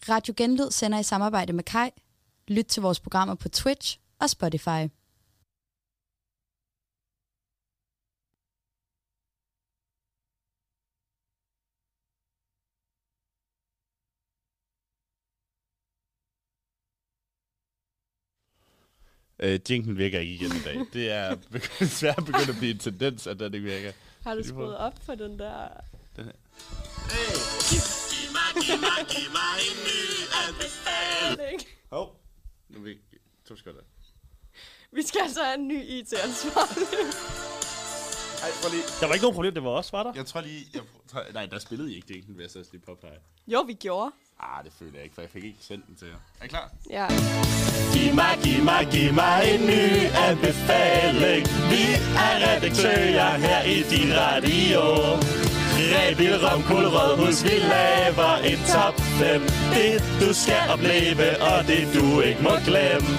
Radio Genlyd sender i samarbejde med Kai. Lyt til vores programmer på Twitch og Spotify. Jinken virker ikke igen i dag. Det er svært begyndt at blive en tendens, at den ikke virker. Har du skruet op for den der? Den her. Hey! Giv mig en ny anbefaling. Hov. Nu vil jeg... 2 sekunder. Vi skal altså have en ny IT-ansvarlig. Ej, prøv lige. Der var ikke nogen problem, det var også, var der? Jeg tror lige... Nej, der spillede I ikke Jinken, vil jeg så lige påpege. Jo, vi gjorde. Det føler jeg ikke, for jeg fik ikke sendt den til jer. Er I klar? Ja. Giv mig en ny anbefaling. Vi er redaktører her i din radio. Rebil, rom, kulrød, husk, vi laver en top 5. Det du skal opleve, og det du ikke må glemme.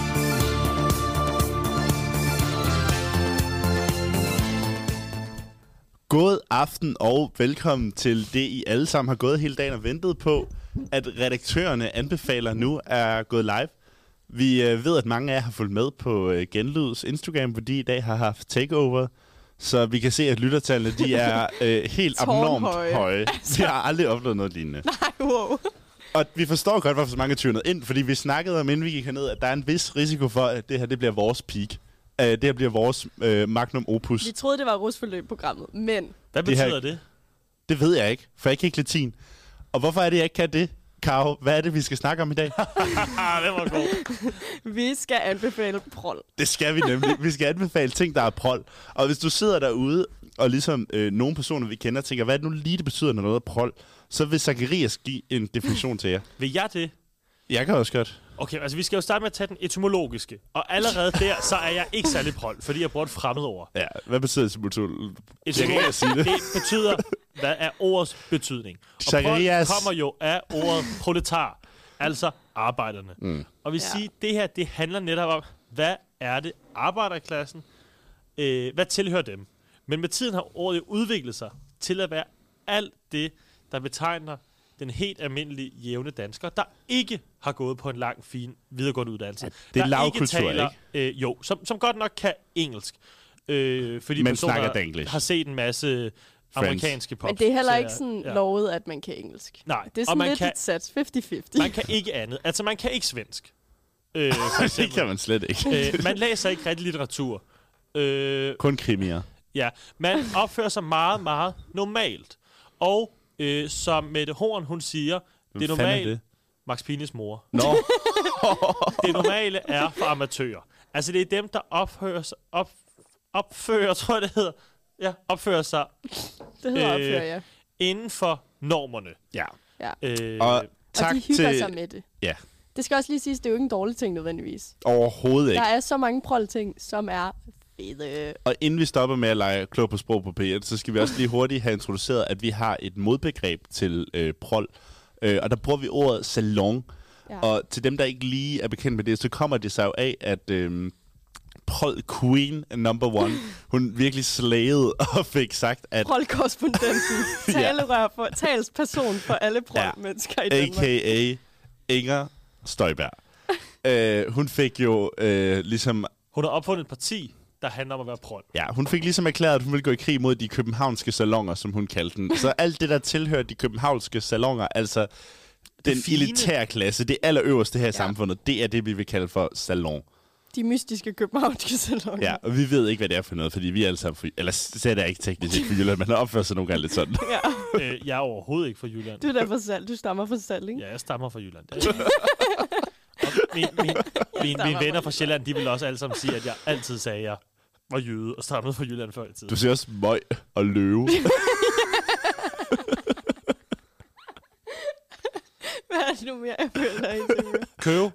God aften og velkommen til det, I alle sammen har gået hele dagen og ventet på, at redaktørerne anbefaler nu er gået live. Vi ved, at mange af jer har fulgt med på Genlyds Instagram, fordi i dag har haft takeover, så vi kan se, at lyttertallene de er helt abnormt høje. Vi har aldrig oplevet noget lignende. Nej, wow. Og vi forstår godt, hvorfor så mange er tunet ind, fordi vi snakkede om, inden vi gik herned, at der er en vis risiko for, at det her det bliver vores peak. Det her bliver vores magnum opus. Vi troede, det var rusforløb-programmet, men... Hvad betyder det? Det ved jeg ikke, for jeg kan ikke latin. Og hvorfor er det, jeg ikke kan det? Karo, hvad er det, vi skal snakke om i dag? Det var god. Vi skal anbefale prol. Det skal vi nemlig. Vi skal anbefale ting, der er prol. Og hvis du sidder derude, og ligesom nogle personer, vi kender, tænker, hvad er det nu lige, det betyder, når noget er prol, så vil Zacharias give en definition til jer. Vil jeg det? Jeg kan også godt. Okay, altså vi skal jo starte med at tage den etymologiske. Og allerede der, så er jeg ikke særlig prol, fordi jeg bruger et fremmedord. Ja, hvad betyder etymologisk? Det betyder, hvad er ordets betydning? Og prol kommer jo af ordet proletar, altså arbejderne. Og vi siger, det her, det handler netop om, hvad er det arbejderklassen? Hvad tilhører dem? Men med tiden har ordet udviklet sig til at være alt det, der betegner den helt almindelige jævne dansker, der ikke har gået på en lang, fin videregående uddannelse. Ja, det er lavkultur, ikke? Jo, som godt nok kan engelsk. Fordi men snakker danglish. Har set en masse amerikanske pop. Men det er heller ikke sådan lovet, at man kan engelsk. Nej. Det er sådan lidt et sats, 50-50. Man kan ikke andet. Altså, man kan ikke svensk. Det kan man slet ikke. Man læser ikke rigtig litteratur. Kun krimier. Ja, man opfører sig meget, meget normalt. Og som Mette Horn, hun siger, det normale... Max Pinis mor. Nå. Det normale er for amatører. Altså, det er dem, der opfører, tror jeg, det hedder. Ja, opfører sig... Det hedder opfører, ja. Inden for normerne. Ja. Og de hygger sig med det. Ja. Det skal også lige siges, det er jo ikke en dårlig ting nødvendigvis. Overhovedet ikke. Der er så mange prol-ting, som er fede. Og inden vi stopper med at lege klog på sprog på P1, så skal vi også lige hurtigt have introduceret, at vi har et modbegreb til prol. Og der bruger vi ordet salon. Ja. Og til dem, der ikke lige er bekendt med det, så kommer det sig jo af, at prol queen number 1, hun virkelig slagede og fik sagt, at... Prol-korrespondenten, talerør for, talsperson for alle prol-mennesker i Danmark. A.k.a. Inger Støjberg. Hun fik jo ligesom... Hun har opfundet et parti, der handler om at være prol. Ja, hun fik ligesom erklæret, at hun ville gå i krig mod de københavnske salonger, som hun kaldte den. Så alt det, der tilhører de københavnske salonger, altså den elitære klasse, det allerøverste her i samfundet, det er det, vi vil kalde for salon. De mystiske københavnske salonger. Ja, og vi ved ikke, hvad det er for noget, fordi vi er alle sammen for... Eller så er det ikke teknisk set for Jylland, men opfører sig nogle gange lidt sådan. Ja. Jeg er overhovedet ikke fra Jylland. Du er der fra Sald. Du stammer fra Sald, ikke? Ja, jeg stammer fra Jylland. Mine venner fra Sjælland, de vil også alle sammen sige, at jeg altid sagde, at jeg var jøde og stammede fra Jylland før i tiden. Du siger også møg og løve. Hvad er det nu mere, jeg føler dig i? Køve.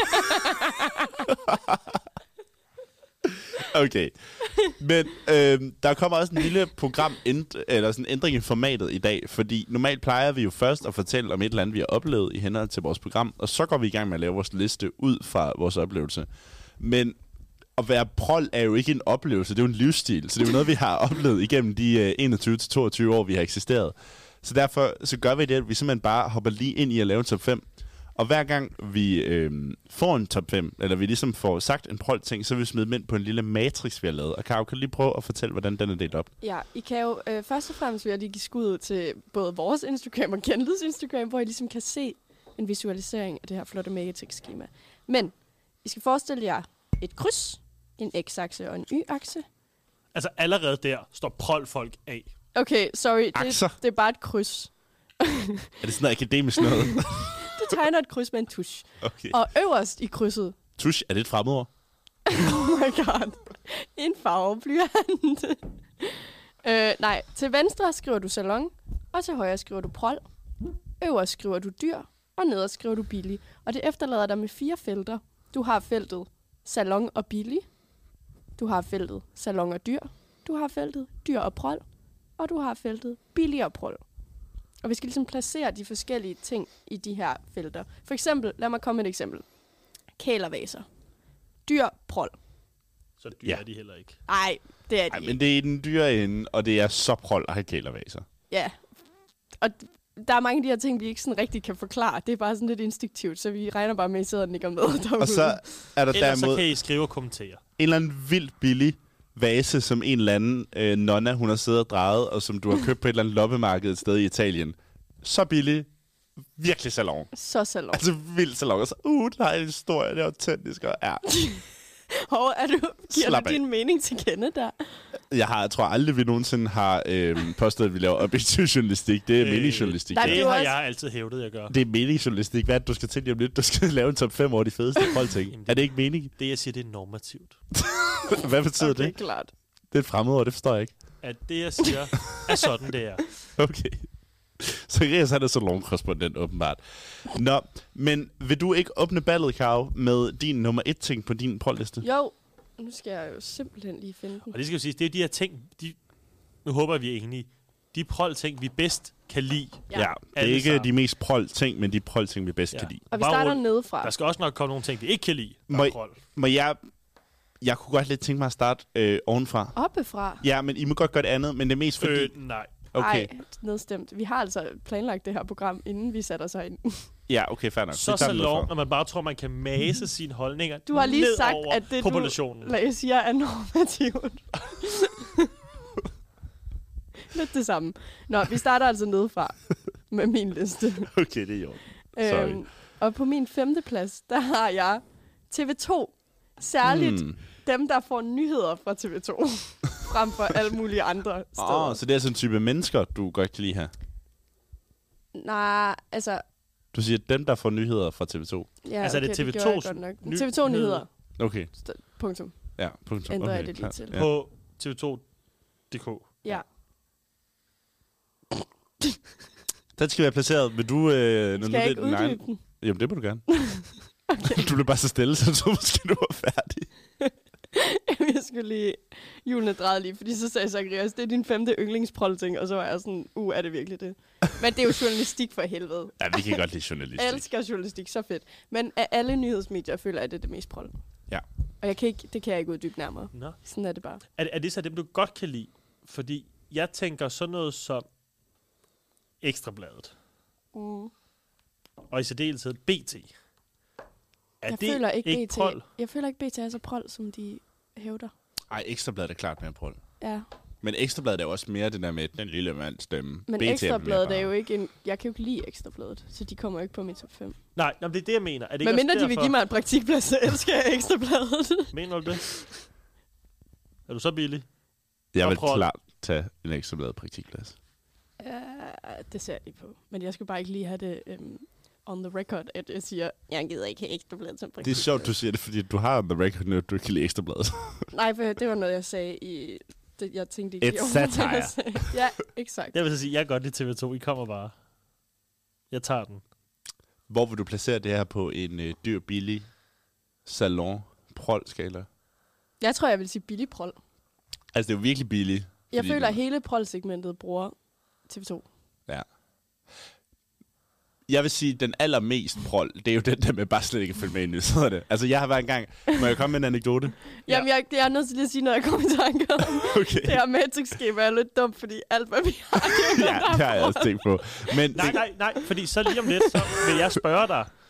Okay. Men der kommer også en lille eller sådan en ændring i formatet i dag, fordi normalt plejer vi jo først at fortælle om et eller andet, vi har oplevet i henhold til vores program, og så går vi i gang med at lave vores liste ud fra vores oplevelse. Men at være prol er jo ikke en oplevelse, det er jo en livsstil, så det er jo noget, vi har oplevet igennem de 21-22 år, vi har eksisteret. Så derfor så gør vi det, at vi simpelthen bare hopper lige ind i at lave en top 5. Og hver gang vi får en top 5, eller vi ligesom får sagt en prol-ting, så vil vi smide dem ind på en lille matrix, vi har lavet. Og Karo, kan du lige prøve at fortælle, hvordan den er delt op? Ja, I kan jo først og fremmest vil jeg lige give skud til både vores Instagram og Kenledes Instagram, hvor I ligesom kan se en visualisering af det her flotte matrix-skema. Men I skal forestille jer et kryds, en x-akse og en y-akse. Altså allerede der står prol-folk af. Okay, sorry. Akser. Det er bare et kryds. Er det sådan noget akademisk noget? Det tegner et kryds med en tusch. Okay. Og øverst i krydset... Tusch, er det et fremmedord? Oh my god. En farveblyant. Nej, til venstre skriver du salon, og til højre skriver du prol. Øverst skriver du dyr, og nederst skriver du billig. Og det efterlader dig med 4 felter. Du har feltet salon og billig. Du har feltet salon og dyr. Du har feltet dyr og prol. Og du har feltet billig og prol. Og vi skal ligesom placere de forskellige ting i de her felter. For eksempel, lad mig komme med et eksempel. Kælervaser. Dyr, prol. Så dyr er de heller ikke. Nej, det er de ikke. Men det er i den dyre ende, og det er så prol at have kælervaser. Ja. Og der er mange af de her ting, vi ikke sådan rigtig kan forklare. Det er bare sådan lidt instinktivt, så vi regner bare med, at I sidder og nikker med derude. Og så er der ellers derimod så kan I skrive og kommentere. en eller anden vildt billig vase, som en eller anden nonna, hun har siddet og drejet, og som du har købt på et eller andet loppemarked et sted i Italien. Så billig. Virkelig salon. Så salon. Altså vildt salon. Og så, der er en historie, det er autentisk. Og Hov, giver Slap du af. din mening til kende der? Jeg tror aldrig, vi nogensinde har påstået, at vi laver objektiv journalistik. Det er mini-journalistik. nej, Det det er har også- jeg altid hævdet, jeg gør. Det er mini-journalistik. Hvad er det, du skal til lige om lidt? Du skal lave en top 5 over de fedeste folk-ting. Er det ikke mening? Det, jeg siger, det er normativt. Hvad betyder Okay, det? klart. Det er et fremmedord, det forstår jeg ikke. At det, jeg siger, er sådan, det er. Okay. Så Rias han er salonkorrespondent, åbenbart. Nå, men vil du ikke åbne ballet, Karo, med din nummer 1 ting på din prol-liste? Jo, nu skal jeg jo simpelthen lige finde den. Og det skal jo sige, det er de her ting, nu håber jeg, vi er enige, de prol-ting, vi bedst kan lide. Ja, det er alle ikke sammen. de mest prol-ting, men de prol-ting, vi bedst kan lide. Og vi Bare starter rolig. nedefra. Der skal også nok komme nogle ting, vi ikke kan lide. Må jeg kunne godt lidt tænke mig at starte ovenfra. Oppefra. Ja, men I må godt gøre det andet, men det er mest fordi... Nej. Okay. Ej, nedstemt. Vi har altså planlagt det her program, inden vi sætter os ind. Ja, okay, fair nok. Så Vi tager den salon, nedefra. når man bare tror, man kan mase sine holdninger Du har lige ned sagt, over at det populationen. du siger er normativt. Lidt det samme. Nå, vi starter altså nedefra med min liste. Okay, det er jo. Sorry. Og på min 5. plads, der har jeg TV2. Særligt dem, der får nyheder fra TV2. Frem for alle mulige andre steder. Så det er sådan en type mennesker, du godt kan lide her. Nej, altså... Du siger, dem, der får nyheder fra TV2. Ja, Altså, er det okay, TV2's gjorde jeg godt nok. TV2 nyheder. Okay, Punktum. ja, punktum. Ændrer okay, jeg det lige klart. til. Ja. På TV2.dk. Ja. Den skal være placeret. Vil du... Skal jeg ikke uddybe den? Jamen, det må du gerne. Okay. Du bliver bare så stille, så måske du er færdig. Jeg skulle lige... Julen er drejet lige, fordi så sagde Zacharias, det er din 5. yndlingsprol-ting, og så var jeg sådan, er det virkelig det? Men det er jo journalistik for helvede. Ja, vi kan godt lide Jeg journalistik. elsker journalistik, så fedt. Men af alle nyhedsmedier føler jeg, at det er det mest prol. Ja. Og det kan jeg ikke uddybe nærmere. Nå. Sådan er det bare. Er det så dem, du godt kan lide? Fordi jeg tænker sådan noget som Ekstrabladet. Og i særdeleshed BT. Jeg føler ikke BT er så prol, som de hævder. Ej, Ekstrabladet er klart mere prol. Ja. Men Ekstrabladet er jo også mere det der med den lille mands stemme. Men BT er Ekstrabladet mere er jo ikke en... Jeg kan jo ikke lide Ekstrabladet, så de kommer jo ikke på min top 5. Nej, det er det, jeg mener. Er det Men ikke mindre også de vil give mig en praktikplads, så elsker jeg Ekstrabladet. Mener du det? Er du så billig? Jeg vil prol. klart tage en Ekstrabladet praktikplads. Det ser jeg lige på. Men jeg skal bare ikke lige have det on the record, at jeg siger, jeg gider ikke have Ekstrabladet som Det er praktikplads. sjovt, du siger det, fordi du har on the record nu, at du ikke kan lide Ekstrabladet. Nej, for det var noget, jeg sagde i... Det, jeg tænkte ikke It's lige over, hvad satire. jeg sagde. Ja, exakt. Jeg vil så sige, jeg kan godt lide TV2. I kommer bare. Jeg tager den. Hvor vil du placere det her på en dyr, billig salon-prol-skala? Jeg tror, jeg vil sige billig prol. Altså, det er jo virkelig billigt. Jeg fordi føler, at hele prol-segmentet bruger TV2. Ja. Jeg vil sige, at den allermest prol, det er jo den der med bare slet ikke at følge med i nyhederne. Altså, jeg har været engang... Må jeg komme med en anekdote? Jamen, jeg er nødt til lige at sige, når jeg kommer i tanke om. Okay. Det her Matrix-skema er lidt dumt, fordi alt, hvad vi har, det er Ja, det har jeg også tænkt på. Men Nej, fordi så lige om lidt, så vil jeg spørge dig,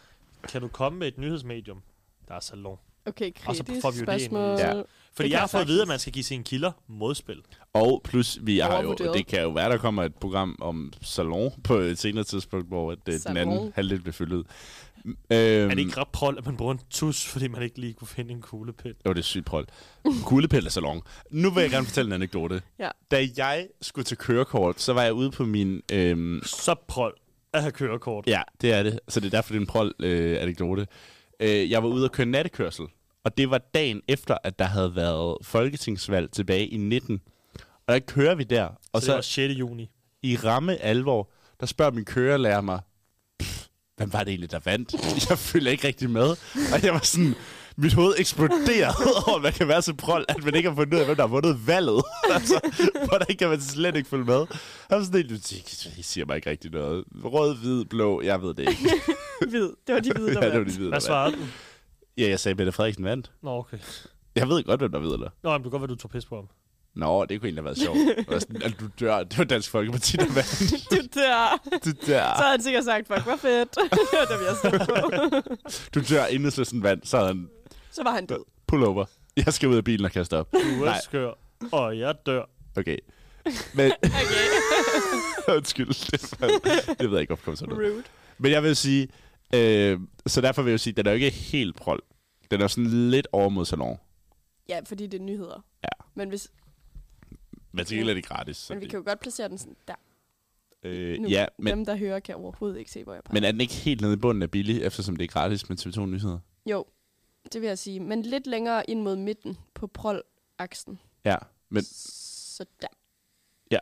kan du komme med et nyhedsmedium, der er salon? Okay, Og så kritisk får vi jo det ind. spørgsmål. Ja. Fordi jeg har fået at vide, at man skal give sine kilder modspil. Og plus, vi har jo, Overvurderet. det kan jo være, der kommer et program om salon på et senere tidspunkt, hvor den Salon. anden halvdel bliver fyldt ud. Er det ikke ret prol, at man bruger en tus, fordi man ikke lige kunne finde en kuglepind? Jo, det er sygt prøl. Kuglepille salon. Nu vil jeg gerne fortælle en anekdote. Ja. Da jeg skulle til kørekort, så var jeg ude på min... Så prol at have kørekort. Ja, det er det. Så det er derfor, det er en prøl anekdote. Jeg var ude at køre nattekørsel, og det var dagen efter, at der havde været folketingsvalg tilbage i 19. Og der kører vi der, og Så det var 6. juni. i ramme alvor, der spørger min kørelærer mig, hvem var det egentlig, der vandt? Jeg følger ikke rigtig med. Og jeg var sådan, mit hoved eksploderede over, at man kan være så prol, at man ikke har fundet ud af, hvem der har vundet valget. Altså, hvordan kan man slet ikke følge med? Jeg var sådan helt, I siger mig ikke rigtig noget. Rød, hvid, blå, jeg ved det ikke. Hvid. Det var de hvide, der Ja, det var vandt. de hvide, Hvad der svarede vandt. du? Ja, jeg sagde, Mette Frederiksen vandt. Nå, okay. Jeg ved godt, hvem der ved det. Nå, men du kan godt være, du tog pis på ham. Nå, det kunne egentlig have været sjovt. Det var sådan, at du dør. Det var Dansk Folkeparti, der vandt. Du der. Du dør. Så havde han sikkert sagt, fuck, hvor fedt. Det var det, vi har stemt på. Du dør, Enhedslisten vandt. Så havde han Så var han død. pull over. Jeg skal ud af bilen og kaste op. Du er Nej. skør, og jeg dør. Okay. Men... Okay. Undskyld. Det ved jeg ikke, hvorfor kom sådan noget. Rude. Men jeg vil sige... så derfor vil jeg sige, at den er jo ikke helt prol. Den er sådan lidt over mod salon. Ja, fordi det er nyheder. Ja. Men, hvis, Men til gengæld er det gratis. Så men vi kan jo godt placere den sådan der. Nu, ja, men, dem, der hører, kan overhovedet ikke se, hvor jeg peger. men er den ikke helt nede i bunden af billig, eftersom det er gratis med TV2 Nyheder? Jo, det vil jeg sige. Men lidt længere ind mod midten på prol-aksen. Ja, men... Så der. Ja.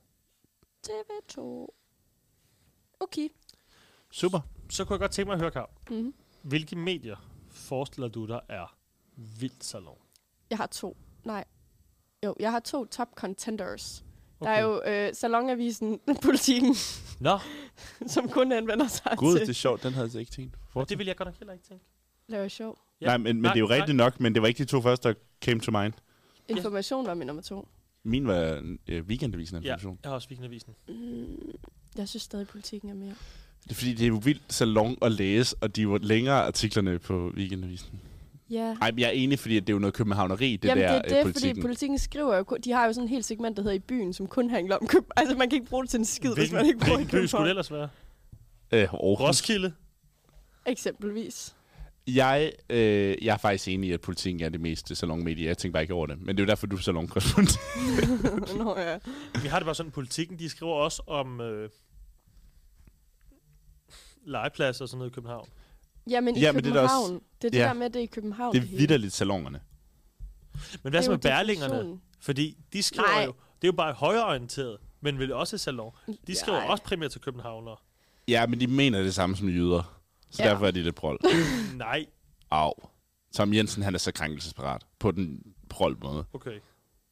TV2. Okay. Super. Så kunne jeg godt tænke mig at høre, Kav. Mm-hmm. Hvilke medier forestiller du dig er vildt salon? Jeg har 2. Nej. Jo, jeg har 2 top contenders. Okay. Der er jo Salonavisen, Politikken, Nå, som kun anvender sig Gud, det til er sjovt. Den havde jeg ikke tænkt. og det vil jeg godt nok heller ikke tænke. lave sjov. Ja. Nej, men det er jo rigtigt nok, men det var ikke de 2 første, der came to mind. Information var min nummer 2. Min var Weekendavisen Ja, information. jeg har også Weekendavisen. Jeg synes stadig, Politikken er mere. Det er fordi, det er jo vildt salon at læse, og de var længere artiklerne på Weekendavisen. Ja. Ej, men jeg er enig, fordi det er jo noget københavneri, det Jamen, der det er det, Politikken. fordi Politikken skriver jo, de har jo sådan en helt segment, der hedder I byen, som kun handler om København. Altså, man kan ikke bruge det til en skid, hvis man ikke bor i hvilken by skulle det København. ellers være? Aarhus. Roskilde? Eksempelvis. Jeg er faktisk enig i, at Politikken er det mest salonmedie. Jeg tænker bare ikke over det. Men det er jo derfor, du er salonkorrespondent. Nå ja. Vi har det bare sådan, Politikken, de skriver også om legepladser og sådan noget i København. Jamen, i Jamen, det er da København. også- Det er det ja. der med, at det er i København. Det er hele. vitterligt salongerne. Men hvad Det så er med jo Berlingerne? definitionen. Fordi de skriver Nej. jo, det er jo bare højreorienteret, men vel også salon. De skriver Nej. også primært til københavnere. Ja, men de mener det samme som jyder. Så Ja. derfor er de lidt prol. Nej, Au. Tom Jensen, han er så krænkelsesparat. På den prol måde. okay.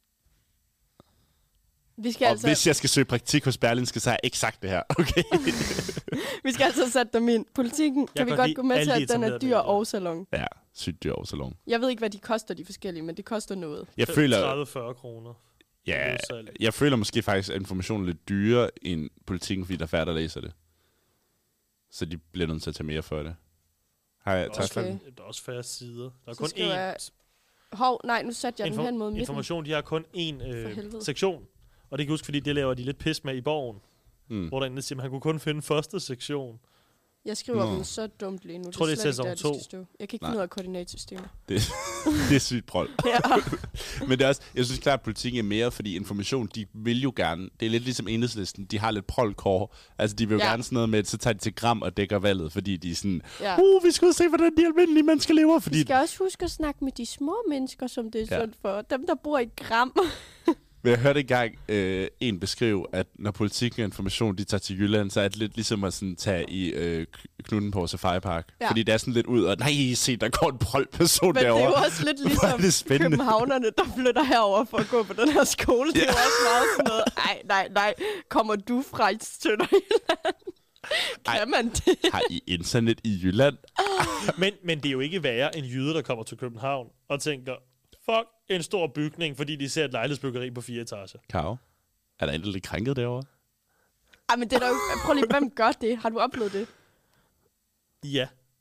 Vi skal, Og altså, hvis jeg skal søge praktik hos Berlingske, så har jeg ikke sagt det her. Okay. vi skal altså sætte dem ind. Politikken Jeg kan vi kan godt lide gå med alle til, de at den er etablerede dyr medier. og salon. Ja, sygt dyr og salon. Jeg ved ikke, hvad de koster, de forskellige, men det koster noget. Jeg føler, 30-40 kroner. ja, Udsalg. jeg føler måske faktisk, at informationen er lidt dyrere end Politikken, fordi der er færre, der læser det. Så de bliver nødt til at tage mere for det. Har jeg taget Okay. fat? Der er også færre sider. Der er Så kun skriver én jeg- Hov, nej, nu satte jeg den hen mod midten. information. De har kun én For helvede. sektion. Og det kan jeg huske, fordi det laver de lidt pis med i Borgen. Mm. Hvor der endelig siger, at han kunne kun finde første sektion. Jeg skriver Nå. dem så dumt lige nu. Tror, det er slet ikke sæson der, de 2. skal stå. Jeg kan ikke Nej. finde ud af koordinatsystemet. Det er sygt prol. Ja. Men det er også, jeg synes klart, at Politikken er mere, fordi information, de vil jo gerne, det er lidt ligesom Enhedslisten, de har lidt prolkår. Altså, de vil jo Ja. gerne sådan noget med, så tager de til Gram og dækker valget, fordi de er sådan, Ja. vi skal ud og se, hvordan de almindelige mennesker lever, fordi... Vi skal også huske at snakke med de små mennesker, som det er Ja. sundt for. Dem, der bor i Gram. Men jeg hørte engang en beskrive, at når Politikken og Information, de tager til Jylland, så er det lidt ligesom at sådan, tage i Knuden på Safari Park. Ja. Fordi det er sådan lidt ud, og nej, se, der går en prolperson Men derovre. det er jo også lidt Hvor er ligesom det spændende. københavnerne, der flytter herover for at gå på den her skole. Det er jo også meget sådan noget. Nej. Kommer du fra et Sønderjylland? Ej. Kan man det? Har I internet i Jylland? Men det er jo ikke værre end jyder, der kommer til København og tænker, fuck, en stor bygning, fordi de ser et lejlighedsbyggeri på 4 etager. Karo? Er der endelig lidt krænket derovre? Ej, men det er der jo... Prøv lige, hvem gør det? Har du oplevet det? Ja.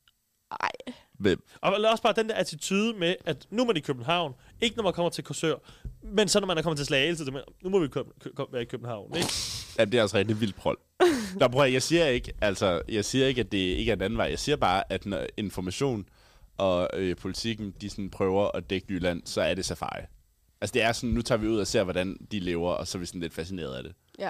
Ej. Hvem? Og også bare den der attitude med, at nu er man i København, ikke når man kommer til Korsør, men så når man er kommet til Slagelse, nu må vi være i København, ikke? Ja, det er også rigtig vildt prol. Nå, prøv, jeg siger ikke, at det ikke er en anden vej. Jeg siger bare, at når information og politikken, de sådan prøver at dække Jylland, så er det safari. Altså det er sådan, nu tager vi ud og ser, hvordan de lever, og så er vi sådan lidt fascineret af det. Ja.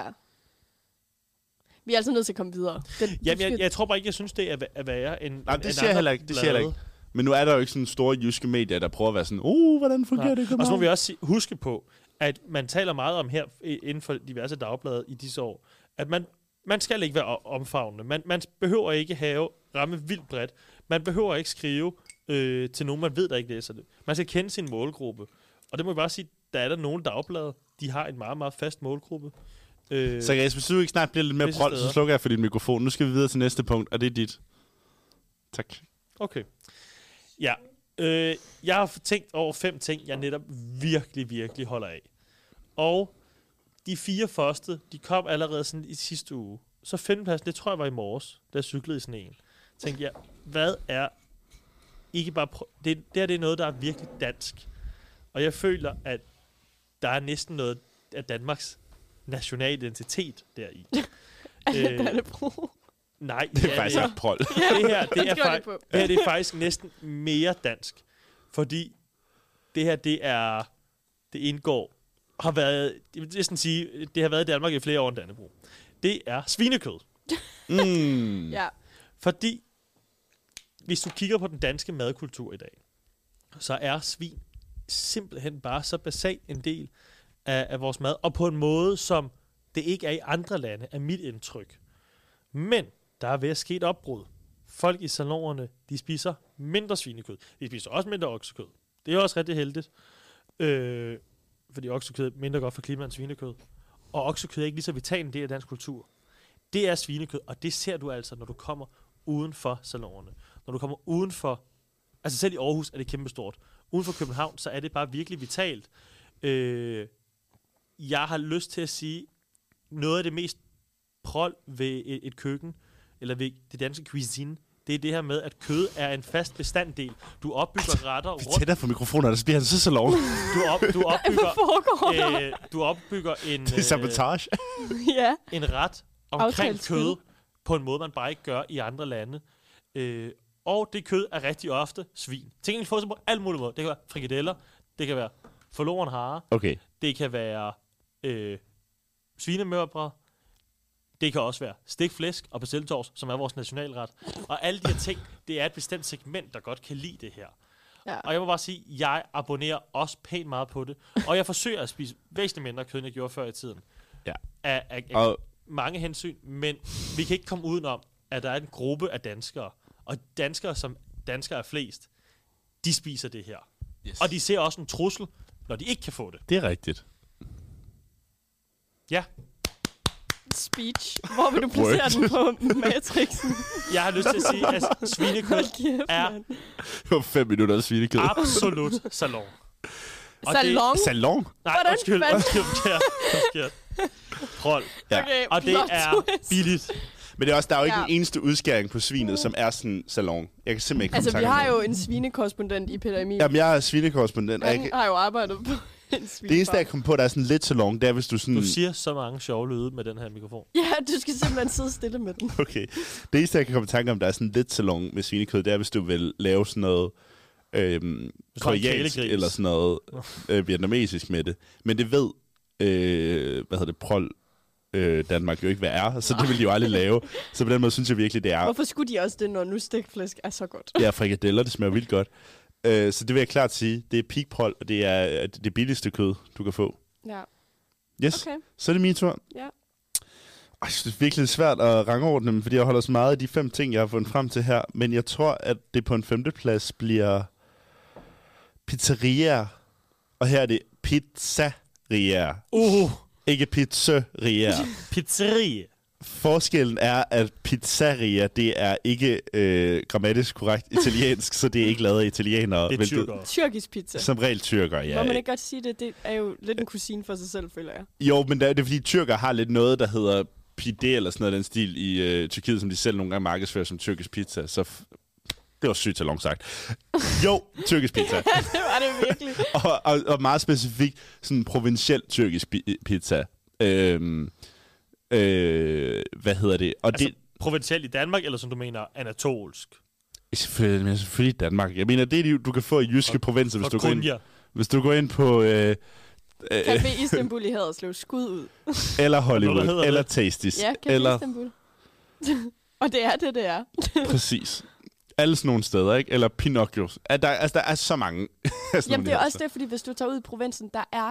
Vi er altså nødt til at komme videre. Jamen, jeg tror bare ikke, jeg synes, det er værre end nej, det siger jeg heller ikke. Det siger jeg heller ikke. Men nu er der jo ikke sådan store jyske medier, der prøver at være sådan, hvordan fungerer det? Og så må vi også huske på, at man taler meget om her inden for diverse dagblade i disse år, at man skal ikke være omfavnende. Man behøver ikke ramme vildt bredt. Man behøver ikke skrive til nogen, man ved, der ikke læser det. Man skal kende sin målgruppe. Og det må jeg bare sige, der er nogle dagblade, de har en meget, meget fast målgruppe. Så hvis du ikke snart bliver lidt mere prol, så slukker jeg for din mikrofon. Nu skal vi videre til næste punkt, og det er dit. Tak. Okay. Ja. Jeg har tænkt over 5 ting, jeg netop virkelig, virkelig holder af. Og de 4 første, de kom allerede sådan i sidste uge. Så 5. pladsen, det tror jeg var i morges, da jeg cyklede i sådan en. Tænkte jeg, hvad er ikke bare... Det er noget, der er virkelig dansk. Og jeg føler, at der er næsten noget af Danmarks national identitet deri. Dannebro. Nej, det er faktisk ikke prol. Det her er faktisk næsten mere dansk. Fordi det her, det indgår, har været, jeg vil næsten sige, det har været i Danmark i flere år end Dannebro. Det er svinekød. Ja. Fordi, hvis du kigger på den danske madkultur i dag, så er svin simpelthen bare så basalt en del af vores mad, og på en måde, som det ikke er i andre lande, er mit indtryk. Men der er ved at ske et opbrud. Folk i salonerne, de spiser mindre svinekød. De spiser også mindre oksekød. Det er også rigtig heldigt. Fordi oksekød er mindre godt for klimaet end svinekød. Og oksekød er ikke lige så vital en del af dansk kultur. Det er svinekød, og det ser du altså, når du kommer uden for salonerne. Når du kommer uden for... Altså selv i Aarhus er det kæmpestort. Uden for København, så er det bare virkelig vitalt. Jeg har lyst til at sige, noget af det mest prol ved et køkken, eller ved det danske cuisine, det er det her med, at kød er en fast bestanddel. Du opbygger retter rundt... Vi tænder for mikrofoner, der bliver han så salon. Du opbygger en... Det er sabotage. Ja. En ret omkring kød på en måde, man bare ikke gør i andre lande. Og det kød er rigtig ofte svin. Tænk egentlig få sig på alle mulige måder. Det kan være frikadeller, det kan være forloren hare, okay. Det kan være svinemørbrad, det kan også være stikflæsk og persilletoast, som er vores nationalret. Og alle de her ting, det er et bestemt segment, der godt kan lide det her. Ja. Og jeg må bare sige, jeg abonnerer også pænt meget på det. Og jeg forsøger at spise væsentligt mindre kød, end jeg gjorde før i tiden. Ja. Af mange hensyn, men vi kan ikke komme udenom, at der er en gruppe af danskere, og danskere, som danskere er flest, de spiser det her. Yes. Og de ser også en trussel, når de ikke kan få det. Det er rigtigt. Ja. Speech. Hvor vil du placere den på Matrixen? Jeg har lyst til at sige, at svinekød er 5 minutter af svinekød. Absolut salon. Og salon? Salon? Nej, undskyld. Prol. Ja. Okay, og det er billigt. Men det er også, der er jo ikke en eneste udskæring på svinet, som er sådan salon. Jeg kan simpelthen ikke altså, vi har jo en svinekorrespondent i Peter Emil. Jamen, jeg er svinekorrespondent. Han har jo arbejdet på en svinefarm. Det eneste, jeg kom på, der er sådan lidt salon, det er, hvis du sådan... Du siger så mange sjove lyde med den her mikrofon. Ja, du skal simpelthen sidde stille med den. Okay. Det eneste, jeg kan komme i tanke om, der er sådan lidt salon med svinekød, det er, hvis du vil lave sådan noget koreansk eller sådan noget vietnamesisk med det. Men det ved, prol Danmark jo ikke, hvad er, så det vil de jo aldrig lave. Så på den måde synes jeg virkelig, det er... Hvorfor skulle de også det, når nu stikflæsk er så godt? Ja, frikadeller, det smager vildt godt. Så det vil jeg klart sige. Det er peak prol, og det er det billigste kød, du kan få. Ja. Yes, okay. Så er det min tur. Ja. Jeg synes, det er virkelig svært at rangordne dem, fordi jeg holder så meget af de 5 ting, jeg har fundet frem til her. Men jeg tror, at det på en 5. plads bliver pizzerier. Og her er det pizzerier. Ikke pizzerier. Pizzeria. Forskellen er, at pizzeria, det er ikke grammatisk korrekt italiensk, så det er ikke lavet af italienere. Det er tyrkere. Tyrkisk pizza. Som regel tyrker, ja. Må man ikke godt sige det? Det er jo lidt en kusine for sig selv, føler jeg. Jo, men det er fordi tyrker har lidt noget, der hedder pide eller sådan noget den stil i Tyrkiet, som de selv nogle gange markedsfører som tyrkisk pizza. Så Det var sygt talong sagt. Jo, tyrkisk pizza. Det var det virkelig. og meget specifikt sådan provinciel tyrkisk pizza. Hvad hedder det? Og altså, det provincielt i Danmark, eller som du mener, anatolsk? Selvfølgelig i Danmark. Jeg mener, det er du kan få i jyske provinser, hvis du går ind på... Café Istanbul i Haderslev, skud ud. Eller Hollywood, eller Tasties. Ja, Café eller... Istanbul. Og det er det er. Præcis. Alle sådan nogle steder, ikke? Eller Pinocchio. Der er så mange. Jamen, det er også det, fordi hvis du tager ud i provinsen, der er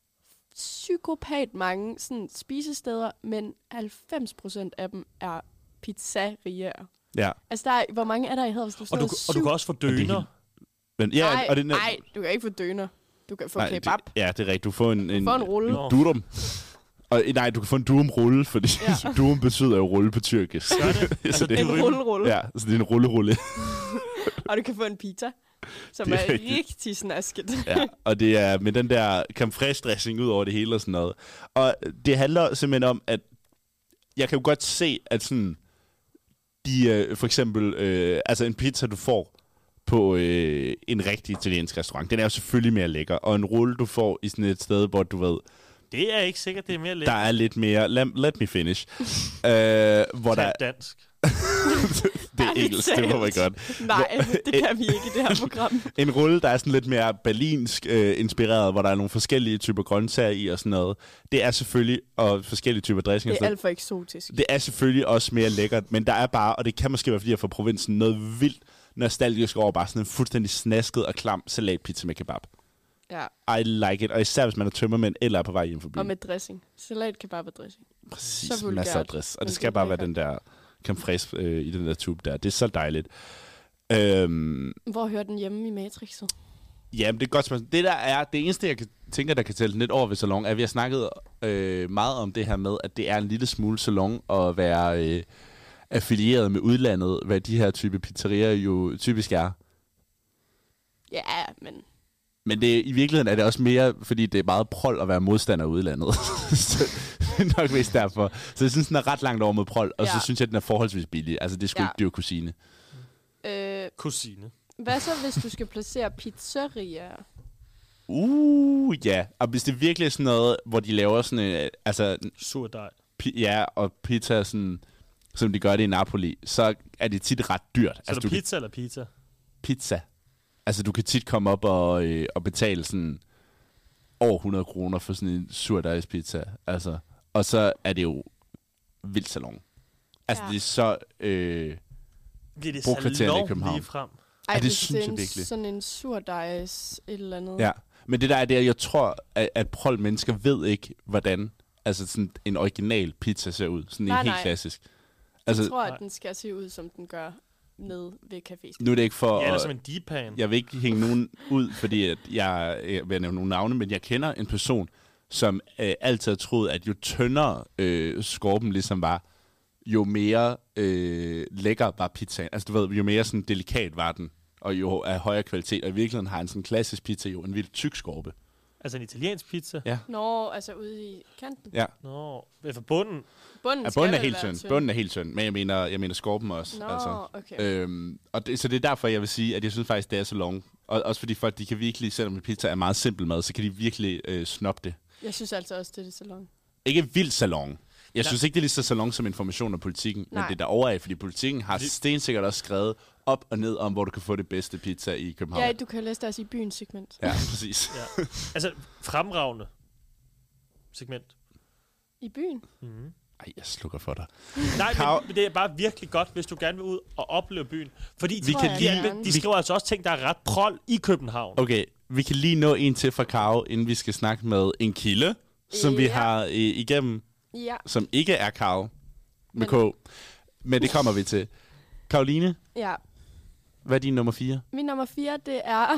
psykopat mange sådan, spisesteder, men 90% af dem er pizzerier. Ja. Altså, hvor mange er der i Haderslev? Og du kan også få døner. Nej, du kan ikke få døner. Du kan få kebab. Ja, det er rigtigt. Du får en rulle. En durum. Og nej, du kan få en durum-rulle, fordi durum betyder jo rulle på tyrkisk. Altså, det er en rulle-rulle. Ja, så det er en rulle-rulle. Og du kan få en pizza, som er rigtig snasket. Ja, og det er med den der creme fraiche dressing ud over det hele og sådan noget. Og det handler simpelthen om, at jeg kan jo godt se, at sådan for eksempel, altså en pizza, du får på en rigtig italiensk restaurant, den er jo selvfølgelig mere lækker. Og en rulle, du får i sådan et sted, hvor du ved... Det er ikke sikkert, det er mere lækker. Der er lidt mere... Let me finish. Hvor der dansk. det er engelsk, det må man godt. Nej, det kan vi ikke i det her program. En rulle, der er sådan lidt mere berlinsk inspireret, hvor der er nogle forskellige typer grøntsager i og sådan noget. Det er selvfølgelig, og forskellige typer dressing. Det er alt for eksotisk. Det er selvfølgelig også mere lækkert, men der er bare, og det kan måske være fordi jeg fra provinsen, noget vildt nostalgisk over bare sådan en fuldstændig snasket og klam salatpizza med kebab. Ja. I like it, og især hvis man er tømmermænd eller er på vej hjem forbi. Og med dressing. Salat, kebab og dressing. Præcis, masser af dress. Og det skal bare være den der creme fraiche i den der tube der. Det er så dejligt. Hvor hører den hjemme i Matrixet? Jamen, det er godt spørgsmål. Det eneste, jeg tænker, der kan tælle lidt over ved salon, er, at vi har snakket meget om det her med, at det er en lille smule salon at være affilieret med udlandet, hvad de her type pizzerier jo typisk er. Ja, men... Men i virkeligheden er det også mere, fordi det er meget prol at være modstander af udlandet. Så nok mest derfor. Så jeg synes, den er ret langt over med prol, og så synes jeg, den er forholdsvis billig. Altså, det er sgu ikke dyr kusine. Kusine. Hvad så, hvis du skal placere pizzerier? Ja. Og hvis det virkelig er sådan noget, hvor de laver sådan en... surdej. Ja, og pizza sådan, som de gør det i Napoli, så er det tit ret dyrt. Så altså, er det pizza eller pizza? Pizza. Altså, du kan tit komme op og betale sådan over 100 kroner for sådan en surdejspizza. Altså, og så er det jo vildt salon. Altså, det er så bliver det salon lige frem? Ej, det synes jeg virkelig. Sådan en surdejs et eller andet. Ja, men det der er det, jeg tror, at prol-mennesker ved ikke, hvordan altså sådan en original pizza ser ud. Sådan en helt klassisk. Altså, jeg tror, at den skal se ud, som den gør ned ved café. Nu er det ikke for... Ja, eller som en deep-pan. Jeg vil ikke hænge nogen ud, fordi at jeg vil nævne nogle navne, men jeg kender en person, som altid har troet, at jo tyndere skorpen ligesom var, jo mere lækker var pizzaen. Altså du ved, jo mere sådan delikat var den, og jo af højere kvalitet. Og i virkeligheden har en sådan klassisk pizza jo en vildt tyk skorpe. Altså en italiensk pizza? Ja. Nå, altså ude i kanten? Ja. Nå, for bunden? Bunden er helt tynd. Bunden er helt tynd, men jeg mener skorpen også. Nå, altså. Okay. Så det er derfor, jeg vil sige, at jeg synes faktisk, det er så long. Og også fordi folk, de kan virkelig, selvom en pizza er meget simpel mad, så kan de virkelig snoppe det. Jeg synes altså også, det er så long. Ikke vildt salon. Jeg synes ikke, det er lige så salon som Information og Politikken, men det er derovre af, fordi Politikken har stensikkert også skrevet op og ned om, hvor du kan få det bedste pizza i København. Ja, du kan læse deres i byens segment. Ja, præcis. Ja. Altså, fremragende segment. I byen? Mm-hmm. Ej, jeg slukker for dig. Nej, men det er bare virkelig godt, hvis du gerne vil ud og opleve byen. Fordi de skriver altså også ting, der er ret prol i København. Okay, vi kan lige nå en til fra Karo, inden vi skal snakke med en kilde, som vi har igennem, som ikke er Karo med K. Men det kommer vi til. Karoline? Ja. Hvad er din nummer 4? Min nummer 4, det er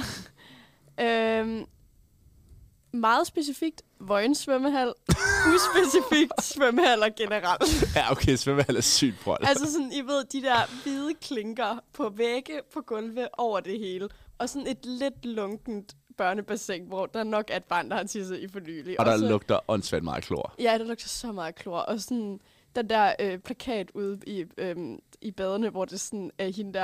meget specifikt Vojens svømmehal. Uspecifikt svømmehaller generelt. Ja, okay, svømmehal er sygt prøv. Altså sådan, I ved, de der hvide klinker på vægge, på gulve, over det hele. Og sådan et lidt lunkent børnebassin, hvor der nok er et barn, der har tisset i for nylig. Og der lugter åndssvagt meget klor. Ja, der lugter så meget klor. Og sådan den der plakat ude i badene, hvor det sådan er hende der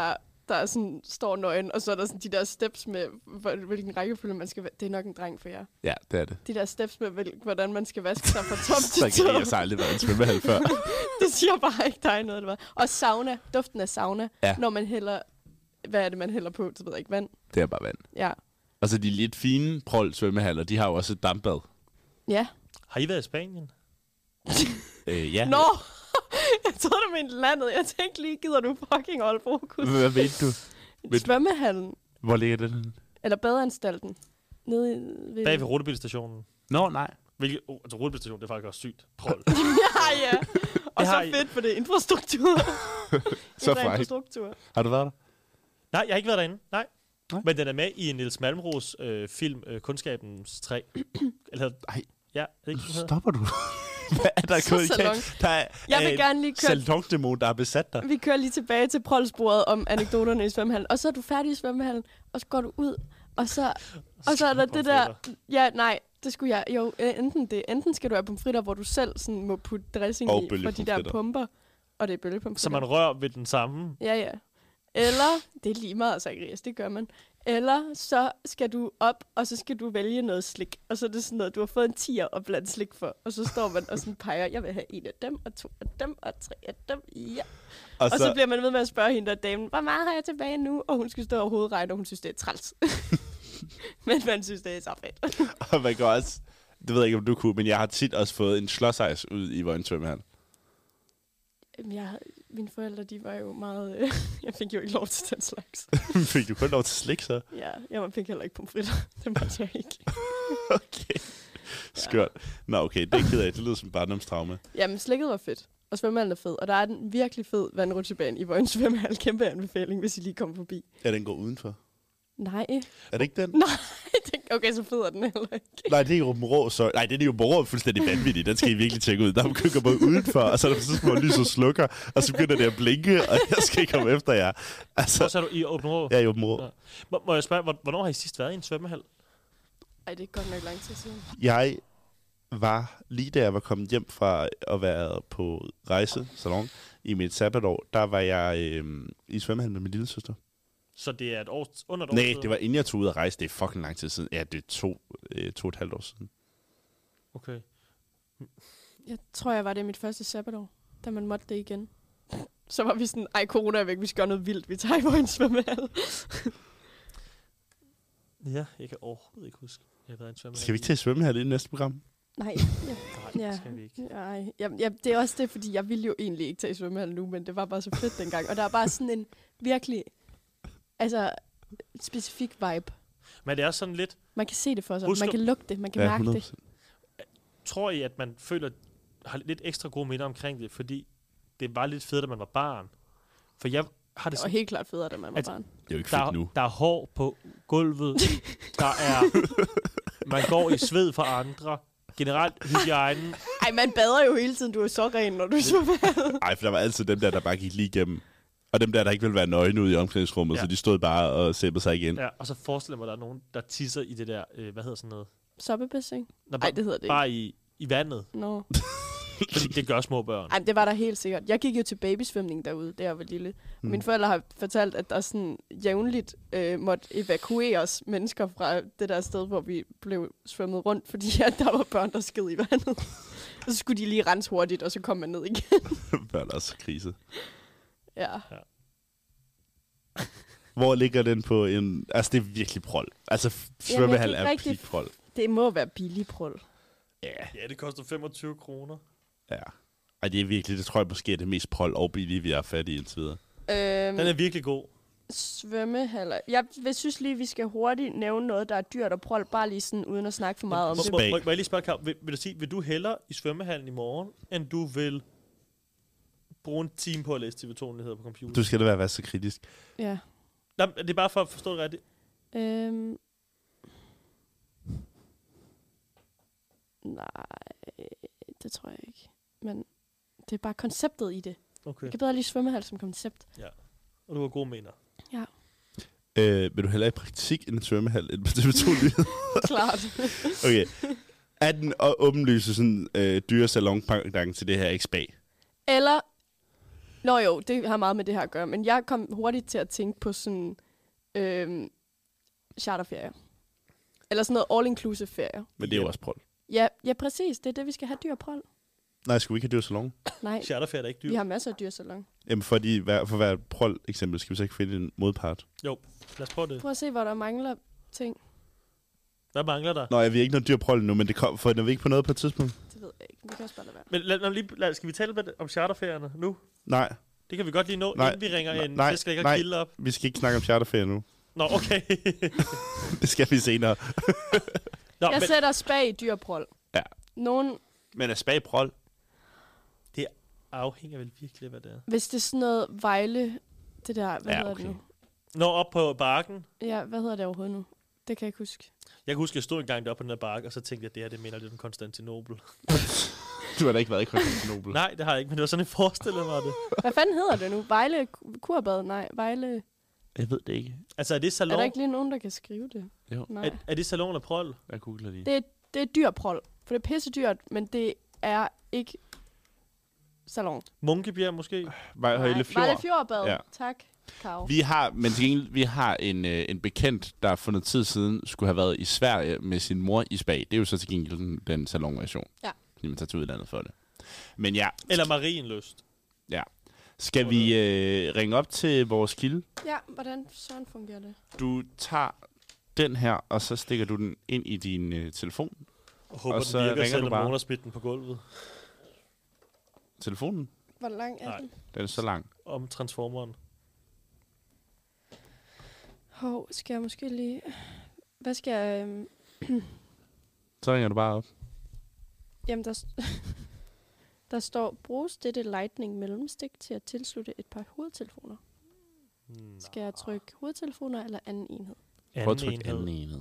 der sådan, står nøgen, og så er der sådan de der steps med, hvilken rækkefølge man skal... Det er nok en dreng for jer. Ja, det er det. De der steps med, hvordan man skal vaske sig fra top til Så tå. kan jeg aldrig været en svømmehal før. Det siger bare ikke dig noget, det var. Og sauna, duften af sauna, Ja. når man hælder... Hvad er det, man hælder på? Det ved jeg ikke. Vand? Det er bare vand. Ja. Og så de lidt fine Prol svømmehaller, de har jo også et dampbad. Ja. Har I været i Spanien? Ja. Nå! Jeg troede, du mente landet. Jeg tænkte lige, gider du fucking holde fokus? Hvad ved du? Svømmehallen. Hvor ligger det henne? Eller badeanstalten. Nede ved... Bag ved rutebilstationen. Nå, nej. Hvilket, altså rutebilstationen, det er faktisk også sygt. Prøv. ja. Og så har fedt, for det er infrastruktur. Så frækt. Infrastruktur. Har du været der? Nej, jeg har ikke været derinde. Nej. Nej. Men den er med i Niels Malmros film Kundskabens 3. Eller, Ej. Ja, er det ikke, sådan Stopper du? Hvad er der Så gået i salon. Der er Jeg vil gerne lige køre... salondemon, der har besat dig. Vi kører lige tilbage til prolsporet om anekdoterne i svømmehallen. Og så er du færdig i svømmehallen, og så går du ud, og så er der det der... Ja, nej, det skulle jeg... Jo, enten skal du have pomfritter, hvor du selv sådan må putte dressing Og i fra de der pumper, og det er bølgepomfritter. Så man rører ved den samme. Ja. Eller, det er lige meget, Zacharias, det gør man. Eller så skal du op, og så skal du vælge noget slik. Og så er det sådan noget, du har fået en 10'er og blandt slik for. Og så står man og sådan peger, jeg vil have 1 af dem, og 2 af dem, og 3 af dem, ja. Og så bliver man ved med at spørge hende der damen, hvor meget har jeg tilbage nu? Og hun skal stå og hovedregne, og hun synes, det er træls. Men man synes, det er så fedt. Og man kan også... Det ved jeg ikke, om du kunne, men jeg har tit også fået en slåsejs ud i Vojens svømmehal. Mine forældre, de var jo meget... jeg fik jo ikke lov til den slags. Fik du kun lov til slik, så? Ja, man fik heller ikke pomfritter. Det måtte jeg ikke. Okay. Skørt. Nå, okay, det er ked af. Det lyder som barndomstraume. Jamen, slikket var fedt. Og svømmehallen er fed. Og der er en virkelig fed vandrutsjebane i Vojens svømmehal. Kæmpe anbefaling, hvis I lige kommer forbi. Ja, den går udenfor. Nej. Er det ikke den? Nej, okay, så fed er den heller ikke. Nej, det er jo Rå. Så... Nej, det er jo Rå fuldstændig vanvittigt. Den skal I virkelig tjekke ud. Der er køkker både udenfor, og så er der så små lys og slukker, og så begynder det at blinke, og jeg skal ikke komme efter jer. Altså... Hvor så er du i Åben Rå? Ja, i Åben Rå. Ja. Må jeg spørge, hvornår har I sidst været i en svømmehal? Ej, det er godt nok lang tid siden. Jeg var, lige da jeg var kommet hjem fra at være på rejsesalon i mit sabbatår, der var jeg i svømmehallen med min lille søster. Så det er under et år Nej, siden? det var inden jeg tog ud at rejse. Det er fucking lang tid siden. Ja, det er 2,5 år siden. Okay. Jeg tror, jeg var det i mit første sabbatår, da man måtte det igen. Så var vi sådan, ej, corona er væk, vi skal gøre noget vildt. Vi tager i Vojens svømmehal. Ja, jeg kan overhovedet ikke huske. Jeg har været i en svømmehal. Skal vi ikke til svømmehal i det næste program? Nej. Nej, det skal vi ikke. Ja, det er også det, fordi jeg ville jo egentlig ikke tage i svømmehal nu, men det var bare så fedt dengang. Og der er bare sådan en virkelig, specifik vibe. Men det er sådan lidt... Man kan se det for sig. Husk Man kan lugte det. Man kan mærke 100%. det. Tror I, at man føler, har lidt ekstra gode minder omkring det, fordi det var lidt fedt, da man var barn? For jeg har det Det var sådan, helt klart federe, da man var barn. Det er jo ikke fedt nu. der er hår på gulvet. Der er... Man går i sved for andre. Generelt hygiejnen. Ej, man bader jo hele tiden. Du er så ren, når du er svømmehal. Ej, for der var altid dem der bare gik lige igennem. Og dem der ikke ville være nøgne ude i omklædningsrummet, Ja. så de stod bare og sæppede sig igen. Ja, og så forestiller jeg mig, at der er nogen, der tisser i det der... hvad hedder sådan noget? Soppebassin? Nå, Nej, det hedder det ikke. Bare i vandet. Nå. Fordi det gør små børn. Ej, det var der helt sikkert. Jeg gik jo til babysvømning derude, da jeg var lille. Mine forældre har fortalt, at der sådan jævnligt måtte evakueres mennesker fra det der sted, hvor vi blev svømmet rundt, fordi at der var børn, der sked i vandet. Og så skulle de lige rense hurtigt, og så kom man ned igen. Børn er også krise. Ja. Hvor ligger den på en... Altså, det er virkelig prol. Altså, svømmehal er peak prol. Det må være billig prol. Ja. Ja, det koster 25 kroner. Ja. Ej, det er virkelig, det tror jeg måske er det mest prol og billige, vi har fat i indtil videre. Den er virkelig god. Svømmehaller. Jeg synes lige, vi skal hurtigt nævne noget, der er dyrt og prol, bare lige sådan, uden at snakke for meget om det. Må jeg lige spørge, Karo, vil du sige, vil du hellere i svømmehallen i morgen, end du vil bruge en time på at læse TV2-nyheder på computer? Du skal da være så kritisk. Ja. Nej, det er bare for at forstå det rigtigt. Nej, det tror jeg ikke. Men det er bare konceptet i det. Okay. Jeg kan bedre lige svømmehal som koncept. Ja. Og du har gode mener. Ja. Vil du hellere i praktik end en svømmehal end på TV2-nyheder? Klart. Okay. Er den åbenlyse sådan dyre salonpangdang til det her ikke spa? Eller Nå jo, det har meget med det her at gøre, men jeg kom hurtigt til at tænke på sådan charterferier. Eller sådan noget all-inclusive ferier. Men det er jo også prol. Ja, præcis. Det er det, vi skal have dyr prol. Nej, skulle vi ikke have dyrsalon? Nej, Charterferie er ikke dyr. vi har masser af dyrsalon. Jamen, for hver prol eksempel, skal vi så ikke finde en modpart? Jo, lad os prøve det. Prøv at se, hvor der mangler ting. Hvad mangler der? Nå, jeg ved ikke noget dyr prol nu, men det kom, for når vi ikke på noget på et tidspunkt. Det ved jeg ikke. Vi kan også bare lade være. Men skal vi tale om charterferierne nu? Nej. Det kan vi godt lige nå, inden vi ringer en fiskerikker kilde op. Vi skal ikke snakke om charterferie nu. Nå, okay. Det skal vi senere. Jeg sætter spag i dyrprol. Ja. Men er spag prol? Det afhænger vel virkelig, hvad det er. Hvis det er sådan noget Vejle, det der, hvad hedder det nu? Nå, op på bakken. Ja, hvad hedder det overhovedet nu? Det kan jeg ikke huske. Jeg kan huske, at jeg stod en gang deroppe på den her bakke, og så tænkte jeg, at det her, det minder lidt om Konstantinopel. Du har da ikke været i Konstantinopel. Nej, det har jeg ikke, men det var sådan en forestilling, var det. Hvad fanden hedder det nu? Vejle Kurbad? Nej, Vejle... Jeg ved det ikke. Altså, er det salon? Er der ikke lige nogen, der kan skrive det? Jo. Nej. Er det salon eller prol? Jeg googler lige. Det er dyrprol, for det er pisse dyrt, men det er ikke salon. Munkebjerg måske? Vejle Fjordbad. Ja. Tak, Karo. Vi har en bekendt, der for noget tid siden skulle have været i Sverige med sin mor i Spag. Det er jo så til gengæld den salonversion. Ja. Fordi man tager til udlandet for det. Men ja. Eller Marienlyst. Ja. Skal vi ringe op til vores kilde? Ja, hvordan sådan fungerer det? Du tager den her, og så stikker du den ind i din telefon. Og håber, og så den virker, ringer du bare. nogen har smidt den på gulvet. Telefonen? Hvor lang er den? Den er så lang. Om transformeren. Skal jeg måske lige... Hvad skal jeg... Så ringer du bare op. Jamen, der står, bruges dette lightning mellemstik til at tilslutte et par hovedtelefoner. Skal jeg trykke hovedtelefoner eller anden enhed? Prøv at trykke anden enhed.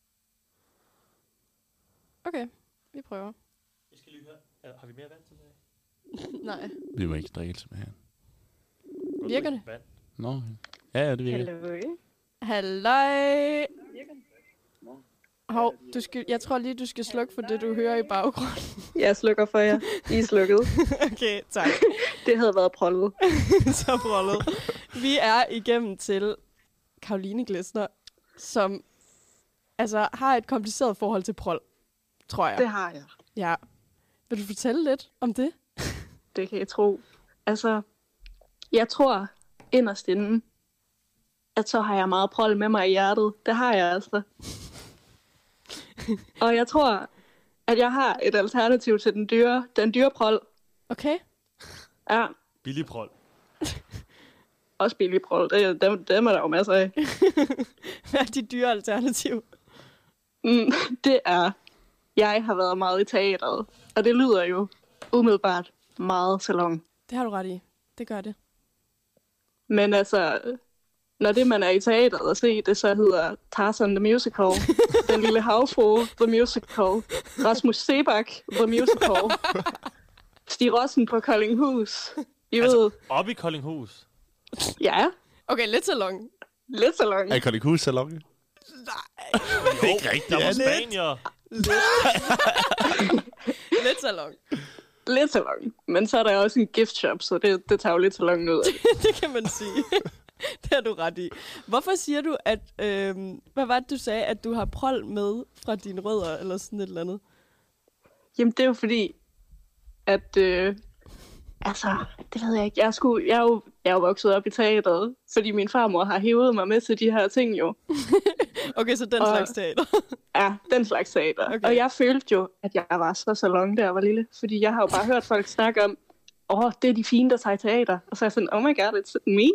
Okay, vi prøver. Jeg skal lige høre. Har vi mere vand tilbage? Nej. Vi må ikke drikke til her. Virker det? Nå, okay. Ja, det virker. Halløj. Jeg tror lige, du skal slukke for det, du hører i baggrunden. Jeg slukker for jer. I er slukket. Okay, tak. Det havde været prollet. Så prollet. Vi er igennem til Caroline Glesner, som altså har et kompliceret forhold til prol, tror jeg. Det har jeg. Ja. Vil du fortælle lidt om det? Det kan jeg tro. Altså, jeg tror inderst inden, at så har jeg meget prol med mig i hjertet. Det har jeg altså. Og jeg tror, at jeg har et alternativ til den dyre prol. Okay. Ja. Billig prol. Også billig prol. Dem er der jo masser af. Hvad er dit dyre alternativ? Det er, jeg har været meget i teateret. Og det lyder jo umiddelbart meget salon. Det har du ret i. Det gør det. Men altså, når det man er i teateret og se, det så hedder Tarzan the Musical, Den lille havfrue the Musical, Rasmus Sebak the Musical, Stig Rossen på Koldinghus. Altså, op i Koldinghus? Ja. Okay, lidt salon. Lidt salon. Er Koldinghus salon? Nej. Det er ikke rigtigt. Der var Spanier. Lidt salon. Lidt salon. Men så er der også en gift shop, så det tager jo lidt salon ud af. Det kan man sige. Det har du ret i. Hvorfor siger du, at... hvad var det, du sagde, at du har prol med fra dine rødder, eller sådan et eller andet? Jamen, det er jo fordi, at... altså, det ved jeg ikke. Jeg er jo vokset op i teateret, fordi min farmor har hævet mig med til de her ting jo. Okay, så den slags teater. Ja, den slags teater. Okay. Og jeg følte jo, at jeg var så salon, da jeg var lille. Fordi jeg har jo bare hørt folk snakke om, det er de fine, der tager teater. Og så er jeg sådan, oh my god, it's me.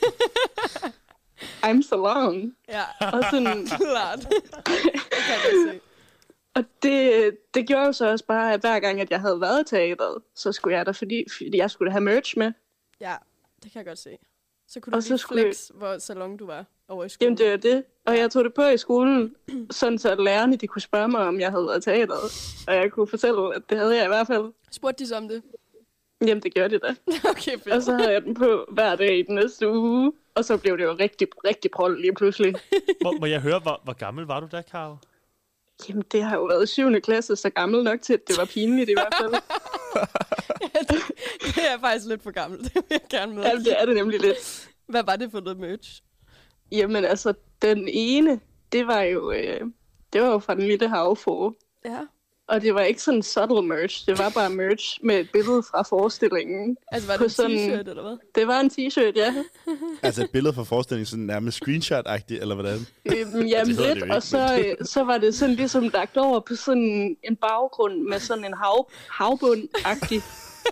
I'm salon. Ja, og sådan, klart. Det kan jeg se. Og det gjorde jo så også bare, at hver gang, at jeg havde været i teateret, så skulle jeg der, fordi jeg skulle have merch med. Ja, det kan jeg godt se. Så kunne du lige flex, hvor salon du var over i skolen. Jamen, det var det. Og jeg tog det på i skolen, sådan så at lærerne de kunne spørge mig, om jeg havde været i teateret. Og jeg kunne fortælle, at det havde jeg i hvert fald. Spurgte de så om det? Jamen, det gjorde de da. Okay, fedt. Og så havde jeg den på hver dag i den næste uge. Og så blev det jo rigtig, rigtig prol lige pludselig. Må jeg høre, hvor gammel var du da, Karo? Jamen, det har jo været 7. klasse, så gammel nok til, at det var pinligt i hvert fald. Det er faktisk lidt for gammelt. Det vil jeg gerne med. Ja, det er det nemlig lidt. Hvad var det for noget merch? Jamen altså, den ene, det var jo fra den lille havfrue. Ja. Og det var ikke sådan subtle merch. Det var bare merch med et billede fra forestillingen. Altså var det en t-shirt, eller hvad? Det var en t-shirt, ja. Altså et billede fra forestillingen, sådan nærmest screenshot-agtigt, eller hvordan? Jamen lidt, og så var det sådan ligesom lagt over på sådan en baggrund med sådan en havbund-agtig.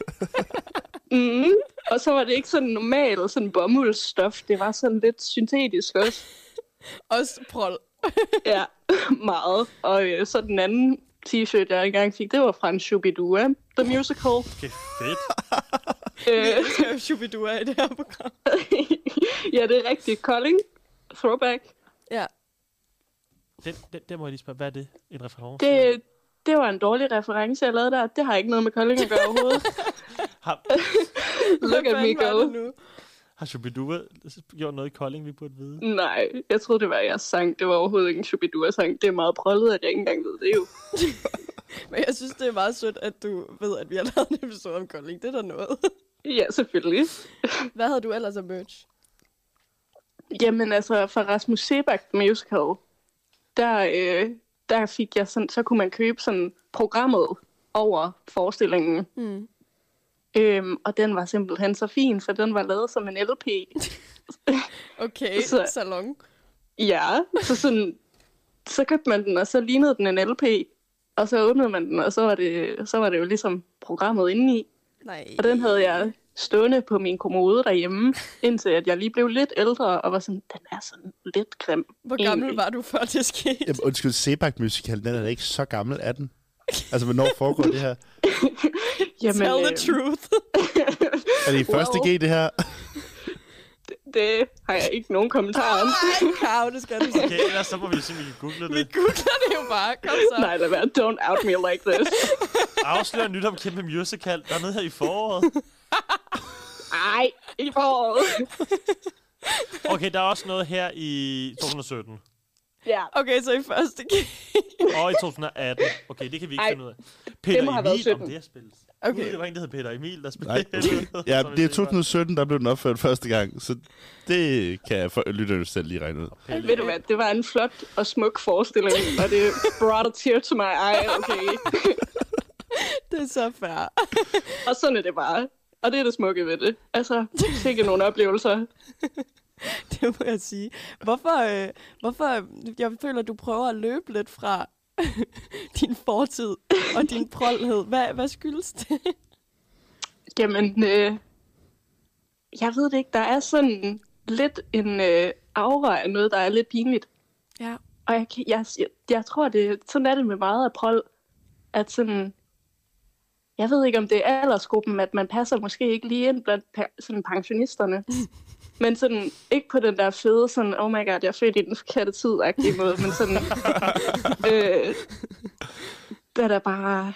Og så var det ikke sådan normalt sådan bomuldsstof. Det var sådan lidt syntetisk også. Også prol. Ja, meget. Og så den anden t-shirt, jeg engang fik, det var fra en Shubidua, The Musical. Okay, fedt. Vi elsker jo Shubidua i det her program. Ja, det er rigtigt. Kolding. Throwback. Ja. Det må jeg lige spørge. Hvad er det? En reference? Det var en dårlig reference, jeg lavede der. Det har ikke noget med Kolding at gøre overhovedet. Look at me go. Har Shubidua gjort noget i Kolding, vi burde vide? Nej, jeg troede, det var jeres sang. Det var overhovedet ikke en Shubidua-sang. Det er meget prollet, at jeg ikke engang ved det jo. Men jeg synes, det er meget sødt, at du ved, at vi har lavet en episode om Kolding. Det er der noget. Ja, selvfølgelig. Hvad havde du ellers af merch? Jamen altså, fra Rasmus Seebach Musical, der fik jeg sådan, så kunne man købe sådan programmet over forestillingen. Og den var simpelthen så fin, for den var lavet som en LP. Okay, salon. Ja, så købte man den, og så lignede den en LP. Og så åbnede man den, og så var det jo ligesom programmet indeni. Nej. Og den havde jeg stående på min kommode derhjemme, indtil at jeg lige blev lidt ældre, og var sådan, den er sådan lidt grim. Hvor gammel var du, før det skete? Jamen, undskyld, Seebach Musical, den er da ikke så gammel, er den? Altså, hvornår foregår det her? Jamen, tell the truth. Er det i første G, det her? Det har jeg ikke nogen kommentarer om. Nej, Karo, det skal du sige. Okay, ellers så må vi simpelthen google det. Vi googler det jo bare. Kom så. Nej, lad være. Don't out me like this. Afslør nyt om kæmpe musical. Der er noget her i foråret. Ej, i foråret. Okay, der er også noget her i 2017. Ja. Okay, så i første G. Og i 2018. Okay, det kan vi ikke finde ud af. Det må have været 17. Om det her spilles. Okay. Det var en, der hed Peter Emil, der Nej. spillede. Ja, det er 2017, der blev den opført første gang, så det kan lytterne selv lige regne ud. Ved du hvad, det var en flot og smuk forestilling, og det brought a tear to my eye, okay? Det er så fair. Og sådan er det bare. Og det er det smukke ved det. Altså, sikke nogle oplevelser. Det må jeg sige. Hvorfor jeg føler, du prøver at løbe lidt fra din fortid og din prolhed. Hvad skyldes det? Jamen, jeg ved det ikke. Der er sådan lidt en aura af noget, der er lidt pinligt. Ja. Og jeg tror, sådan er det med meget af prol, at sådan, jeg ved ikke, om det er aldersgruppen, at man passer måske ikke lige ind blandt sådan pensionisterne. Men sådan, ikke på den der fede, sådan, oh my god, jeg er født i den forkerte tid-agtige måde, men sådan, der er bare,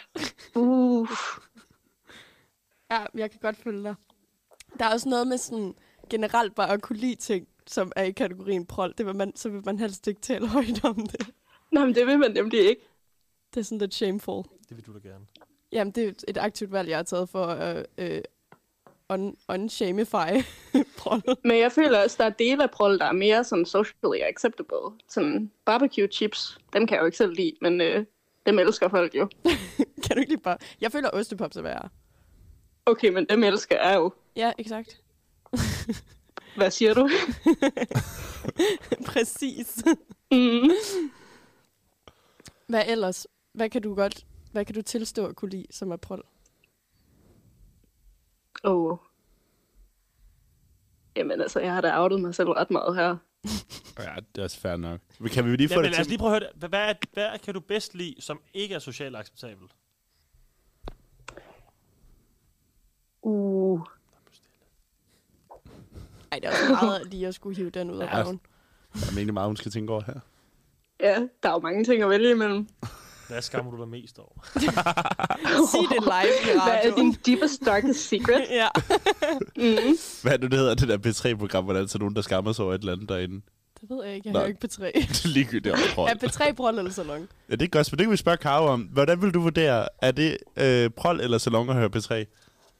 Ja, jeg kan godt følge dig. Der er også noget med sådan, generelt bare at kunne lide ting, som er i kategorien prol. Så vil man helst ikke tale højt om det. Nej, men det vil man nemlig ikke. Det er sådan lidt shameful. Det vil du da gerne. Jamen, det er et aktivt valg, jeg har taget for at unshamify prol. Men jeg føler også, der er dele af prol, der er mere sådan socially acceptable. Sådan barbecue chips, dem kan jeg jo ikke selv lide, men dem elsker folk jo. Kan du ikke lige bare... Jeg føler ostepops er værre. Okay, men dem elsker jeg jo. Ja, exakt. Hvad siger du? Præcis. Mm. Hvad ellers? Hvad kan du tilstå at kunne lide, som er prol? Jamen altså, jeg har da outet mig selv ret meget her. Ja, det er også fair nok. Kan vi lige få men det lad os til? lige prøve at høre det. Hvad kan du bedst lide, som ikke er socialt acceptabelt? Ej, det er også meget lige at skulle hive den ud af røven. Der er egentlig meget, hun skal tænke over her. Ja, der er jo mange ting at vælge imellem. Hvad skammer du dig mest over? Sig det live i Hvad er radioen. din deepest, darkest secret? Ja. Hvad er det hedder, det der P3-program, hvor der er altid nogen, der skammer sig over et eller andet derinde? Det ved jeg ikke. Jeg hører ikke P3. Det er ligegyldigt, det er også prol. Er P3 prol eller salon? Ja, det er godt, men det kan vi spørge Karo om. Hvordan vil du vurdere, er det prol eller salon at høre P3?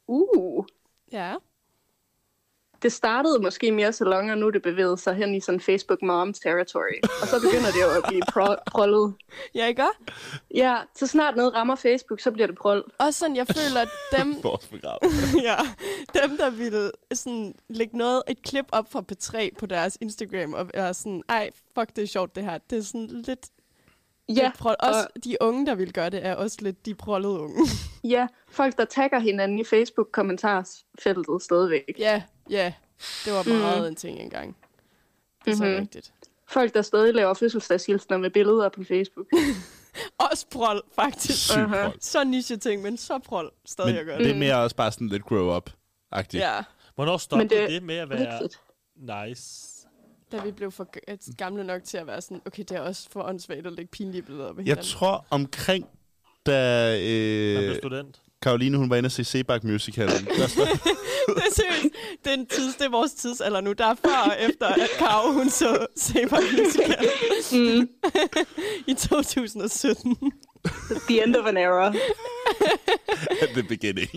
Ja. Det startede måske mere salon, og nu er det bevæget sig hen i sådan Facebook mom territory. Og så begynder det jo at blive prollet. Ja, ikke? Ja, så snart noget rammer Facebook, så bliver det prol. Også sådan, jeg føler, at dem, ja, dem der ville sådan, lægge et klip op fra P3 på deres Instagram, og er sådan, ej, fuck, det er sjovt det her. Det er sådan lidt... Ja, også de unge, der vil gøre det, er også lidt de prollede unge. Ja, folk, der tagger hinanden i Facebook-kommentarsfeltet stadigvæk. Ja, det var meget en ting engang. Det er så rigtigt. Folk, der stadig laver fødselsdagshilsner med billeder på Facebook. Også prol, faktisk. Så niche ting, men så prol stadig at gøre det. Det er mere også bare sådan lidt grow up-agtigt. Ja. Hvornår stoppede det med at være nice? Da vi blev for gamle nok til at være sådan, okay, det er også for åndssvagt at lægge pinlige billeder med hinanden. Jeg tror omkring, da Karoline, hun var inde og se Sebak musicalen. Det er seriøst. Det er vores tidsalder nu. Der er før og efter, at Karo, hun så Sebak musicalen. I 2017. The end of an era. At the beginning.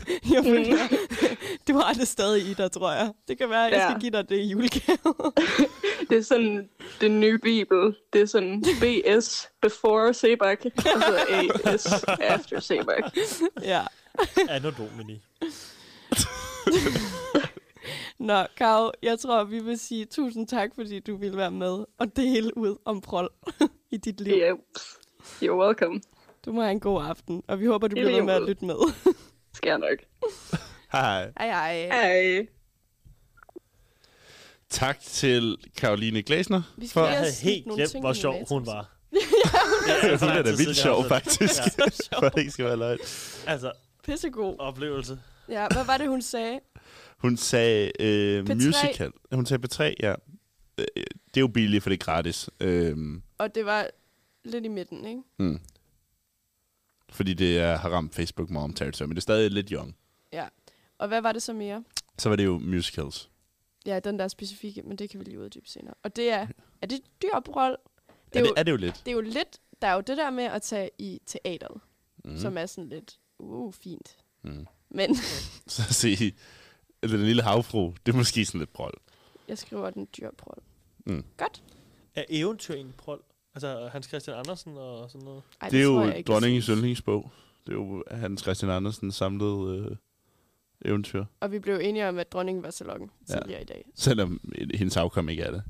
Du har det stadig i dig, tror jeg. Det kan være, at jeg skal give dig det i julegave. Det er sådan den nye bibel. Det er sådan BS before Sebak, og så AS after Sebak. Ja. Anno Domini. Nå, Karo, jeg tror, vi vil sige tusind tak, fordi du ville være med og dele ud om prol i dit liv. Yeah. You're welcome. Du må have en god aften, og vi håber, du bliver ved med at lytte med. Skal jeg nok. Hej. Hej. Tak til Karoline Glæsner. Jeg havde helt glemt, hvor sjov hun var. Ja, hun er da vildt sjov, faktisk. For det ikke skal være løgn. Altså, pissegod oplevelse. Ja, hvad var det, hun sagde? Hun sagde musical. Hun sagde P3, ja. Det er jo billigt, for det er gratis. Og det var lidt i midten, ikke? Fordi det har ramt Facebook mom territory, men det er stadig lidt young. Ja. Og hvad var det så mere? Så var det jo musicals. Ja, den der specifikke, men det kan vi lige uddybe senere. Og det er det dyr prol? Det er det jo lidt. Det er jo lidt, der er jo det der med at tage i teateret, som er sådan lidt, fint. Men... Så at sige, den lille havfru, det er måske sådan lidt prol. Jeg skriver den dyr prol. Godt. Er eventyr egentlig prol? Altså Hans Christian Andersen og sådan noget? Ej, det er jo Dronningens yndlingsbog. Det er jo Hans Christian Andersen samlede eventyr. Og vi blev enige om, at dronningen var salon tidligere i dag. Selvom hendes afkom ikke er det.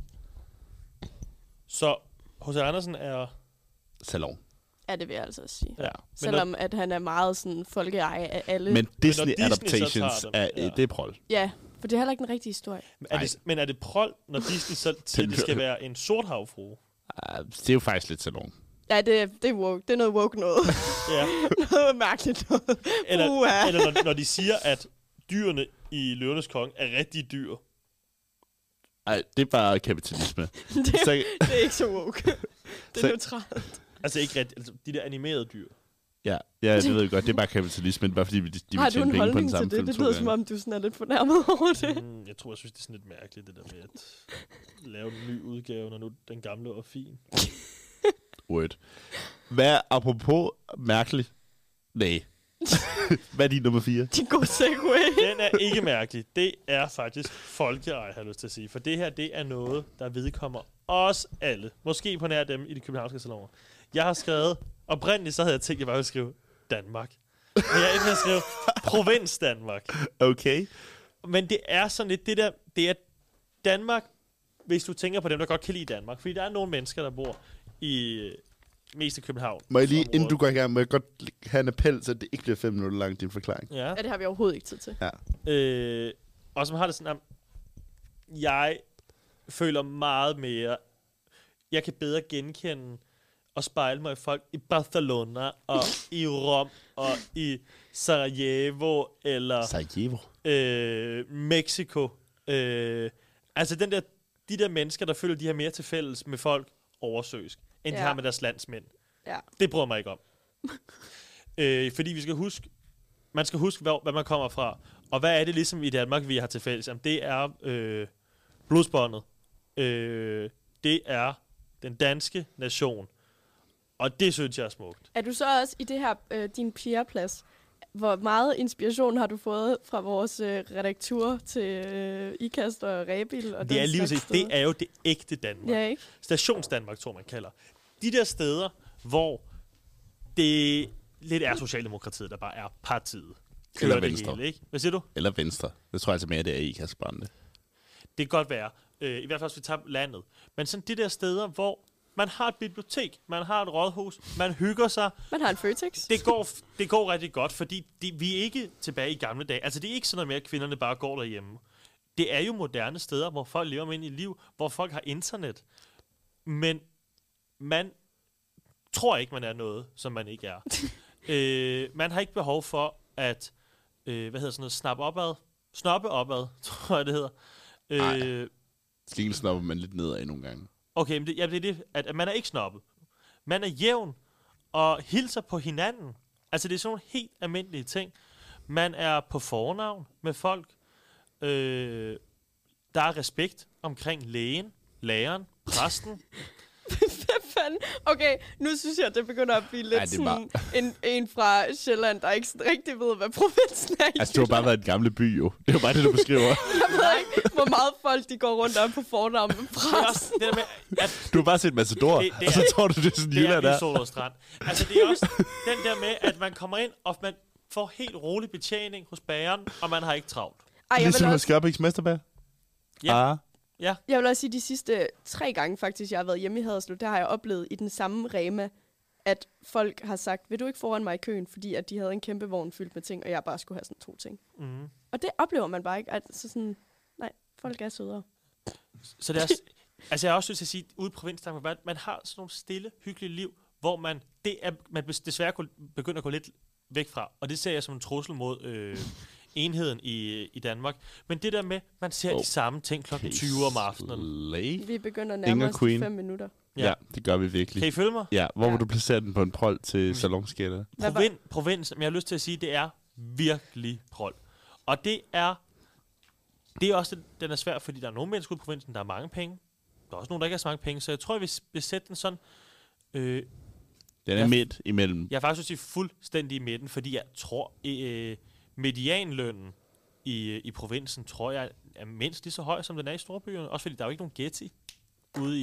Så H.C. Andersen er... salon. Ja, det vil jeg altså også sige. Ja. Selvom at han er meget sådan folkeeje af alle. Men Disney adaptations, det er prol. Ja, for det er heller ikke den rigtige historie. Men er det prol, når Disney så det skal være en sort havfrue? Det er jo faktisk lidt salon. Ja, det er woke. Det er noget woke noget. Ja. Noget mærkeligt noget. Eller når de siger, at dyrene i Løvernes Konge er rigtige dyr. Nej, det er bare kapitalisme. Det er ikke så woke. Det er neutralt. Altså ikke rigtigt. Altså, de der animerede dyr. Ja, det ved jeg godt. Det er bare kapitalisme. Det er bare fordi, de vil tjene penge på den samme film. Det lyder som om, du sådan er lidt fornærmet over det. Jeg synes, det er sådan lidt mærkeligt, det der med at lave en ny udgave, når nu den gamle var fin. Word. Hvad apropos mærkeligt? Nej. Hvad er din nummer 4? Det god segway. Den er ikke mærkelig. Det er faktisk folkeeje, har jeg lyst til at sige. For det her, det er noget, der vedkommer os alle. Måske på nær dem i de københavnske saloner. Jeg har skrevet, oprindeligt så havde jeg tænkt, at jeg bare ville skrive Danmark. Men jeg endte med at skrive Provins Danmark. Okay. Men det er sådan lidt det der, det er Danmark, hvis du tænker på dem, der godt kan lide Danmark. Fordi der er nogle mennesker, der bor i mest i København. Må jeg lige, inden du går i gang, må jeg godt have en appel, så det ikke bliver 5 minutter langt, din forklaring? Ja, det har vi overhovedet ikke tid til. Ja. Og som har det sådan, jeg føler meget mere, jeg kan bedre genkende og spejle mig i folk i Barcelona og i Rom og i Sarajevo eller Mexico. Altså de der mennesker, der føler, de har mere til fælles med folk oversøisk, end de har med deres landsmænd. Ja. Det bryder mig ikke om. Fordi man skal huske, hvad man kommer fra. Og hvad er det ligesom i Danmark, vi har til fælles? Jamen, det er blodsbåndet. Det er den danske nation. Og det synes jeg er smukt. Er du så også i det her, din fjerdeplads, hvor meget inspiration har du fået fra vores redaktør til Ikast og Rebil? Og det er jo det ægte Danmark. Ja, ikke? Stationsdanmark, tror man kalder. De der steder, hvor det lidt er Socialdemokratiet, der bare er partiet. Eller Venstre. Hele, ikke? Hvad siger du? Eller Venstre. Det tror jeg altså mere, det er Ikast-brænde. Det kan godt være. I hvert fald, hvis vi tager landet. Men sådan de der steder, hvor man har et bibliotek, man har et rådhus, man hygger sig. Man har en Føtex. Det går rigtig godt, fordi vi er ikke tilbage i gamle dage. Altså, det er ikke sådan noget med, at kvinderne bare går derhjemme. Det er jo moderne steder, hvor folk lever med ind i liv, hvor folk har internet. Men man tror ikke, man er noget, som man ikke er. Man har ikke behov for at snoppe opad, tror jeg, det hedder. Til snopper man lidt nedad nogle gange. Okay, men det er det, at man er ikke snobbet. Man er jævn og hilser på hinanden. Altså, det er sådan nogle helt almindelige ting. Man er på fornavn med folk. Der er respekt omkring lægen, læreren, præsten. Hvad fanden? Okay, nu synes jeg, det begynder at blive lidt sådan en fra Sjælland, der ikke rigtig ved, hvad provinsen er i. Altså, du har bare været en gamle by, jo. Det er jo bare det, du beskriver. Jeg ved ikke, hvor meget folk, de går rundt om på fornavn med præsten. Det med, at du har bare set Matador, og så tror du, det er sådan Jylland der. Det er Sol og Strand. Altså, det er også den der med, at man kommer ind, og man får helt rolig betjening hos bageren, og man har ikke travlt. Ligesom hos Skørpings Mesterbær? Ja. Ja. Jeg vil også sige, de sidste 3 gange faktisk, jeg har været hjemme i Haderslev, der har jeg oplevet i den samme Rema, at folk har sagt, vil du ikke foran mig i køen, fordi at de havde en kæmpe vogn fyldt med ting, og jeg bare skulle have sådan 2 ting. Mm. Og det oplever man bare ikke. Altså sådan, nej, folk er sødere. Så det er altså jeg har også lyst til at sige, ude i provinsen, man har sådan nogle stille, hyggelige liv, hvor man desværre begynder at gå lidt væk fra, og det ser jeg som en trussel mod enheden i Danmark. Men det der med, man ser de samme ting klokken 20 om aftenen. Vi begynder nærmere os 5 minutter. Ja, det gør vi virkelig. Kan I følge mig? Ja, hvor vil du placere den på en prol til salonskætter? Provins, men jeg har lyst til at sige, det er virkelig prol. Og det er også, den er svær, fordi der er nogle mennesker ude i provinsen, der har mange penge. Der er også nogle, der ikke har så mange penge, så jeg tror, jeg vil sætte den sådan. Den er midt imellem. Jeg har faktisk sige fuldstændig i midten, fordi jeg tror, medianlønnen i provinsen, tror jeg, er mindst lige så høj, som den er i storbyerne. Også fordi der er jo ikke nogen Getty ude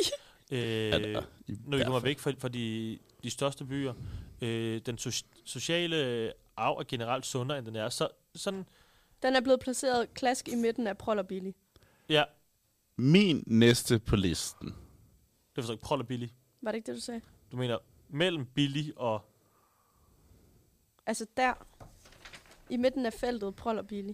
når vi kommer væk fra de største byer. Den sociale arv er generelt sundere, end den er. Så sådan. Den er blevet placeret klask i midten af Prol og Billy. Ja. Min næste på listen. Det forstår ikke, Prol og Billy. Var det ikke det, du sagde? Du mener mellem Billy og... Altså der. I midten af feltet, Prol og Billy.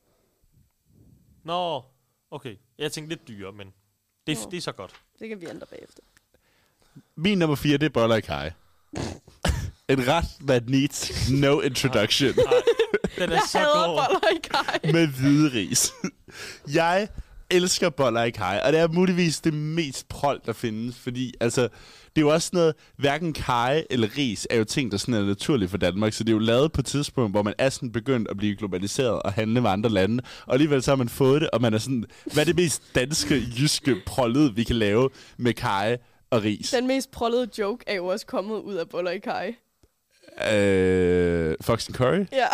Nå, okay. Jeg tænkte lidt dyrere, men det er så godt. Det kan vi ændre bagefter. Min nummer 4, det er Boller i Kaj. En ret that needs no introduction. Nej. Den er så god. Boller i Kaj. Med hvide ris. Jeg elsker Boller i Kaj, og det er muligvis det mest prol, der findes, fordi altså, det er jo også noget, hverken kaj eller ris er jo ting, der sådan er naturligt for Danmark, så det er jo lavet på et tidspunkt, hvor man er sådan begyndt at blive globaliseret og handle med andre lande, og alligevel så har man fået det, og man er sådan, hvad er det mest danske, jyske prollet, vi kan lave med kaj og ris? Den mest prollede joke er jo også kommet ud af Boller i Kaj. Fox and Curry? Ja.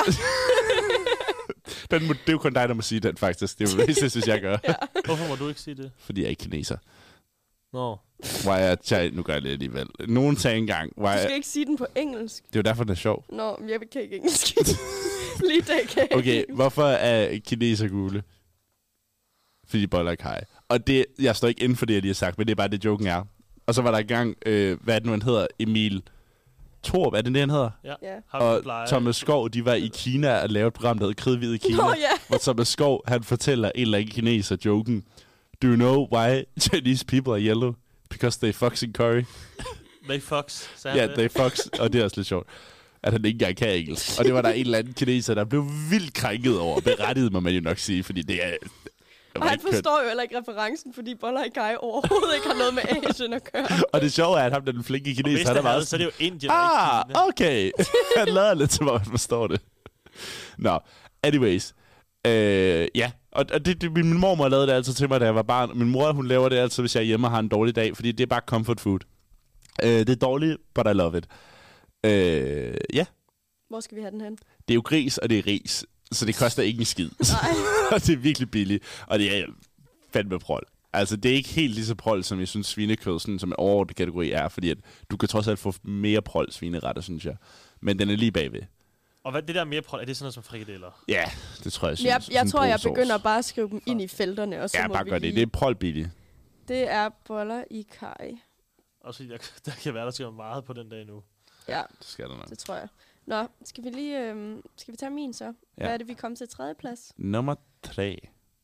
Det er jo kun dig, der må sige den, faktisk. Det er jo det, synes jeg gør. Ja. Hvorfor må du ikke sige det? Fordi jeg er ikke kineser. Nå. Nu gør jeg det alligevel. Nogen sagde engang... Du skal ikke sige den på engelsk. Det er jo derfor, den er sjov. Nå, jeg kan ikke engelsk. Lige det kan jeg. Okay, hvorfor er kineser gule? Fordi Boller i Kaj. Og det, jeg står ikke inden for det, jeg lige har sagt, men det er bare det, joken er. Og så var der engang, hvad er det nu, han hedder? Emil Thorup, er det han hedder? Ja. Og Thomas Skov, de var i Kina og lavede et program, der hed Kridhvid i Kina. Nå, ja. Hvor Thomas Skov, han fortæller en eller anden kineser joken. Do you know why Chinese people are yellow? Because they fucks in curry. They fucks, ja, they fucks. Og det er også lidt sjovt, at han ikke engang kan engelsk. Og det var der en eller anden kineser, der blev vildt krænket over. Berettiget må man jo nok sige, fordi det er... Og han forstår jo heller ikke referencen, fordi Boller i Kaj overhovedet ikke har noget med Asien at gøre. Og det sjove er, at ham den flinke kineser, han er meget... Så er det jo Indien, ikke Kina. Okay. Han lader lidt, som om han forstår det. Nå, anyways. Ja, og det, min mormor lavede det altid til mig, da jeg var barn. Min mor, hun laver det altid, hvis jeg er hjemme og har en dårlig dag, fordi det er bare comfort food. Det er dårligt, but I love it. Ja. Hvor skal vi have den hen? Det er jo gris, og det er ris. Så det koster ikke en skid. Og det er virkelig billigt. Og det er fandme prol. Altså, det er ikke helt lige så prol, som jeg synes svinekød, sådan, som en overordnet kategori er. Fordi at du kan trods alt få mere prol svineretter, synes jeg. Men den er lige bagved. Og hvad det der mere prol, er det sådan noget som frikadeller? Ja, det tror jeg synes. Jeg tror, jeg begynder bare at skrive dem ind i felterne. Og så må bare vi gør det. Det er prol billigt. Det er boller i kaj. Og så der kan være, der skal meget på den dag nu. Ja, det skal der nok. Det tror jeg. Nå, skal vi lige skal vi tage min så? Hvad er det, vi kom til 3. plads? Nummer 3.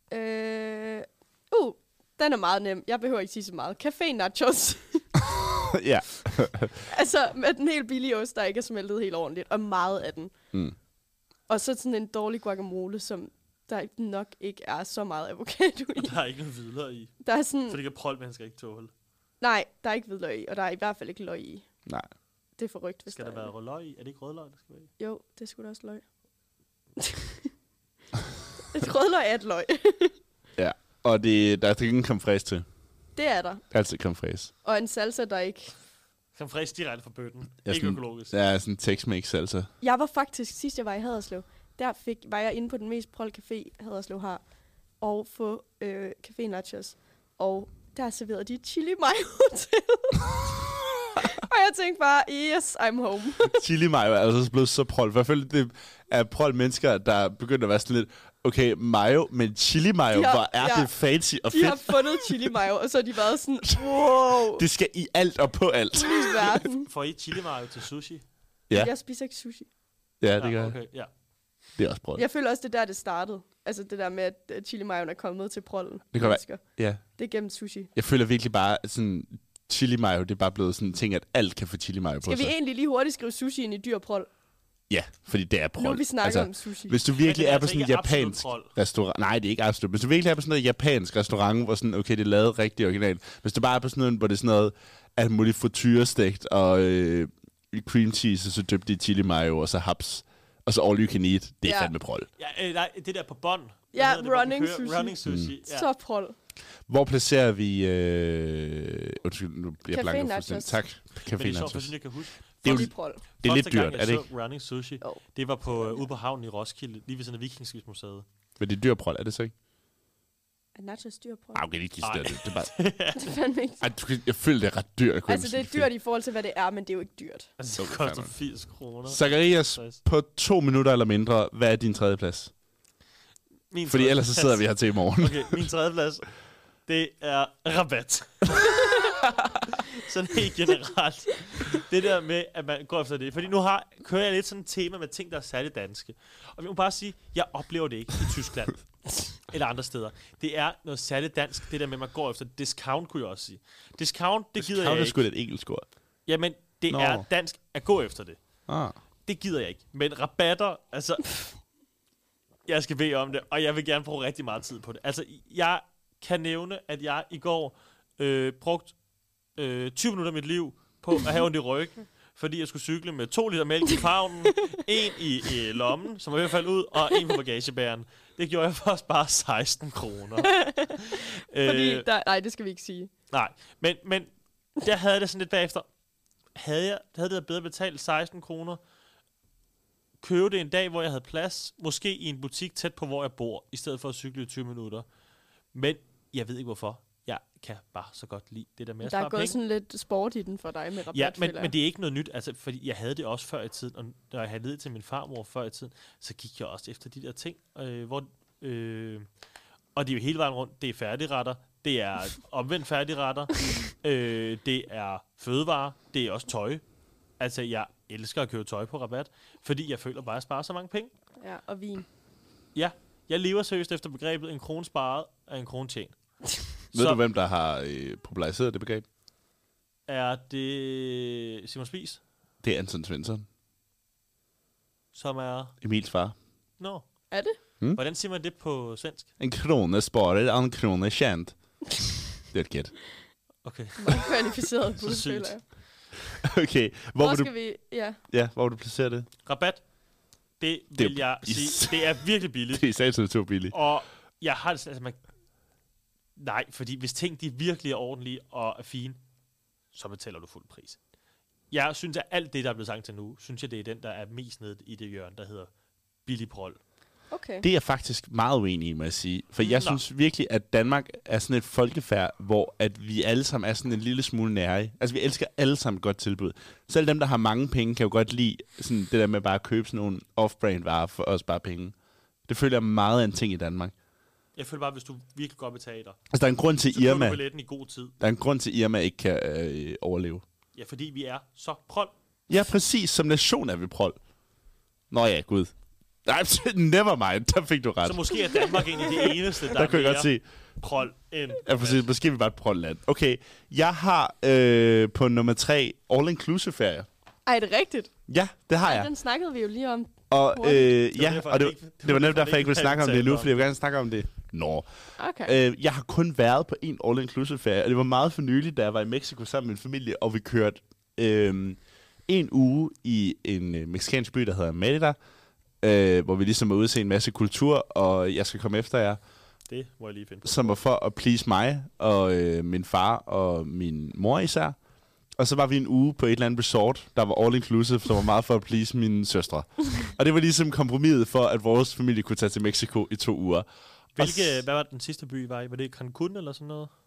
Den er meget nem. Jeg behøver ikke sige så meget. Café nachos. Ja. Altså, med den helt billige ost, der ikke er smeltet helt ordentligt. Og meget af den. Og så sådan en dårlig guacamole, som der nok ikke er så meget avocado i. Og der er ikke noget hvidløg i. Der er sådan... For det kan prol, mennesker ikke tåle. Nej, der er ikke hvidløg i, og der er i hvert fald ikke løg i. Nej. Det er forrygt, hvis skal der være løg i? Er det ikke rødløg, der skal være i? Jo, det skulle da også løg. Et rødløg er et løg. Ja, og der er ingen creme fraise til. Det er der. Altid creme fraise. Og en salsa, der ikke... Creme fraise direkte fra bøtten. Ja, ikke sådan, økologisk. Ja, sådan Tex-Mex salsa. Jeg var faktisk, sidst jeg var i Haderslev, var jeg inde på den mest prol café, Haderslev har, og få café nachos. Og der serverede de chili mayo til. Og jeg tænkte bare, yes, I'm home. Chili mayo er altså blevet så prol. For jeg føler, det er prol mennesker, der begynder at være sådan lidt, okay, mayo, men chili mayo, hvor er det fancy og fedt. De har fundet chili mayo, og så har de været sådan, wow. Det skal i alt og på alt. Får I chili mayo til sushi? Ja. Jeg spiser ikke sushi. Ja, det gør jeg. Okay, ja. Det er også prol. Jeg føler også, det der, det startede. Altså det der med, at chili mayo er kommet til prollen. Det kan være. Ja. Det er gennem sushi. Jeg føler virkelig bare, at sådan, chili mayo, det er bare blevet sådan en ting, at alt kan få chili mayo på sig. Skal vi egentlig lige hurtigt skrive sushi ind i dyr prol? Ja, fordi det er prol. Nu vi snakker om sushi. Hvis du virkelig er på sådan en altså japansk restaurant... Nej, det er ikke absolut. Hvis du virkelig er på sådan noget japansk restaurant, hvor sådan, okay, det er lavet rigtig originalt. Hvis du bare er på sådan noget, hvor det er sådan noget alt muligt frityrestegt og cream cheese, og så døbt i chili mayo, og så haps, og så all you can eat, det er fandme prol. Ja, nej, det der på bånd. Ja, running sushi. Running sushi. Ja. Så prol. Hvor placerer vi... Undskyld, nu bliver jeg blank fuldstændig. Tak. Café nachos. Det er lidt dyrt, er det ikke? Running sushi, det var ude på havnen i Roskilde, lige ved sådan en Vikingskibsmuseet. Men det er dyrprol, er det så ikke? Er nachos dyrprol? Okay, det er ikke det er bare... Det er fandme ikke. Jeg føler, det er ret dyrt. Altså, det er dyrt i forhold til, hvad det er, men det er jo ikke dyrt. Altså, det koster 80 kroner. Zacharias, på 2 minutter eller mindre, hvad er din 3. plads? Fordi ellers så sidder vi her til i morgen. Okay, min 3. plads, det er rabat. Sådan helt generelt. Det der med, at man går efter det. Fordi nu kører jeg lidt sådan et tema med ting, der er særligt danske. Og vi må bare sige, jeg oplever det ikke i Tyskland. Eller andre steder. Det er noget særligt dansk, det der med, at man går efter discount, kunne jeg også sige. Discount, det gider jeg ikke. Discount er sgu da et engelsk ord. Jamen, det er dansk at gå efter det. Det gider jeg ikke. Men rabatter, altså... Jeg skal bede om det, og jeg vil gerne bruge rigtig meget tid på det. Altså, jeg kan nævne, at jeg i går brugte 20 minutter af mit liv på at have ondt i ryggen, fordi jeg skulle cykle med 2 liter mælk i favnen, 1 i lommen, som var ved at falde ud, og 1 på bagagebæren. Det gjorde jeg for at spare 16 kroner. Fordi, nej, det skal vi ikke sige. Nej, men der havde jeg det sådan lidt bagefter. Havde det været bedre betalt 16 kroner, købe det en dag, hvor jeg havde plads, måske i en butik tæt på, hvor jeg bor, i stedet for at cykle i 20 minutter. Men jeg ved ikke hvorfor. Jeg kan bare så godt lide det der med at spare penge. Der er gået sådan lidt sport i den for dig med rabat. Ja, men det er ikke noget nyt, altså, fordi jeg havde det også før i tiden, og når jeg havde ledet til min farmor før i tiden, så gik jeg også efter de der ting, og det er jo hele vejen rundt. Det er færdigretter, det er omvendt færdigretter, det er fødevarer, det er også tøj. Altså, jeg elsker at købe tøj på rabat, fordi jeg føler bare, at jeg sparer så mange penge. Ja, og vin. Ja, jeg lever seriøst efter begrebet, en krone sparet er en krone tjent. Ved du, hvem der har populariseret det begreb? Er det Simon Spies? Det er Anton Svensson. Som er... Emils far. Nå. Er det? Hvordan siger man det på svensk? En krone sparet, en krone tjent. Det er et gæt. Okay. Meget kvalificeret bud, føler jeg. Okay, hvor skal vi... Ja, hvor vil du placere det? Rabat. Det vil jeg sige. Det er virkelig billigt. Det er satset billigt. Og jeg har det altså, nej, fordi hvis ting de virkelig er ordentlige og er fine, så betaler du fuld pris. Jeg synes, at alt det, der er blevet sagt til nu, synes jeg, det er den, der er mest nede i det hjørne, der hedder billig prol. Okay. Det er jeg faktisk meget uenig i, må jeg sige. For jeg synes virkelig, at Danmark er sådan et folkefærd, hvor at vi alle sammen er sådan en lille smule nære. Altså, vi elsker alle sammen et godt tilbud. Selv dem, der har mange penge, kan jo godt lide sådan det der med bare at købe sådan nogle off-brand varer for os bare penge. Det føler jeg meget af en ting i Danmark. Jeg føler bare, hvis du virkelig går på teater, altså, der er en grund til, så køber Irma, du billetten i god tid. der er en grund til, at Irma ikke kan overleve. Ja, fordi vi er så prol. Ja, præcis. Som nation er vi prol. Nå ja, gud. Nej, never mind. Der fik du ret. Så måske er Danmark egentlig det eneste, der kunne er jeg godt se. prol end... Ja, præcis. Måske er vi bare et prol-land. Okay, jeg har på nummer 3 all-inclusive-ferie. Ej, er det rigtigt? Ja, det har Ej, jeg. den snakkede vi jo lige om. Og ja, og det var netop derfor, jeg ikke vil ikke snakke om det nu, om. fordi jeg vil gerne snakke om det. Nå. Okay. Jeg har kun været på en all-inclusive-ferie, og det var meget for nylig, da jeg var i Mexico sammen med min familie, og vi kørte en uge i en mexicansk by, der hedder Mérida, hvor vi ligesom er ude til en masse kultur, og jeg skal komme efter jer, Det må jeg lige finde på. som var for at please mig, og min far og min mor især. Og så var vi en uge på et eller andet resort, der var all-inclusive, som var meget for at please mine søstre. Og det var ligesom kompromiset for, at vores familie kunne tage til Mexico i 2 uger. Hvad var den sidste by, var i? Var det Cancun eller sådan noget?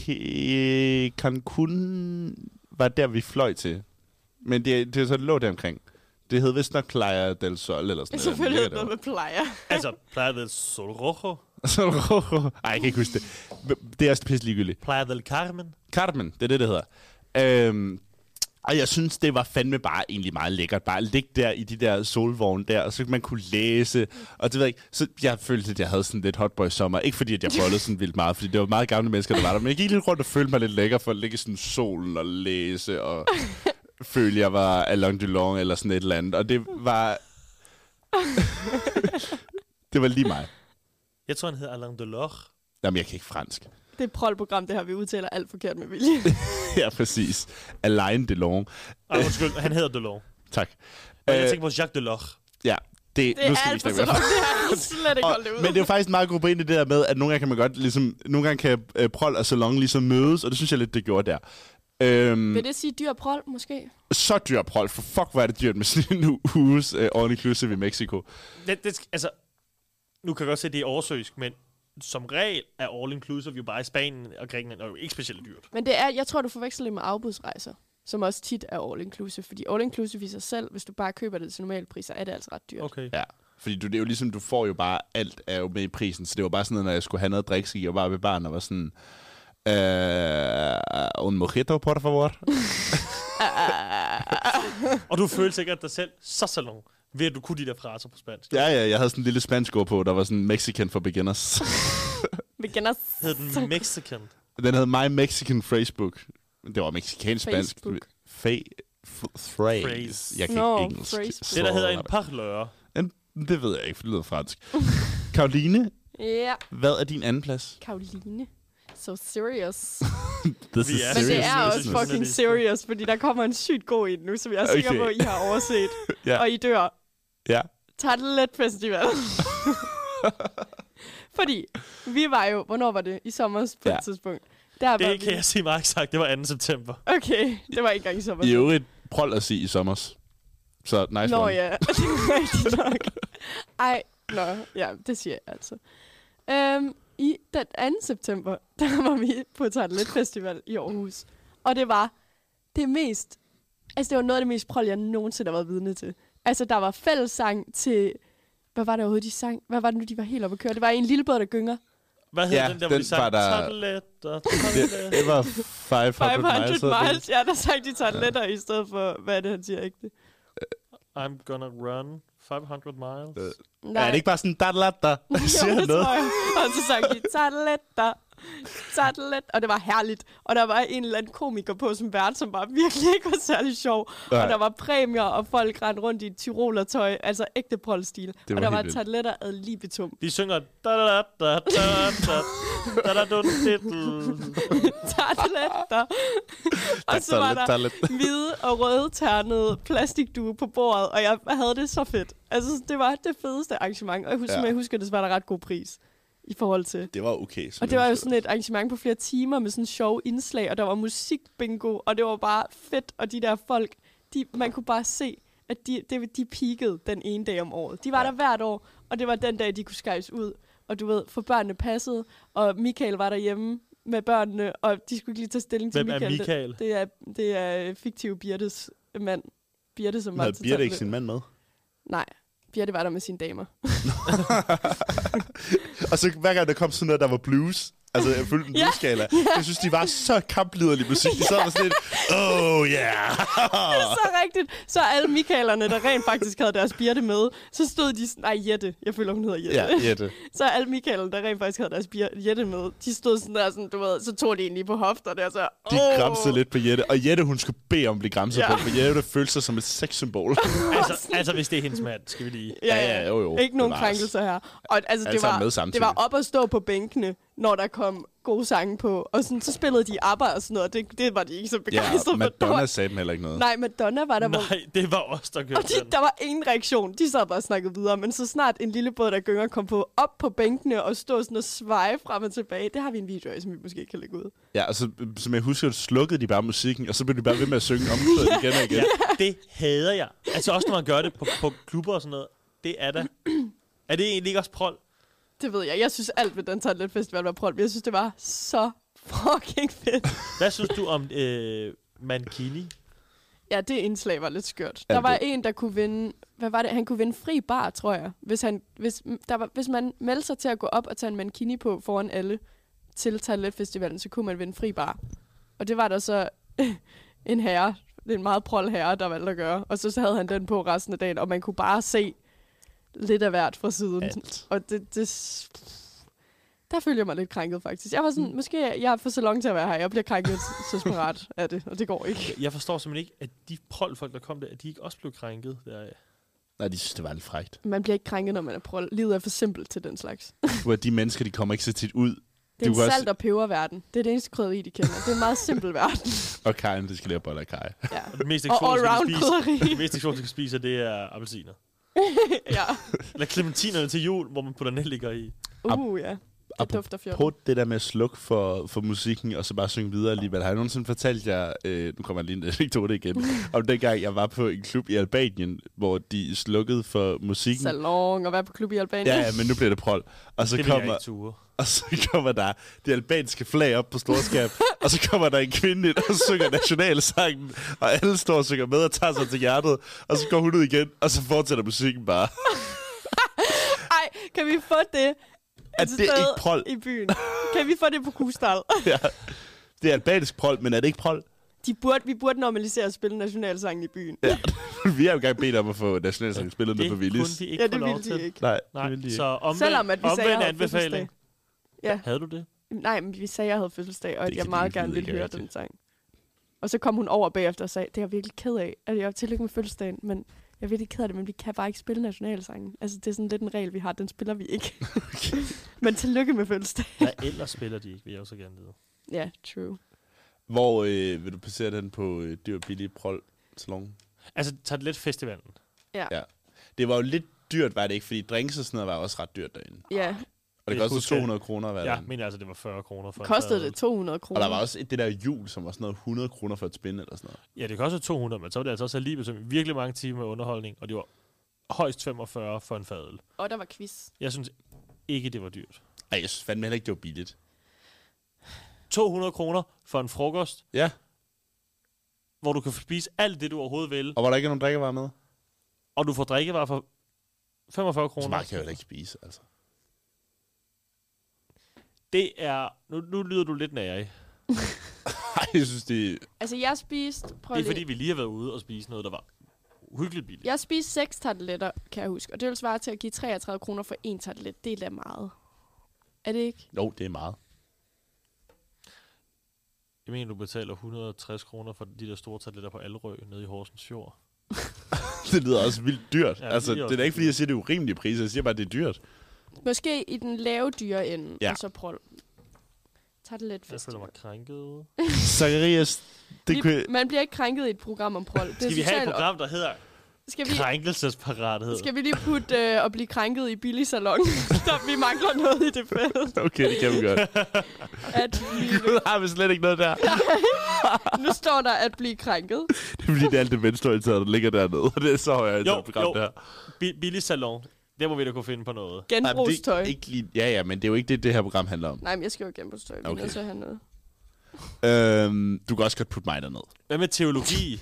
Cancun var der, vi fløj til. Men det så lå der omkring. Det hed vist nok Playa del Sol, eller sådan noget. Selvfølgelig er det noget med plejer. Altså, Playa del Sol Rojo, Ej, jeg kan ikke huske det. Det er også pisse ligegyldigt. Playa del Carmen. Carmen, det er det hedder. Og jeg synes, det var fandme bare egentlig meget lækkert. Bare ligge der i de der solvogne der, og så man kunne læse. Og det ved jeg ikke. Så jeg følte, at jeg havde sådan lidt hotboy-sommer. Ikke fordi, at jeg bollede sådan vildt meget, fordi det var meget gamle mennesker, der var der. Men jeg gik lidt rundt og følte mig lidt lækker for at ligge i sådan solen og læse. Og følte, jeg var Alain Delon eller sådan et eller andet. Og det var... det var lige mig. Jeg tror, han hedder Alain Delon. Jamen, jeg kan ikke fransk. Det er et prolprogram, det her, vi udtaler alt forkert med vilje. Ja, præcis. Alain Delon. Undskyld, han hedder Delon. Tak. Og jeg tænker på Jacques Delors. Ja, Det nu er skal vi alt for snakke så mere. langt, det har jeg slet ikke holdt det ud. Men det er jo faktisk meget god på ind i det der med, at nogle gange kan man godt ligesom, nogle gange kan prol og salon ligesom mødes, og det synes jeg lidt, det gjorde der. Vil det sige dyr prol, måske? Så dyr prol, for fuck, hvor er det dyrt med sådan en uges all-inclusive i Mexico. Altså, nu kan jeg godt se, at det er oversøisk, men som regel er all-inclusive jo bare i Spanien og Grækenland, og jo ikke specielt dyrt. Men det er, jeg tror, du forveksler det med afbudsrejser, som også tit er all-inclusive. Fordi all-inclusive i sig selv, hvis du bare køber det til normale priser, er det altså ret dyrt. Okay. Ja, fordi det er jo ligesom, du får jo bare, alt er jo med i prisen, så det var bare sådan, når jeg skulle have noget at drikke, så gik jeg bare ved baren og var sådan, un mojito, por favor. Og du følte sikkert dig selv så salon, ved at du kunne de der fraser på spansk. Ja, jeg havde sådan en lille spansk ord på, der var sådan Mexican for beginners. Beginners. Hed den Mexican? Den hed My Mexican Phrasebook. Det var mexicansk spansk. Phrase. Jeg kan ikke engelsk. Det, der hedder en parlør. Det ved jeg ikke, for det lyder fransk. Karoline, Ja, hvad er din anden plads? Karoline. So serious. This Vi is er- Men det serious er også business. fucking serious, fordi der kommer en sygt god en nu, som jeg er sikker Okay. på, I har overset. Ja. Og I dør. Ja. Tartelet Festival. Fordi vi var jo, hvornår var det? I sommer på et tidspunkt. Der var Det kan jeg sige meget exakt. Det var 2. september. Okay, det var ikke engang i sommer. I øvrigt prøv at sige i sommers. Så nice Nå one. ja, det var rigtigt nok. Ej, ja, det siger jeg altså. I den 2. september, der var vi på Tartelet Festival i Aarhus. Og det var det mest, altså det var noget af det mest prol, jeg nogensinde har været vidne til. Altså der var fællessang til, hvad var det overhovedet, de sang? Hvad var det nu, de var helt oppe at køre? Det var en lille båd, der gynger. Hvad hedder Ja, den der, hvor den de sang? var der- Det var 500 miles. miles. Ja, der sang de tarteletter i stedet for, hvad er det, han siger ikke det? I'm gonna run 500 miles. Nej. Er det ikke bare sådan, da-da-da? Siger Jo, han det noget? tror jeg. Og så sang de, tarteletter, tartelet, og det var herligt. Og der var en eller anden komiker på som vært, som bare virkelig ikke var særlig sjov. Nej. Og der var præmier, og folk rendte rundt i tyrolertøj, altså ægte prolstil. var Og der var helt vildt. tarteletter ad libitum. De synger Tarteletter. Og så var der hvide og røde ternede plastikdue på bordet, og jeg havde det så fedt. Altså, det var det fedeste arrangement. Og jeg husker, det var der ret god pris i forhold til. Det var okay. Og det var jo sådan et arrangement på flere timer med sådan sjove indslag, og der var musikbingo, og det var bare fedt. Og de der folk, man kunne bare se, at de peakede den ene dag om året. De var der hvert år, og det var den dag, de kunne skypes ud. Og du ved, for børnene passede, og Michael var derhjemme med børnene, og de skulle ikke lige tage stilling til Michael. Hvem er Michael? Det er fiktiv Birtes mand. Birte, som var til Birte ikke sin mand med? Nej, Birte var der med sine damer. Og så hver gang der kom sådan noget, der var blues, altså jeg følte en bluesskala, jeg synes, de var så kampliderlig musik. De sad der sådan lidt, oh yeah! Det er så rigtigt. Så alle Michaelerne, der rent faktisk havde deres Birte med, så stod de sådan, nej, Jette. Jeg føler, hun hedder Jette. Ja, Jette. Så alle Michaelerne, der rent faktisk havde deres Jette med, de stod sådan der, sådan, du ved, så tog de egentlig på hofter der, så... De gramsede lidt på Jette, og Jette, hun skulle bede om at blive gramset på, for Jette følte sig som et sexsymbol. altså, hvis det er hendes mand, skal vi lige... Jo. Ikke nogen krænkelser her. Og altså, det var op at stå på bænkene, når der kom gode sange på, og sådan, så spillede de ABBA og sådan noget, det var de ikke så begejstrede for. Ja, Madonna sagde dem heller ikke noget. Nej, Madonna var der. Nej, det var os, der gjorde og der var ingen reaktion. De sad bare og snakkede videre, men så snart en lille båd, der gynger, kom op på bænkene og stod sådan og sveje frem og tilbage. Det har vi en video af, som vi måske kan lægge ud. Ja, og så, som jeg husker, slukkede de bare musikken, og så blev de bare ved med at synge omkvædet igen og igen. Ja, det hader jeg. Altså også, når man gør det på klubber og sådan noget. Det er da... Er det egentlig ikke også prol? Det ved jeg. Jeg synes alt ved den Talent Festival var prol. Jeg synes, det var så fucking fedt. Hvad synes du om Mankini? Ja, det indslag var lidt skørt. Der var en, der kunne vinde... Hvad var det? Han kunne vinde fri bar, tror jeg. Hvis man meldte sig til at gå op og tage en Mankini på foran alle til Talent Festivalen, så kunne man vinde fri bar. Og det var der så en herre, en meget prol herre, der valgte at gøre. Og så havde han den på resten af dagen, og man kunne bare se lidt af hvert fra siden. Alt. Og der følte jeg mig lidt krænket, faktisk. Jeg var sådan, måske jeg er for så lang til at være her. Jeg bliver krænket så spirat af det, og det går ikke. Jeg forstår simpelthen ikke, at de prol-folk, der kom der, at de ikke også blev krænket. Nej, de synes, det var lidt frækt. Man bliver ikke krænket, når man er prol. Livet er for simpelt til den slags. De mennesker, de kommer ikke så tit ud. Det er en salt- og peberverden. Det er det eneste krydderi, de kender. Det er en meget simpel verden. Og kajen, det skal lære boller af kaj. Ja. Og det mest eksotiske spiser, det er appelsiner. Ja. Eller clementinerne til jul, hvor man putter nelliker i. Ja. Det dufter fjort. På det der med at slukke for musikken, og så bare synge videre alligevel. Har jeg nogensinde fortalt jer, nu kommer jeg lige en anekdote igen, om dengang jeg var på en klub i Albanien, hvor de slukkede for musikken. Salon og være på klub i Albanien. Ja, men nu bliver det prol. Og så kommer der det albanske flag op på storskab, og så kommer der en kvinde ind og synger nationalsangen, og alle står og synger med og tager sig til hjertet, og så går hun ud igen, og så fortsætter musikken bare. Ej, kan vi få det? Er det ikke prol? I byen. Kan vi få det på Kustal? Ja, det er albansk prol, men er det ikke prol? Vi burde normalisere at spille nationalsangen i byen. Ja, vi har jo engang bedt om at få nationalsangen spillet ned på Willis. Det kunne de ikke få lov til. Ikke. Nej, det ville de ikke. Så selvom at vi sagde, jeg havde anbefaling. Ja. Havde du det? Nej, men vi sagde, at jeg havde fødselsdag, og at jeg meget gerne ville høre den sang. Og så kom hun over bagefter og sagde, det er jeg virkelig ked af, at jeg er tillykke med fødselsdagen, men jeg er virkelig ked af det, men vi kan bare ikke spille nationalsangen. Altså, det er sådan lidt en regel, vi har. Den spiller vi ikke. Okay. Men tillykke med fødselsdagen. Hvad ellers spiller de ikke, vil jeg også gerne vide. Ja, true. Hvor vil du placere den på dyr billig prol salon? Altså, Talent Festivalen. Ja. Det var jo lidt dyrt, var det ikke? Fordi drinks og sådan noget var også ret dyrt derinde. Ja. Og det kostede 200 kroner hver dag. Ja, men altså, det var 40 kroner for kostede det 200 kroner? Og der var også det der jul, som var sådan noget 100 kroner for et spin eller sådan noget. Ja, det kostede 200, men så var det altså også alligevel som virkelig mange timer underholdning, og det var højst 45 for en fadøl. Og der var quiz. Jeg synes ikke, det var dyrt. Ej, jeg synes fandme heller ikke, det var billigt. 200 kroner for en frokost. Ja. Hvor du kan spise alt det, du overhovedet vil. Og hvor der ikke er nogen drikkevarer med. Og du får drikkevarer for 45 kroner. Så meget kan jeg jo ikke spise, altså. Det er... Nu lyder du lidt nærig. Ej, jeg synes, det... Altså, jeg spiste... Det er fordi, vi lige har været ude og spise noget, der var uhyggeligt billigt. Jeg spiste 6 tarteletter, kan jeg huske. Og det vil svare til at give 33 kroner for en tartelet. Det er da meget. Er det ikke? Jo, det er meget. Jeg mener, du betaler 160 kroner for de der store tarteletter på Allerø nede i Horsens Fjord. Det lyder også vildt dyrt. Ja, altså, det er ikke, fordi jeg siger, det er urimelige priser. Jeg siger bare, det er dyrt. Måske i den lave dyre ende, og så prøv. Tartelet festival. Jeg føler mig krænket. Zacharias, man bliver ikke krænket i et program om prol. Skal vi have et program, der hedder Krænkelsesparathed. Skal vi lige putte at blive krænket i billig salon? Vi mangler noget i det felt. Okay, det kan vi godt. Gud, har vi slet ikke noget der. Nu står der at blive krænket. Det er fordi, det er alt det venstreorienterede, der ligger dernede. Og det er så højere et program der. Billig salon. Der må vi da kunne finde på noget. Genbrugstøj. Ja, men det er jo ikke det her program handler om. Nej, men jeg skal jo genbrugstøj. Okay. Vi er nødt til at have noget. Du kan også godt putte mig derned. Hvad med teologi?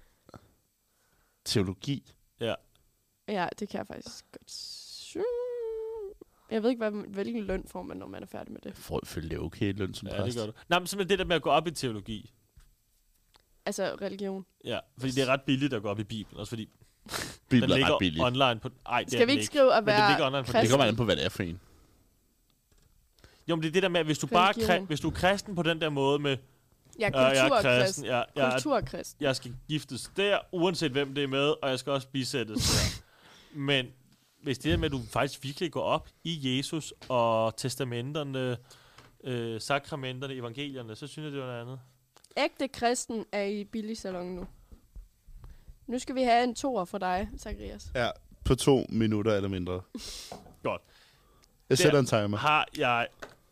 Teologi? Ja. Ja, det kan jeg faktisk godt. Jeg ved ikke, hvilken løn får man, når man er færdig med det. Følger det okay løn som præst? Ja, det gør du. Nej, men simpelthen det der med at gå op i teologi. Altså religion. Ja, fordi det er ret billigt at gå op i Bibelen. Også fordi Bibelen den er ret billig. Online på... Skal vi ikke skrive at være kristen? Det kommer an på, hvad det er for en. Jo, men det er det der med, at hvis du hvis du er kristen på den der måde med... Ja, kulturkristen. Kulturkristen. Jeg skal giftes der, uanset hvem det er med, og jeg skal også bisættes der. Men hvis det er med, at du faktisk virkelig går op i Jesus og testamenterne, sakramenterne, evangelierne, så synes jeg, det var noget andet. Ægte kristen er i billig salon nu. Nu skal vi have en toer for dig, Zacharias. Ja, på 2 minutter eller mindre. Godt. Jeg sætter en timer. Har jeg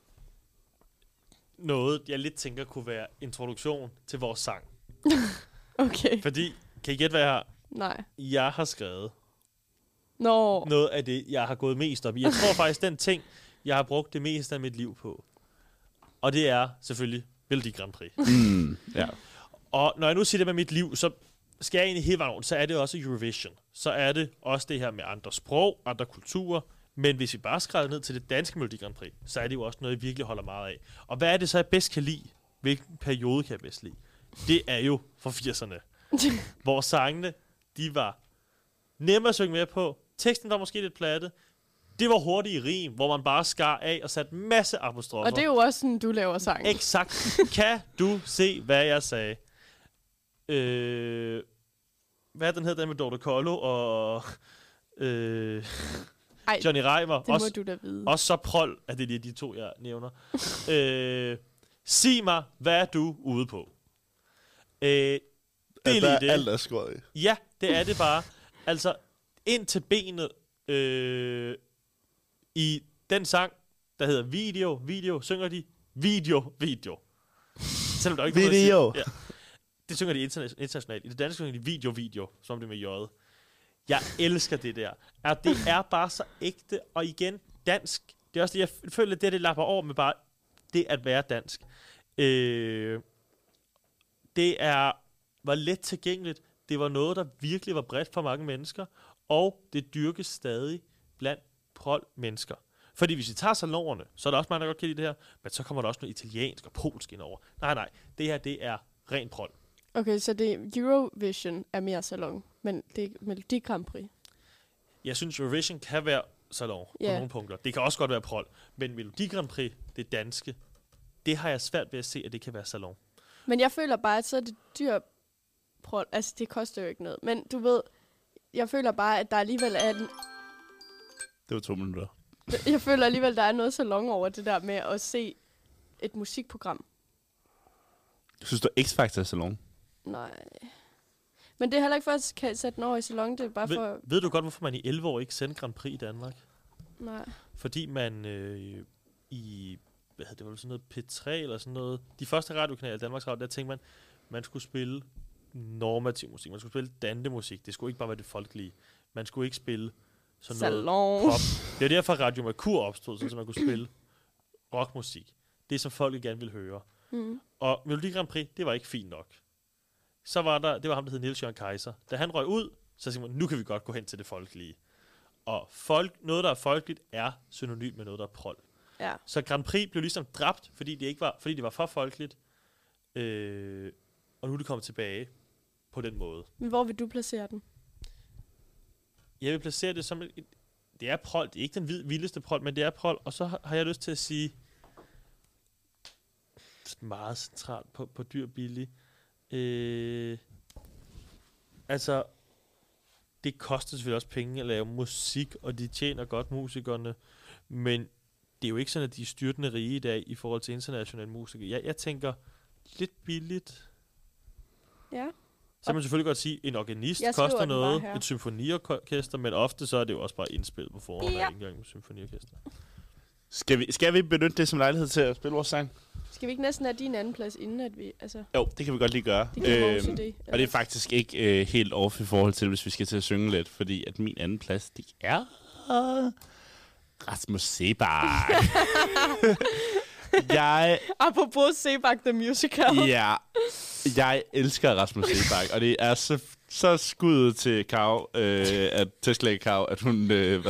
noget, jeg lidt tænker kunne være introduktion til vores sang. Okay. Fordi, kan I gætte, hvad jeg har? Nej. Jeg har skrevet noget af det, jeg har gået mest op i. Jeg tror faktisk, den ting, jeg har brugt det meste af mit liv på. Og det er selvfølgelig Melodi Grand Prix. Ja. Og når jeg nu siger det med mit liv, så skal jeg egentlig hele vejen rundt, så er det også Eurovision. Så er det også det her med andre sprog, andre kulturer. Men hvis vi bare skriver ned til det danske Melodi Grand Prix, så er det jo også noget, jeg virkelig holder meget af. Og hvad er det så, jeg bedst kan lide? Hvilken periode kan jeg bedst lide? Det er jo fra 80'erne. Hvor sangene, de var nemme at synge med på. Teksten var måske lidt platte. Det var hurtigt i rim, hvor man bare skar af og satte en masse apostrofer. Og det er jo også sådan, du laver sang. Exakt. Kan du se, hvad jeg sagde? Hvad er den her, den med Dorte Kollo og Johnny Reimer? Det må du da vide. Også så prol, at det er de to, jeg nævner. Sig mig, hvad er du ude på? Det er lige det. Alt er skåret i. Ja, det er det bare. Altså, ind til benet i den sang, der hedder Video, synger de Video. Selvom der ikke Video. Ja. Det synger de internationalt. I det danske synger de Video, som det med J. Jeg elsker det der. Det er bare så ægte, og igen, dansk. Det er også det, jeg føler, det lapper over med bare det at være dansk. Det var let tilgængeligt. Det var noget, der virkelig var bredt for mange mennesker, og det dyrkes stadig blandt prol-mennesker. Fordi hvis vi tager salonerne, så er der også mange, der godt kan lide det her, men så kommer der også noget italiensk og polsk ind over. Nej, det her, det er ren prol. Okay, så det Eurovision er mere salon, men det er Melodi Grand Prix. Jeg synes, Eurovision kan være salon på nogle punkter. Det kan også godt være prol, men Melodi Grand Prix, det danske, det har jeg svært ved at se, at det kan være salon. Men jeg føler bare, at så er det dyr prol. Altså, det koster jo ikke noget. Men du ved, jeg føler bare, at der alligevel er... Det var 2 minutter. Jeg føler alligevel, der er noget salon over det der med at se et musikprogram. Synes du, X-Factor er salon? Nej. Men det er heller ikke for, at jeg kan sætte den over i salon. Det er bare for... Ved du godt, hvorfor man i 11 år ikke sendte Grand Prix i Danmark? Nej. Fordi man i... Hvad hedder det? Var sådan noget P3 eller sådan noget? De første radiokanaler, Danmarks Radio, der tænkte man skulle spille normativ musik. Man skulle spille dandemusik. Det skulle ikke bare være det folkelige. Man skulle ikke spille sådan salon. Noget pop. Det er derfor, Radio Mercur opstod, så man kunne spille rockmusik. Det, som folk gerne ville høre. Mm. Og Melodi Grand Prix, det var ikke fint nok. Så var det var ham, der hed Niels Jørgen Kaiser. Da han røg ud, så tænkte man, nu kan vi godt gå hen til det folkelige. Og noget, der er folkeligt, er synonymt med noget, der er prol. Ja. Så Grand Prix blev ligesom dræbt, fordi det var for folkeligt. Og nu er det kommet tilbage på den måde. Men hvor vil du placere den? Jeg vil placere det som det er prol. Det er ikke den vildeste prol, men det er prol. Og så har jeg lyst til at sige meget centralt på dyr billig. Altså, det koster selvfølgelig også penge at lave musik, og de tjener godt musikerne, men det er jo ikke sådan, at de er styrtende rige i dag i forhold til internationale musikere. Jeg tænker lidt billigt. Ja. Så kan man selvfølgelig godt sige, at en organist koster noget, et symfoniorkester, men ofte så er det jo også bare indspillet på forhånd, og ikke engang med symfoniorkester. Skal vi benytte det som lejlighed til at spille vores sang? Skal vi ikke næsten have din anden plads, inden at vi... Altså... Jo, det kan vi godt lige gøre. Det kan vores idé. Og det er faktisk ikke helt off i forhold til, hvis vi skal til at synge lidt, fordi at min anden plads, det er Rasmus Seebach. Apropos Seebach the Musical. Ja, jeg elsker Rasmus Seebach, og det er så skuddet til Kav, at Tesla Kav, at hun,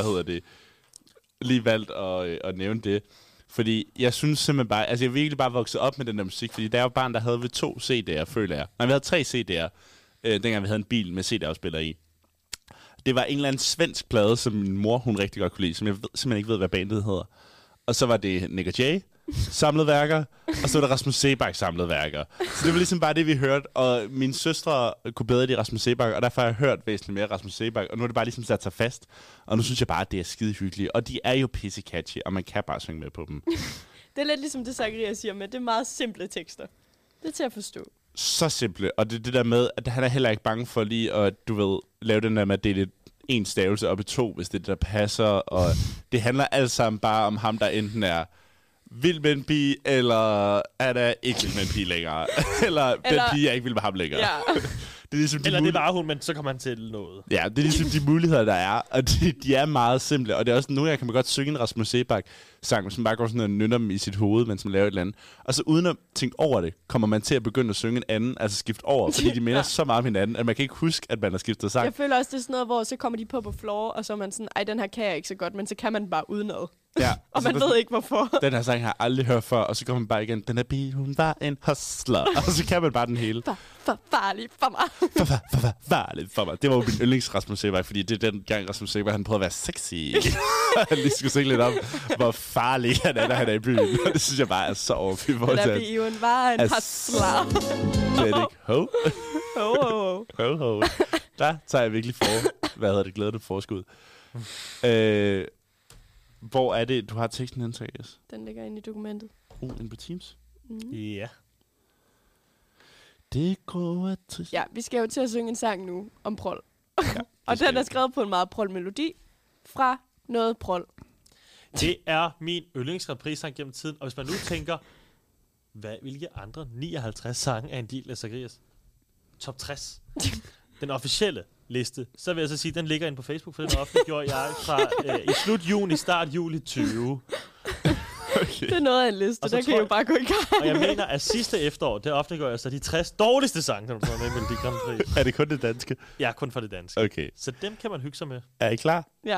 lige valgt at nævne det. Fordi jeg synes simpelthen bare, altså jeg er virkelig bare vokset op med den der musik, fordi der er jo barn, der havde ved 2 CD'er, føler jeg. Nej, vi havde 3 CD'er, dengang vi havde en bil med CD-afspiller i. Det var en eller anden svensk plade, som min mor, hun rigtig godt kunne lide, som jeg simpelthen ikke ved, hvad bandet hedder. Og så var det Nick & Jay, samlede værker, og så var der Rasmus Seebach samlede værker. Så det var ligesom bare det, vi hørte, og mine søstre kunne bedre lide Rasmus Seebach, og derfor har jeg hørt væsentligt mere Rasmus Seebach, og nu er det bare ligesom sat sig fast, og nu synes jeg bare, at det er skide hyggeligt, og de er jo pisse catchy, og man kan bare synge med på dem. Det er lidt ligesom det, Zacharias siger med, det er meget simple tekster. Det er til at forstå. Så simple, og det der med, at han er heller ikke bange for lige at, lave den der med at dele en stavelse op i 2, hvis det der passer, og det handler alt sammen bare om ham, der enten er vild med en pige, eller er der ikke vild med en pige længere. eller den pige er ikke vild med ham længere. Ja. Det er ligesom eller det var hun, men så kommer han til noget. Ja, det er ligesom de muligheder, der er, og de er meget simple. Og det er også nogle gange, kan man godt synge en Rasmus Seebach-sang, som bare går sådan og nynner dem i sit hoved, mens man laver et eller andet. Og så uden at tænke over det, kommer man til at begynde at synge en anden, altså skifte over, fordi de minder så meget om hinanden, at man kan ikke huske, at man har skiftet sang. Jeg føler også, det er sådan noget, hvor så kommer de på floor, og så er man sådan, ej, den her kan jeg ikke så godt, men så kan man bare udenad. Ja, og man ved ikke, hvorfor. Den her sang har jeg aldrig hørt før, og så kommer man bare igen, den her pige, hun var en hustler. Og så kan man bare den hele. For farlig for mig. Farlig for mig. Det var jo min yndlings Rasmus Seebach, fordi det er den gang Rasmus Seebach, han prøvede at være sexy. Han lige skulle synge lidt om, hvor farlig han er, når han er i byen. Og det synes jeg bare er så off i forhold til. Den her pige, hun var en hustler. Det er ikke ho. Ho. Der tager jeg virkelig glædet forskud. Hvor er det, du har teksten hen, Zacharias? Den ligger inde i dokumentet. Inde på Teams? Ja. Det går at trist. Ja, vi skal jo til at synge en sang nu om prol. Ja, og den er skrevet på en meget prol-melodi fra noget prol. Det er min yndlingsreprise-sang gennem tiden, og hvis man nu tænker, hvilke andre 59 sange er en del af Zacharias top 60? Den officielle liste, så vil jeg så sige, at den ligger inde på Facebook, for den offentliggjorde jeg fra i slut juni, start juli 20. Okay. Det er noget af en liste, der kan jo bare gå i gang. Og jeg mener, at sidste efterår, der offentliggjorde jeg så de 60 dårligste sange, som var med i Melodi Grand Prix. Er det kun det danske? Ja, kun for det danske. Okay. Så dem kan man hygge sig med. Er I klar? Ja.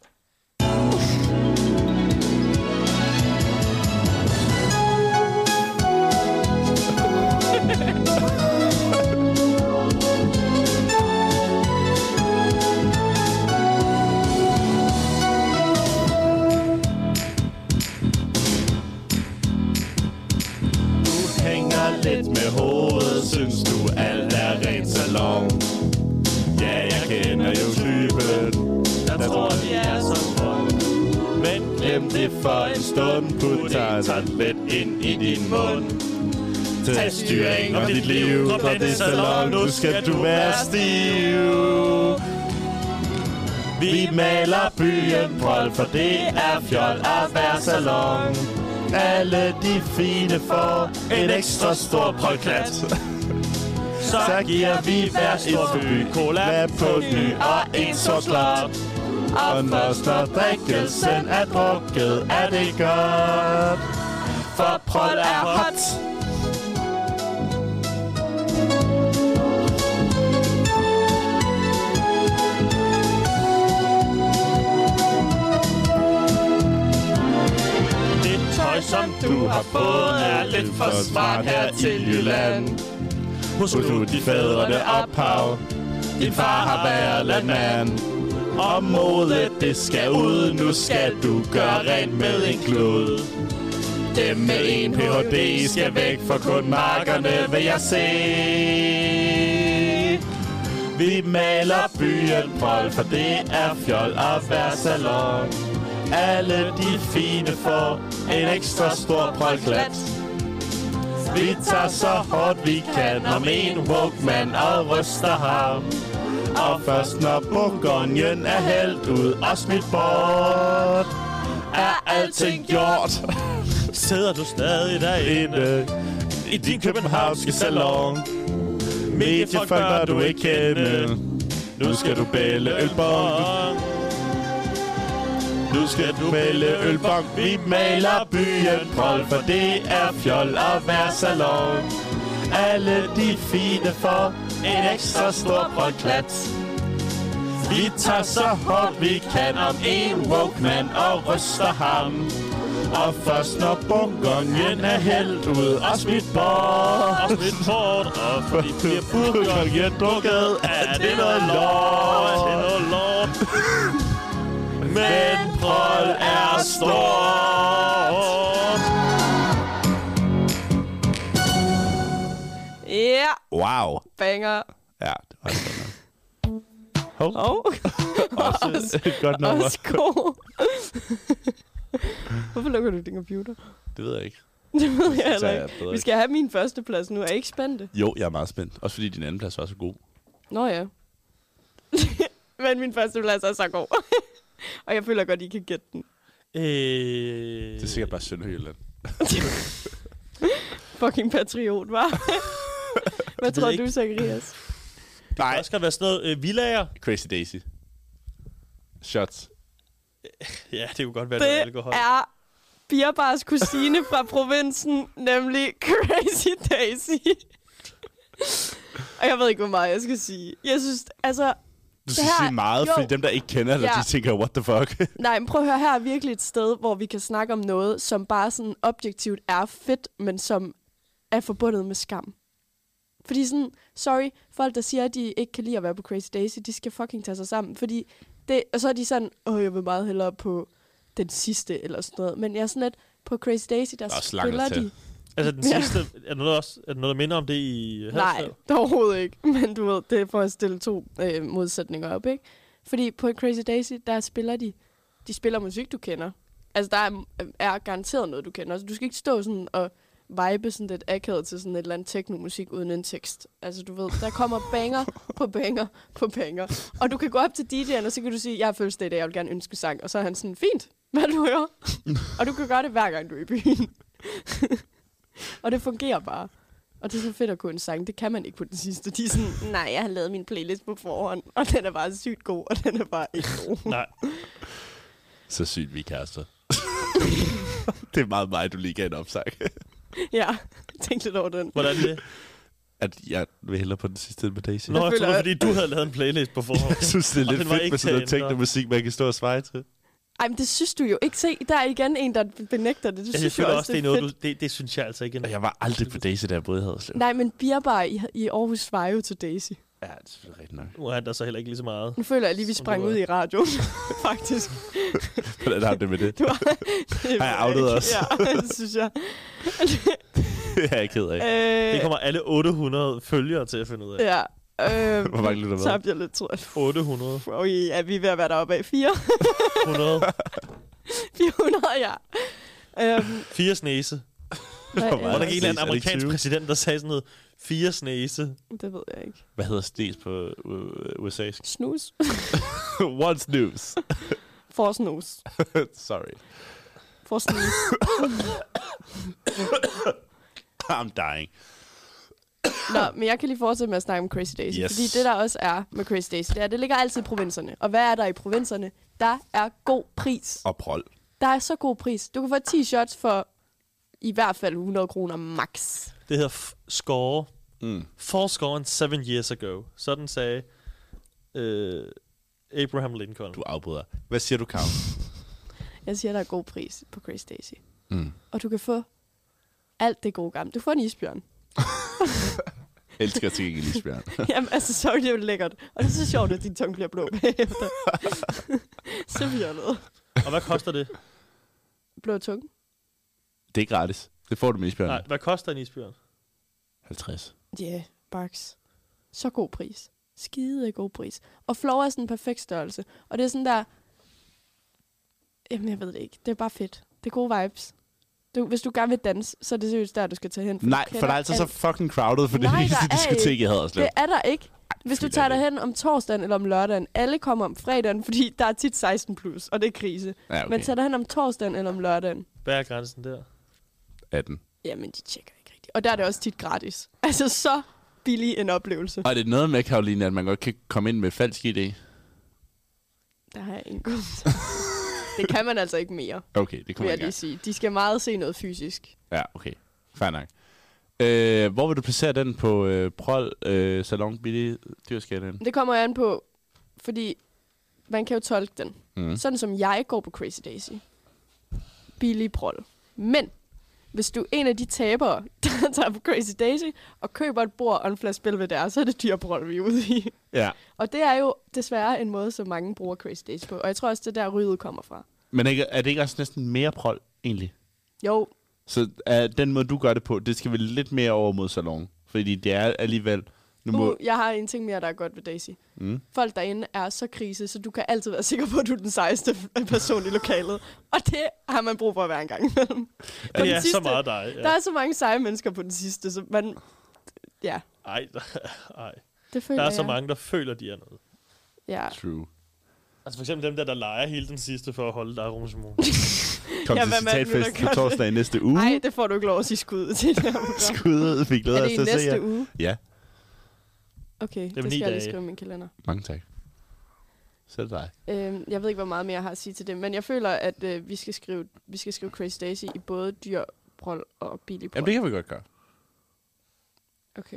Lidt med hovedet, synes du alt er rent salon. Ja, jeg kender jo typen, der tror de er som folk. Men glem det for en stund, put tartlet ind i din mund. Tag styring om dit liv, drop den salon, nu skal du være stiv. Vi maler byen prol, for det er fjol at være salon. Alle de fine får en ekstra stor prolklat. Så giver vi hver stor by cola på ny og en sort klart. Og først når drikkelsen er drukket, er det godt. For prol er hot. Som du har fået er lidt for smart her til Jylland. Husk nu dit fædrene ophav. Din far har været landmand. Og modet det skal ud. Nu skal du gøre rent med en klud. Dem med en Ph.D. skal væk for kun markerne, vil jeg se. Vi maler byen prol, for det er fjol at være salon. Alle de fine får en ekstra stor prolklat. Vi tager så hårdt vi kan om en Walkman og ryster ham. Og først når Bourgognen er hældt ud og smidt bort, er alting gjort. Sidder du stadig derinde I din københavnske salon. Mediefolk bør du ikke kende. Nu skal du bæle ølbong. Nu skal du bæle ølbong. Vi maler byen Prol, for det er fjol at være salon. Alle de fine får en ekstra stor Prol-klat. Vi tager så hårdt vi kan om en Walkman og ryster ham. Og først når Bourgognen er hældt ud og smidt bort. og smidt bort, og fordi bliver Bourgognen drukket, er det noget lort. Men Prol er stort. Ja, Wow. banger. Ja, det var sådan noget. Også et godt nummer. Også god. Hvorfor lukker du din computer? Det ved jeg ikke. Det ved jeg Så er heller jeg ikke. bedre Vi skal have min første plads nu. Er I ikke spændte? Jo, jeg er meget spændt. Også fordi din anden plads var så god. Nå ja. Men min første plads er så god. Og jeg føler godt, I kan gætte den. Det er sikkert bare Sønderjylland. Fucking patriot, var. Hvad tror du, Zacharias? Nej. Det skal være sådan noget villager. Crazy Daisy. Shots. Ja, det kunne godt være, det Det alkohol. er Birbars kusine fra provinsen, nemlig Crazy Daisy. Og jeg ved ikke, hvor meget jeg skal sige. Jeg synes, altså... Du skal her- sige meget, jo. fordi dem, der ikke kender det, Ja. de tænker, what the fuck? Nej, men prøv at høre, her er virkelig et sted, hvor vi kan snakke om noget, som bare sådan objektivt er fedt, men som er forbundet med skam. Fordi sådan, sorry, folk, der siger, at de ikke kan lide at være på Crazy Daisy, de skal fucking tage sig sammen. Fordi det, og så er de sådan, jeg vil meget hellere på den sidste, eller sådan noget. Men jeg er sådan lidt, på Crazy Daisy, der også langt spiller til. de... Altså, den sidste, er der noget, der minder om det i Nej, Haderslev? overhovedet ikke. Men du ved, det er for at stille to modsætninger op, ikke? Fordi på Crazy Daisy, der spiller de spiller musik, du kender. Altså, der er garanteret noget, du kender. Altså, du skal ikke stå sådan og vibe sådan lidt akavet til sådan et eller andet techno-musik uden en tekst. Altså, du ved, der kommer banger på banger på banger. Og du kan gå op til DJ'en, og så kan du sige, jeg har fødselsdag i dag, jeg vil gerne ønske sang. Og så er han sådan, fint, hvad du hører. Og du kan gøre det hver gang, du er i byen. Og det fungerer bare. Og det er så fedt at kunne en sang. Det kan man ikke på den sidste. De er sådan, nej, jeg har lavet min playlist på forhånd. Og den er bare sygt god, og den er bare ikke god. Nej. Så sygt, vi er kærester. Det er meget mig, du lige gav en opsang. Ja, tænk lidt over den. Hvordan det? At jeg vil hellere på den sidste med Daisy. Nå, jeg føler, troede, at- fordi du havde lavet en playlist på forhånd. Jeg synes, det er Og lidt den var fedt ikke med sådan noget til at ændre. techno-musik, man kan stå og sveje til. Ej, men det synes du jo ikke. Se, der er igen en, der benægter det. Du Jeg synes føler jo også, det er noget, det synes jeg altså ikke. Og jeg var aldrig på Daisy, da jeg boede i Haderslev. Nej, men Birbar i Aarhus svarer jo til Daisy. Ja, det er selvfølgelig rigtigt nok. Nu er der så heller ikke lige så meget. Nu føler jeg lige, vi Som sprang du ud er. i radio. Faktisk. Hvordan har du det med det? Du har, det Har jeg outet os? Ja, det synes jeg. Det er jeg ked af. Det kommer alle 800 følgere til at finde ud af. Ja. Hvor mange lytter med? Tabte jeg lidt, tror jeg. 800. Ja, vi er ved at være deroppe af 4. 100. 400, ja. 4 snese. Hvad Hvor Var meget? der ikke en eller anden Er det ikke amerikansk 20? præsident, der sagde sådan noget? 4 snese. Det ved jeg ikke. Hvad hedder snes på USA's? Snus. One snooze. For snus. Sorry. For snus. I'm dying. Nå, men jeg kan lige fortsætte med at snakke om Crazy Daisy. Yes. Fordi det, der også er med Crazy Daisy, det er, det ligger altid i provinserne. Og hvad er der i provinserne? Der er god pris. Og prol. Der er så god pris. Du kan få 10 shots for i hvert fald 100 kroner max. Det hedder score. Mm. 4 score and 7 years ago. Sådan sagde Abraham Lincoln. Du afbryder. Hvad siger du, Karen? Jeg siger, der er god pris på Crazy Daisy. Mm. Og du kan få alt det gode gamle. Du får en isbjørn. Elsker til gengæld isbjørn. Jamen, altså, sorry, det er jo lækkert. Og det er så sjovt, at din tunge bliver blå bagefter. Så fjollet. Og hvad koster det? Blå tunge? Det er gratis. Det får du med isbjørn. Nej, hvad koster en isbjørn? 50. Ja, yeah, bucks. Så god pris. Skide god pris. Og floor er sådan en perfekt størrelse. Og det er sådan der... Jamen, jeg ved det ikke. Det er bare fedt. Det er gode vibes. Hvis du gerne vil danse, så er det seriøst der, du skal tage hen. Nej, for der er altså så fucking crowded for det eneste diskotek, jeg havde det er der ikke. Hvis du tager derhen om torsdagen eller om lørdagen, alle kommer om fredagen, fordi der er tit 16 plus, og det er krise. Ja, okay. Men tager derhen om torsdagen eller om lørdagen. Hvad er grænsen der? 18. Jamen, de tjekker ikke rigtigt. Og der er det også tit gratis. Altså, så billig en oplevelse. Og er det noget med, Karoline, at man godt kan komme ind med falsk idé? Der har jeg ingen kommentar. Det kan man altså ikke mere. Okay, det kan man lige sige. De skal meget se noget fysisk. Ja, okay. Fair nok. Hvor vil du placere den på Prol Salon Billig Dyrskalaen? Det kommer jeg an på, fordi man kan jo tolke den. Sådan som jeg går på Crazy Daisy. Billig Prol. Men hvis du er en af de tabere, der tager på Crazy Daisy og køber et bord og en flaske spil ved der, så er det dyr Prol, vi er ude i. Ja. Og det er jo desværre en måde, som mange bruger Crazy Daisy på. Og jeg tror også, det der ryget kommer fra. Men er det ikke også næsten mere Prol, egentlig? Jo. Så den måde, du gør det på, det skal vel lidt mere over mod salon. Fordi det er alligevel... Jeg har en ting mere, der er godt ved Daisy. Folk derinde er så krise, så du kan altid være sikker på, at du er den sejeste person i lokalet. Og det har man brug for hver en gang imellem. Det er så meget dig. Ja. Der er så mange seje mennesker på den sidste, så man... Ja. Ej. Det føler der er så mange, der føler, de er noget. Ja. True. Altså for eksempel dem der leger hele den sidste for at holde dig arrangement. Kom til citatfest på torsdag i næste uge. Nej, det får du ikke lov at sige skud til. Skuddet fik glæder os til at se. Er det i næste uge? Ja. Okay, det skal jeg lige skrive i min kalender. Mange tak. Selv dig. Jeg ved ikke, hvor meget mere jeg har at sige til det, men jeg føler, at vi skal skrive Crazy Daisy i både dyr Prol og billig Prol. Jamen, det kan vi godt gøre. Okay.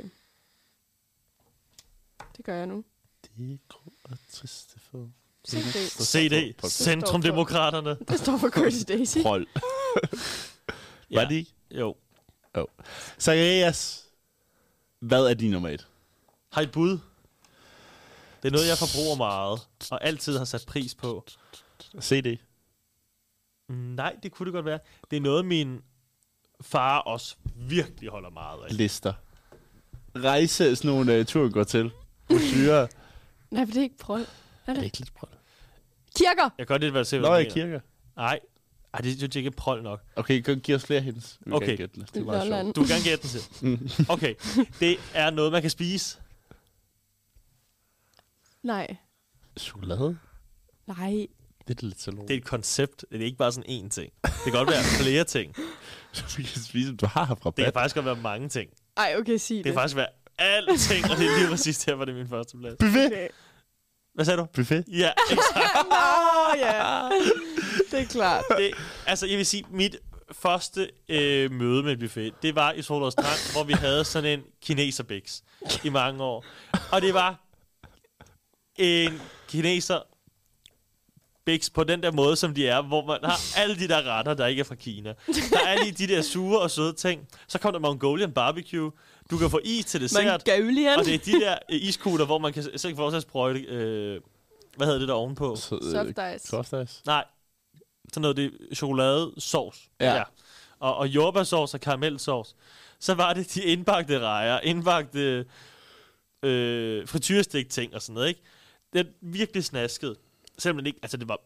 Det gør jeg nu. Det er grå og triste for... CD. Centrumdemokraterne. Det står for Crazy Daisy. Prol. Var det ikke? Jo. Zacharias, hvad er din nummer 1? Har I et bud? Det er noget, jeg forbruger meget, og altid har sat pris på. CD? Nej, det kunne det godt være. Det er noget, min far også virkelig holder meget af. Lister. Rejse, sådan nogle turer går til. Brochurer. Nej, for det er ikke Prol. Er det ikke lidt Prol? Kirker! Jeg kan godt lide, hvad du ser. Nå, jeg kirker. Nej, det er ikke Prol nok. Okay, giv os flere hints. Okay. Det er meget sjovt. Du vil gerne gætte den til. Okay, det er noget, man kan spise. Nej. Chokolade? Nej. Det er lidt så Det er et koncept. Det er ikke bare sådan én ting. Det kan godt være flere ting. Så vi kan spise, du har haft rabat. Det kan faktisk godt være mange ting. Ej, okay, sig det. Det kan faktisk være alting, og det er lige præcis her, hvor det er min første plads. Buffet! Okay. Hvad sagde du? Buffet? Ja, exakt. Ja. Det er klart. Altså, jeg vil sige, mit første møde med en buffet, det var i Solrød Strand, hvor vi havde sådan en kineserbiks i mange år. Og det var en kineser biks på den der måde, som de er, hvor man har alle de der retter, der ikke er fra Kina. Der er lige de der sure og søde ting. Så kom der Mongolian barbecue. Du kan få is til dessert. Mongolian? Og det er de der iskugler, hvor man kan så få at sprøjte... hvad hedder det der ovenpå? Soft ice. Nej. Sådan noget, det er chokoladesauce. Ja. Og jordbærsauce og karamelsauce. Så var det de indbagte rejer, indbagte frityrestik ting og sådan noget, ikke? Det er virkelig snasket. Selvom ikke, altså det var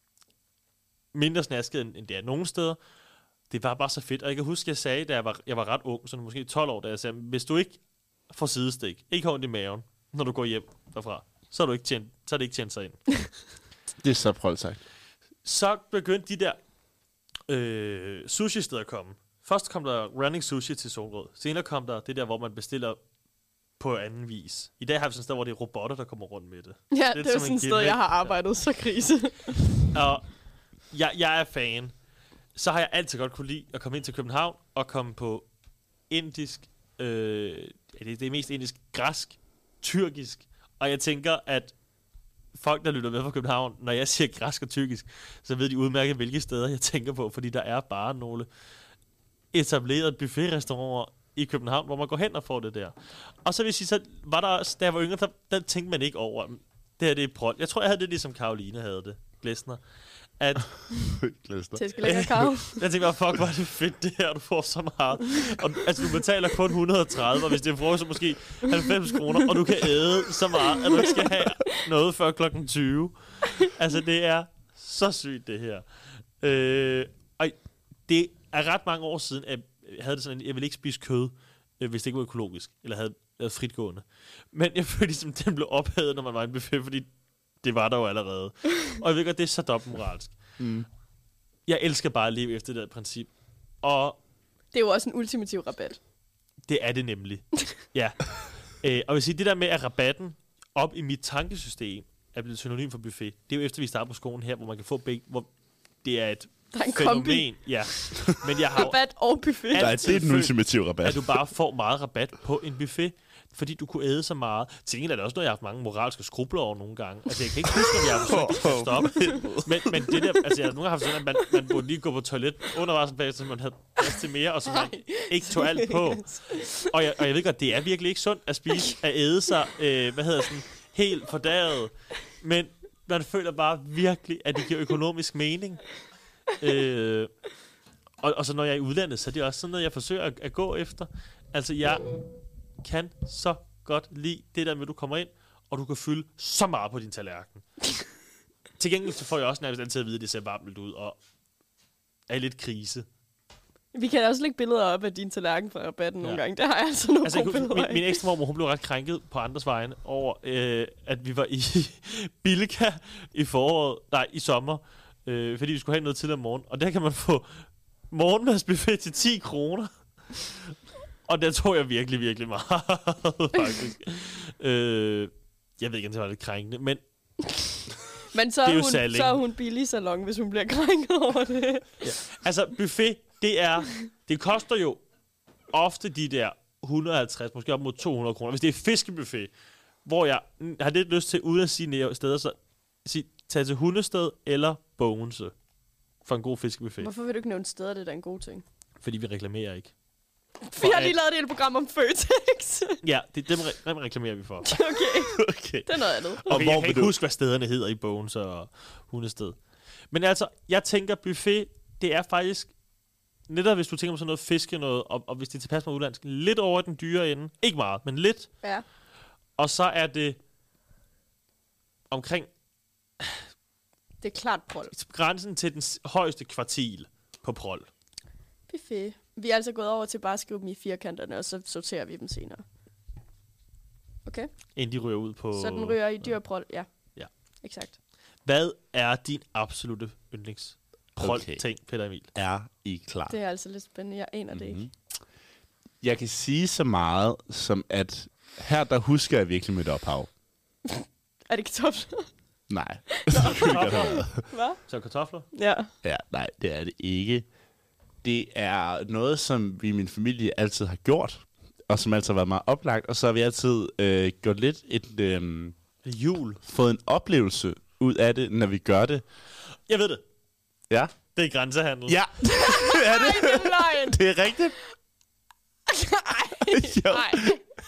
mindre snasket, end det er nogle steder. Det var bare så fedt. Og jeg kan huske, jeg sagde, da jeg var ret ung, så måske 12 år, da jeg sagde, hvis du ikke får sidestik, ikke har ondt i maven, når du går hjem derfra, så er det ikke tjent sig ind. Det er så prøvet sagt. Så begyndte de der sushi-steder at komme. Først kom der running sushi til Solrød. Senere kom der det der, hvor man bestiller på anden vis. I dag har vi sådan et sted, hvor det er robotter, der kommer rundt med det. Ja, det er sådan et sted, jeg har arbejdet så krise. Og jeg er fan. Så har jeg altid godt kunne lide at komme ind til København og komme på indisk, det er mest indisk, græsk, tyrkisk. Og jeg tænker, at folk, der lytter med fra København, når jeg siger græsk og tyrkisk, så ved de udmærket, hvilke steder jeg tænker på, fordi der er bare nogle etablerede buffetrestauranter i København, hvor man går hen og får det der. Og så vil jeg sige, så var der også, da jeg var yngre, der tænkte man ikke over, det her det er prol. Jeg tror, jeg havde det ligesom Karoline havde det, Glæsner. At jeg tænkte bare, fuck, hvor er det fedt det her, du får så meget. Og, altså, du betaler kun 130, og hvis det er frokost, så måske 90 kroner, og du kan æde så meget, at du ikke skal have noget før klokken 20. Altså, det er så sygt, det her. Og det er ret mange år siden, at jeg havde det sådan, jeg ville ikke spise kød, hvis det ikke var økologisk, eller havde været fritgående. Men jeg følte ligesom, den blev ophadet, når man var i en buffet, fordi det var der jo allerede. Og jeg ved godt, det er så dobbeltmoralsk. Jeg elsker bare at leve efter det princip. Og det er jo også en ultimativ rabat. det er det nemlig. Ja. Og vil sige, det der med, at rabatten op i mit tankesystem er blevet synonym for buffet, det er jo efter, vi starter på skolen her, hvor man kan få begge, hvor det er et fænomen. Ja. Men jeg har rabat og buffet. Nej, det er den ultimative rabat. At du bare får meget rabat på en buffet, fordi du kunne æde så meget. Til gengæld er det også noget, jeg har haft mange moralske skrubler over nogle gange. Altså, jeg kan ikke huske, om jeg har forsøgt at stoppe. Men det der, altså, jeg har nogle gange haft sådan, at man burde lige gå på toilet undervejs bagefter, så man havde plads til mere, og så man ikke tog alt på. Og jeg ved godt, det er virkelig ikke sundt at spise, at æde sig, helt fordæret. Men man føler bare virkelig, at det giver økonomisk mening. Og så når jeg er i udlandet, så er det også sådan noget, jeg forsøger at gå efter. Altså, jeg kan så godt lide det der med, at du kommer ind, og du kan fylde så meget på din tallerken. Til gengæld så får jeg også nærmest altid at vide, at det ser varmt ud, og er i lidt krise. Vi kan også lægge billeder op af din tallerken fra rabatten nogle gange. Det har jeg altså nogle gode billeder. Min ekstra mormor, hun blev ret krænket på andres vegne over, at vi var i Bilka i foråret, i sommer, fordi vi skulle have noget til om morgenen. Og der kan man få morgenmadsbuffet til 10 kroner. Og der tog jeg virkelig, virkelig meget, faktisk. Jeg ved ikke, om det var lidt krænkende, men så er hun billig salon, hvis hun bliver krænket over det. Ja. Altså, buffet, det koster jo ofte de der 150, måske op mod 200 kroner. Hvis det er fiskebuffet, hvor jeg har lidt lyst til, uden at sige steder, så tag til Hundested eller Bogense for en god fiskebuffet. Hvorfor vil du ikke nævne steder, det er da en god ting? Fordi vi reklamerer ikke. Vi har lige lavet et program om Føtex. Ja, dem reklamerer vi for. Okay. Det er noget andet. Okay, jeg kan ikke huske, hvad stederne hedder i Bogense og Hundested. Men altså, jeg tænker, buffet, det er faktisk, netop hvis du tænker på sådan noget fiske noget, og hvis det tilpasser mig udlandsk, lidt over den dyre ende. Ikke meget, men lidt. Ja. Og så er det omkring det er klart prol. Grænsen til den højeste kvartil på prol. Buffet. Vi er altså gået over til bare at skrive dem i firkanterne, og så sorterer vi dem senere. Okay? Inden de ryger ud på... Så den ryger i dyrprol, ja. Ja. Exakt. Hvad er din absolute yndlingsprol-ting, Peter Emil? Er I klar? Det er altså lidt spændende. Jeg aner det ikke. Jeg kan sige så meget, som at her der husker jeg virkelig mit ophav. Er det kartofler? Nej. Hvad? Så kartofler? Ja. Ja, nej, det er det ikke. Det er noget, som vi i min familie altid har gjort, og som altid har været meget oplagt, og så har vi altid gjort lidt fået en oplevelse ud af det, når vi gør det. Jeg ved det. Ja? Det er grænsehandel. Ja, det er det. Nej, det er løgn. Det er rigtigt. Nej.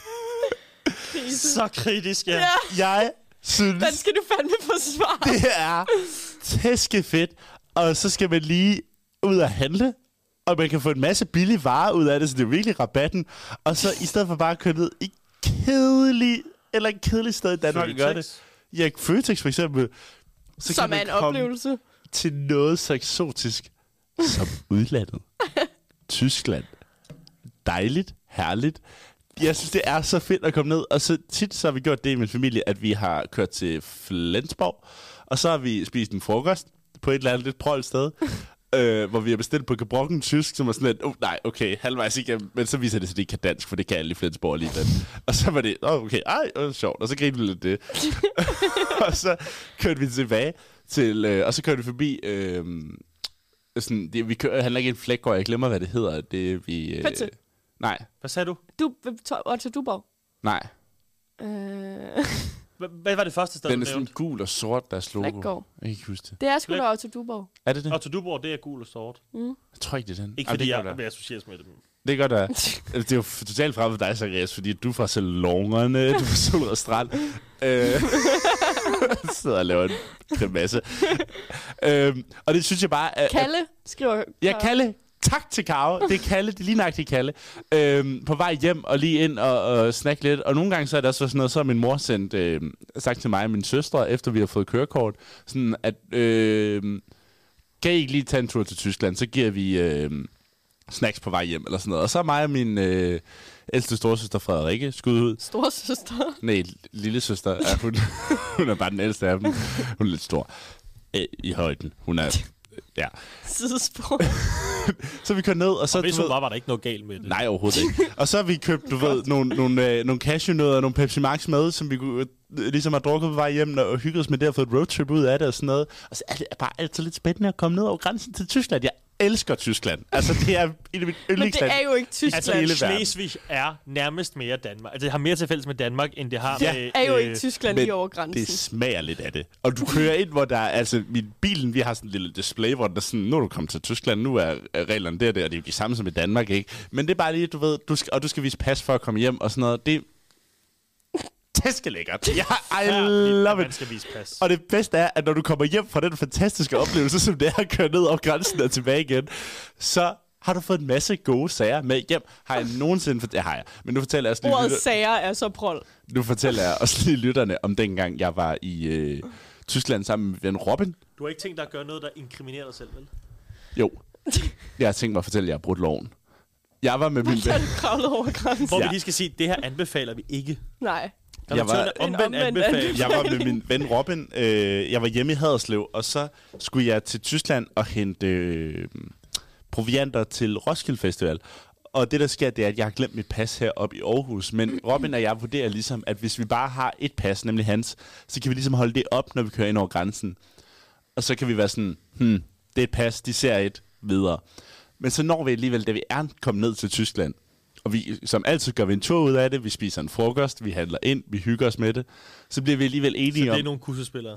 Så kritisk, ja. Jeg synes... Den skal du fandme forsvare. Det er tæskefedt, og så skal man lige ud og handle, og man kan få en masse billige varer ud af det, så det er virkelig rabatten. Og så i stedet for bare at køre ned i et kedeligt sted i Danmark og gøre det. Ja, Føtex for eksempel. Så som kan er en oplevelse. Til noget så eksotisk som udlandet. Tyskland. Dejligt, herligt. Jeg synes, det er så fedt at komme ned. Og så tit så har vi gjort det i min familie, at vi har kørt til Flensborg, og så har vi spist en frokost på et eller andet lidt prøvt sted, hvor vi har bestilt på gebrokken tysk, som var sådan lidt, nej, okay, halvvejs igennem, men så viser det sig, at det ikke kan dansk, for det kan alle i Flensborg alligevel. Og så var det, okay, det var sjovt, og så grinede vi lidt det. Og så kørte vi tilbage til, og så kørte vi forbi, vi handler ikke en flækgård, jeg glemmer, hvad det hedder. Det vi... Nej. Hvad sagde du? Til Duborg? Nej. Hvad var det første sted, den er sådan gul og sort, deres logo. Flækgård. Jeg kan ikke huske det. Det er sgu da til Duborg. Er det det? Og til Duborg, det er gul og sort. Jeg tror ikke, det er den. Ikke fordi jeg vil associeres med dem. Det kan godt være. Det er jo totalt fremme for dig, Zacharias, fordi du er fra salongerne, du er fra Solrød Strand. Sidder og laver en grimasse. Og det synes jeg bare... Kalle skriver... Ja, Kalle. Tak til Karo. Det er Kalle, det er lige nøjagtigt Kalle. På vej hjem og lige ind og snakke lidt. Og nogle gange så er det også sådan noget, så har min mor sagt til mig og min søstre, efter vi har fået kørekort, sådan at kan I ikke lige tage en tur til Tyskland, så giver vi snacks på vej hjem, eller sådan noget. Og så er mig og min ældste storesøster Frederikke skudt ud. Storesøster? Nej, lillesøster. Hun er bare den ældste af dem. Hun er lidt stor. I højden. Hun er... Ja. Sidespor. Så vi kørte ned, og så... Og hvis hun var der ikke noget galt med det. Nej, overhovedet ikke. Og så har vi købt, du ved, nogle cashewnødder og nogle Pepsi Max med, som vi ligesom har drukket på vej hjem og hygget os med det og fået et roadtrip ud af det og sådan noget. Og så er det bare altid lidt spændende at komme ned over grænsen til Tyskland. Jeg elsker Tyskland. Altså, det er et af mine yndlingsland. Men det er jo ikke Tyskland. Altså, Slesvig er nærmest mere Danmark. Altså, det har mere til fælles med Danmark, end det har med... Det er jo ikke Tyskland lige over grænsen. Det smager lidt af det. Og du kører ind, hvor der er... Altså, bilen, vi har sådan en lille display, hvor der er sådan, nu er du kommet til Tyskland, nu er reglerne der, og det er jo de samme som i Danmark, ikke? Men det er bare lige, du ved, du skal vise pas for at komme hjem og sådan noget. Det skal lækkert. I love it. Man skal vise pas. Og det bedste er, at når du kommer hjem fra den fantastiske oplevelse, som det er at køre ned over grænsen og tilbage igen, så har du fået en masse gode sager med hjem. Har jeg nogensinde... Det har jeg. Men nu fortæller jeg også lige... Ordet sager er så prol. Nu fortæller jeg også lige lytterne om dengang, jeg var i Tyskland sammen med ven Robin. Du har ikke tænkt dig at gøre noget, der inkriminerer dig selv, vel? Jo. Jeg har tænkt mig at fortælle, at jeg har brudt loven. Jeg var med min ven... kravlet over grænsen. Hvor vi lige skal sige, det her anbefaler vi ikke. Nej. Jeg var med min ven Robin. Jeg var hjemme i Haderslev, og så skulle jeg til Tyskland og hente provianter til Roskilde Festival. Og det, der sker, det er, at jeg har glemt mit pas heroppe i Aarhus. Men Robin og jeg vurderer ligesom, at hvis vi bare har et pas, nemlig hans, så kan vi ligesom holde det op, når vi kører ind over grænsen. Og så kan vi være sådan, det er et pas, de ser et videre. Men så når vi alligevel, da vi er kommet ned til Tyskland, og vi som altid gør vi en tur ud af det, vi spiser en frokost, vi handler ind, vi hygger os med det, så bliver vi alligevel enige om... Så det er nogle kursespillere?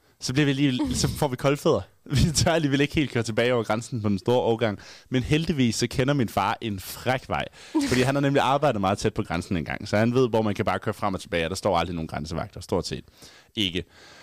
Så får vi koldfødder. Vi tør alligevel ikke helt køre tilbage over grænsen på den store overgang. Men heldigvis så kender min far en fræk vej. Fordi han har nemlig arbejdet meget tæt på grænsen engang. Så han ved, hvor man kan bare køre frem og tilbage. Og der står aldrig nogen grænsevagter. Stort set ikke.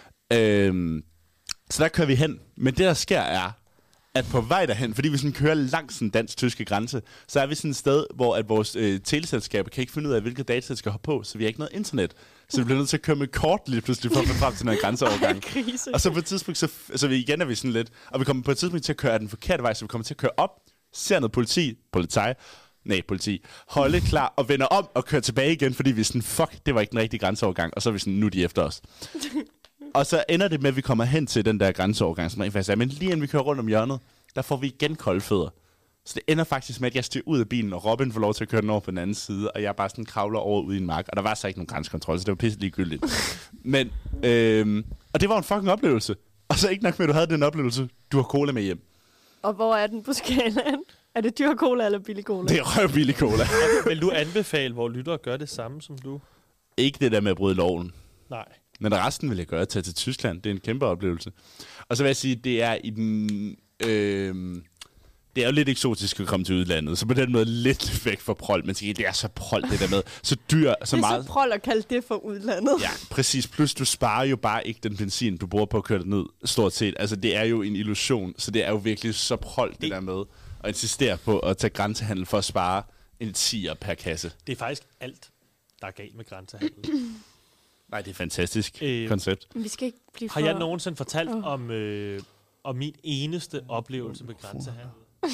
Så der kører vi hen. Men det, der sker, er, at på vej derhen, fordi vi sådan kører langs den dansk-tyske grænse, så er vi sådan et sted, hvor at vores teleselskaber kan ikke finde ud af, hvilket data de skal have på, så vi har ikke noget internet. Så vi bliver nødt til at køre med kort lige pludselig for at få frem til en grænseovergang. Og så på et tidspunkt, så vi igen er vi sådan lidt, og vi kommer på et tidspunkt til at køre den forkerte vej, så vi kommer til at køre op, ser noget politi, holde klar og vender om og kører tilbage igen, fordi vi er sådan, fuck, det var ikke den rigtige grænseovergang, og så er vi sådan, nu er de efter os. Og så ender det med, at vi kommer hen til den der grænseovergang, som rent faktisk er. Men lige inden vi kører rundt om hjørnet, der får vi igen kolde fødder. Så det ender faktisk med, at jeg styrer ud af bilen, og Robin får lov til at køre den over på den anden side, og jeg bare sådan kravler over ud i en mark. Og der var så ikke nogen grænsekontrol, så det var pisse ligegyldigt. Men, og det var en fucking oplevelse. Og så ikke nok med, at du havde den oplevelse. Du har cola med hjem. Og hvor er den på skalaen? Er det dyr cola eller billig cola? Det er billig cola. Vil du anbefale, hvor lyttere gør det samme som du? Ikke det der med at bryde loven. Nej. Men resten vil jeg gøre at tage til Tyskland. Det er en kæmpe oplevelse. Og så vil jeg sige, det er i den... det er jo lidt eksotisk at komme til udlandet, så på den måde lidt væk fra prol. Men det er så prol, det der med. Så dyr, så meget... Det er så prol at kalde det for udlandet. Ja, præcis. Plus du sparer jo bare ikke den benzin, du bruger på at køre det ned, stort set. Altså, det er jo en illusion, så det er jo virkelig så prol, det der med at insistere på at tage grænsehandel for at spare en 10'er per kasse. Det er faktisk alt, der er galt med grænsehandel. Nej, det er et fantastisk koncept. Vi skal ikke blive Har jeg nogensinde fortalt om min eneste oplevelse med grænsehandel?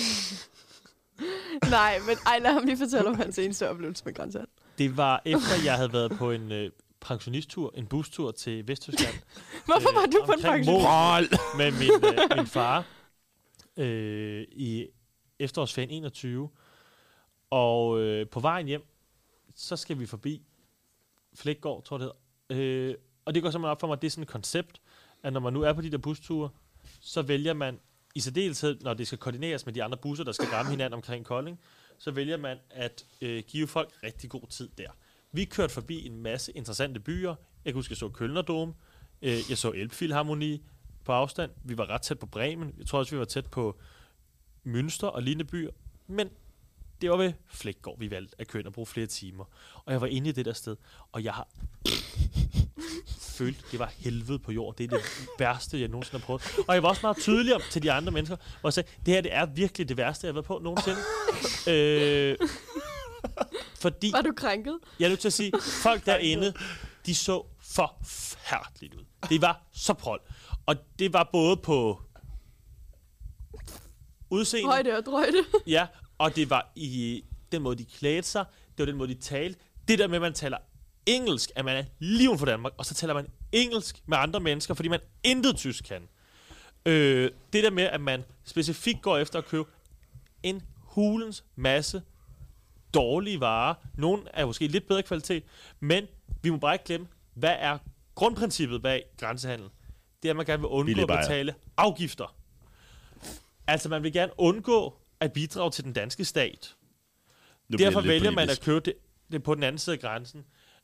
Nej, men lad ham lige fortælle om hans eneste oplevelse med grænsehandel. Det var efter, jeg havde været på en pensionisttur, en bustur til Vesttyskland. Hvorfor var du på en pensionisttur? Med min far i efterårsferien 21. Og på vejen hjem, så skal vi forbi Flækgaard, tror jeg det hedder. Og det går simpelthen op for mig, at det er sådan et koncept, at når man nu er på de der busture, så vælger man, i særdeleshed, når det skal koordineres med de andre busser, der skal ramme hinanden omkring Kolding, så vælger man at give folk rigtig god tid der. Vi kørte forbi en masse interessante byer. Jeg kan huske, jeg så Kölner-Dom. Jeg så Elbphilharmonie på afstand. Vi var ret tæt på Bremen. Jeg tror også, vi var tæt på Münster og lignende byer. Men det var ved Flækgaard, vi valgte at køre og bruge flere timer. Og jeg var inde i det der sted, og jeg har følt, det var helvede på jord. Det er det værste, jeg nogensinde har prøvet. Og jeg var også meget tydelig om til de andre mennesker, hvor jeg sagde, det her det er virkelig det værste, jeg har været på nogensinde. Fordi... Var du krænket? Jeg er nødt til at sige, folk derinde, de så forfærdeligt ud. Det var så prol. Og det var både på udseende... Højde og drøjde. Ja, Og det var i den måde, de klædte sig. Det var den måde, de talte. Det der med, at man taler engelsk, at man er lige uden for Danmark, og så taler man engelsk med andre mennesker, fordi man intet tysk kan. Det der med, at man specifikt går efter at købe en hulens masse dårlige varer. Nogle er måske lidt bedre kvalitet, men vi må bare ikke glemme, hvad er grundprincippet bag grænsehandel? Det er, at man gerne vil undgå at betale afgifter. Altså, man vil gerne undgå at bidrage til den danske stat. Derfor vælger man at købe det på den anden side af grænsen.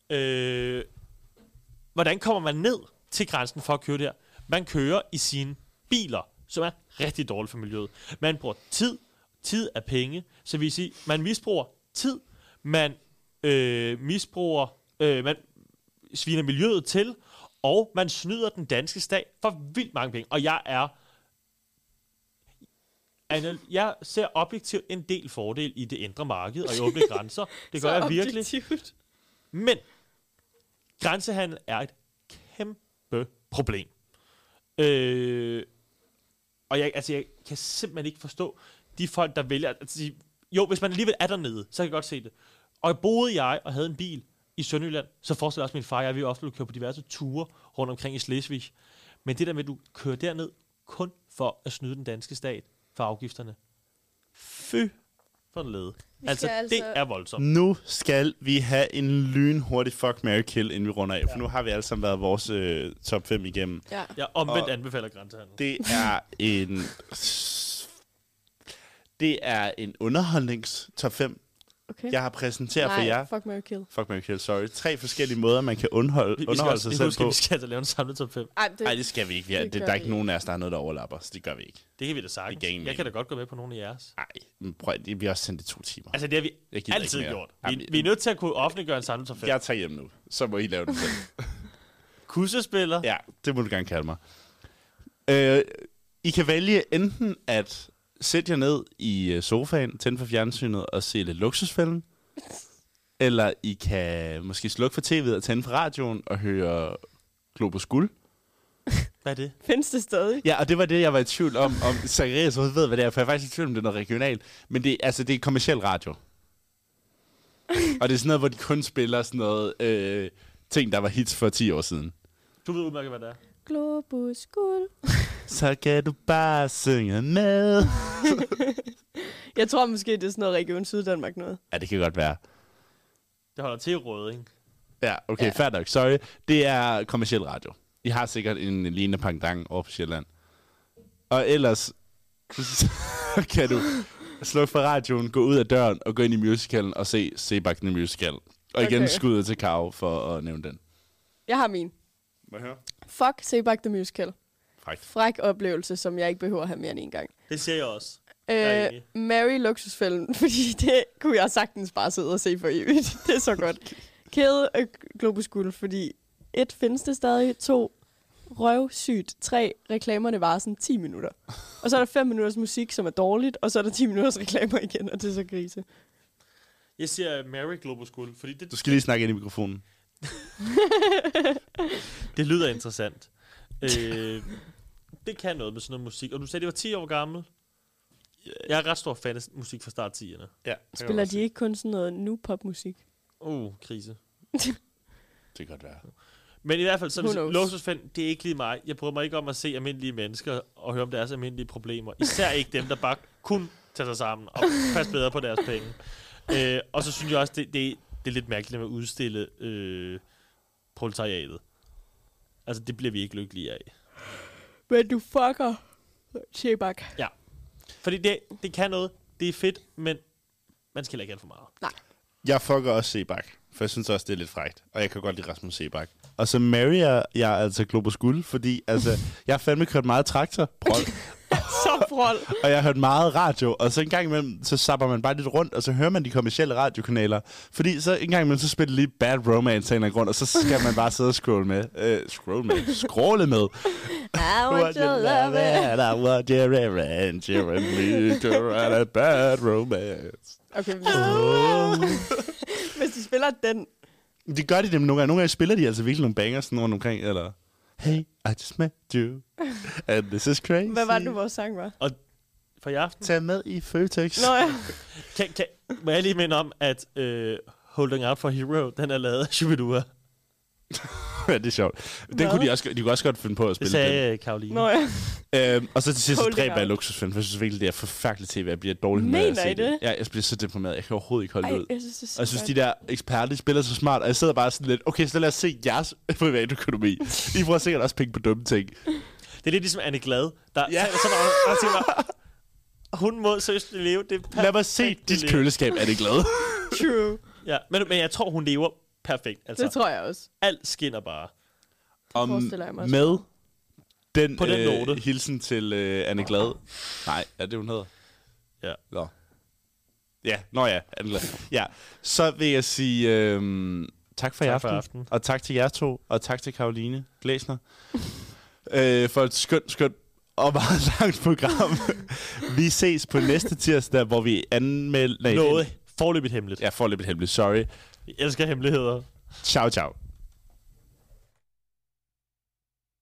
Hvordan kommer man ned til grænsen for at købe det her? Man kører i sine biler, som er rigtig dårligt for miljøet. Man bruger tid. Tid er penge. Så vil sige, man misbruger tid. Man man sviner miljøet til, og man snyder den danske stat for vildt mange penge. Og jeg ser objektivt en del fordel i det indre marked og i åbne grænser. Det gør jeg virkelig. Objektivt. Men grænsehandel er et kæmpe problem. Og jeg kan simpelthen ikke forstå de folk, der vælger at sige, jo, hvis man alligevel er dernede, så kan jeg godt se det. Og boede jeg og havde en bil i Sønderjylland, så forestiller jeg også min far, jeg vil ofte køre på diverse ture rundt omkring i Slesvig. Men det der med, at du kører derned kun for at snyde den danske stat for afgifterne. Fy for en lede. Altså, det er voldsomt. Nu skal vi have en lynhurtig fuck, marry, kill, inden vi runder af. For nu har vi alle sammen været vores top 5 igennem. Ja. Jeg omvendt anbefaler grænsehandel. Det er en underholdnings-top 5. Okay. Jeg har præsenteret for jer. Fuck, marry, kill. Fuck, marry, kill, sorry. 3 forskellige måder, man kan underholde sig selv på. Vi skal altså lave en samlet top 5. Nej, det skal vi ikke. Der er ikke nogen af os, der har noget, der overlapper, så det gør vi ikke. Det kan vi da sagtens. Jeg kan da godt gå med på nogle af jeres. Nej, vi har også sendt det 2 timer. Altså, det har vi altid gjort. Vi er nødt til at kunne offentliggøre en samlet top 5. Jeg tager hjem nu, så må I lave den selv. Kussespiller? Ja, det må du gerne kalde mig. I kan vælge enten at sætte jer ned i sofaen, tænde for fjernsynet og se lidt Luksusfælden. Eller I kan måske slukke for tv'et og tænde for radioen og høre Globus Guld. Hvad er det? Findes det stadig? Ja, og det var det, jeg var i tvivl om Zacharias ved, hvad det er, for jeg er faktisk i tvivl om, det er noget regionalt. Men det er kommerciel radio. Og det er sådan noget, hvor de kun spiller sådan noget ting, der var hits for 10 år siden. Du ved udmærket, hvad det er. Globus Guld. Så kan du bare synge med. Jeg tror måske, det er sådan noget Region Syddanmark noget. Ja, det kan godt være. Det holder til Rødding. Ja, okay, fair nok. Sorry. Det er kommerciel radio. I har sikkert en lignende pangdang over på Sjælland. Og ellers kan du slukke for radioen, gå ud af døren og gå ind i musicalen og se Sebak the Musical. Og igen skuddet til Karo for at nævne den. Jeg har min. Må jeg høre? Fuck Sebak the Musical. Frækt. Fræk oplevelse, som jeg ikke behøver at have mere end en gang. Det ser jeg også. Marry Luksusfælden, fordi det kunne jeg sagtens bare sidde og se for evigt. Det er så godt. Kæde Globus Guld, fordi 1 findes det stadig, 2 røvsygt, 3 reklamerne varer sådan 10 minutter. Og så er der 5 minutters musik, som er dårligt, og så er der 10 minutters reklamer igen, og det er så grise. Jeg siger Marry Globus Guld, fordi det... Du skal lige snakke ind i mikrofonen. Det lyder interessant. Det kan noget med sådan noget musik. Og du sagde, det var 10 år gammel. Jeg er ret stor fan af musik fra start 10'erne. Ja, spiller de ikke kun sådan noget nu popmusik? Krise. Det kan godt være. Men i hvert fald, så luksusfan, det er ikke lige mig. Jeg prøver mig ikke om at se almindelige mennesker og høre om deres almindelige problemer. Især ikke dem, der bare kun tager sig sammen og passer bedre på deres penge. Og så synes jeg også, det er lidt mærkeligt med at udstille proletariatet. Altså, det bliver vi ikke lykkelige af. Men du fucker Sebak. Ja. Fordi det kan noget. Det er fedt, men man skal heller ikke have for meget. Nej. Jeg fucker også Sebak, for jeg synes også, det er lidt frækt. Og jeg kan godt lide Rasmus Sebak. Og så marrier jeg altså Globus Guld, fordi altså, jeg har fandme kørt meget traktor. Så prol. Og jeg har hørt meget radio, og så en gang imellem, så zapper man bare lidt rundt, og så hører man de kommercielle radiokanaler. Fordi så en gang imellem, så spiller lige Bad Romance af en grund, og så skal man bare sidde og scrolle med. Scrolle med. I want your love it. I want your revenge, you and me to write a bad romance. Okay, hvis de spiller den. Det gør de dem nogle gange. Nogle gange spiller de altså virkelig nogle bangers sådan rundt omkring, eller... Hey, I just met you, and this is crazy. Hvad var det, vores sang var? Og for i aften. Tag med i Føtex. Nå ja. Må jeg lige minde om, at Holding Out for Hero, den er lavet af Shubidua. Ja, det er sjovt. Den kunne de kunne også godt finde på at spille. Det sagde Karoline. Nå ja. Og så til sidst dræber jeg luksusfilm, for jeg synes virkelig, det er forfærdeligt tv. Jeg bliver dårlig med at se det. Ja, jeg bliver så deprimeret. Jeg kan overhovedet ikke holde det ud. Og jeg synes, de der eksperter, de spiller så smart, og jeg sidder bare sådan lidt, okay, så lad os se jeres privatøkonomi. I får sikkert også penge på dumme ting. Det er lidt ligesom Anne Glad, der taler så meget og siger, hun må seriøst leve det perfekt. Lad mig se dit køleskab, Anne Glad. True. Ja, men jeg tror, hun lever perfekt. Altså, det tror jeg også. Alt skinner bare. Med den, på den note. Hilsen til Anne Glad. Nej, er det, hun hedder? Ja. Nå. Ja, Anne Glad. Ja, så vil jeg sige tak for i aften. Og tak til jer to, og tak til Karoline Glæsner. For et skønt og meget langt program. Vi ses på næste tirsdag, hvor vi anmelder... Noget foreløbigt hemmeligt. Ja, foreløbigt hemmeligt. Sorry. Jeg elsker hemmeligheder. Ciao, ciao.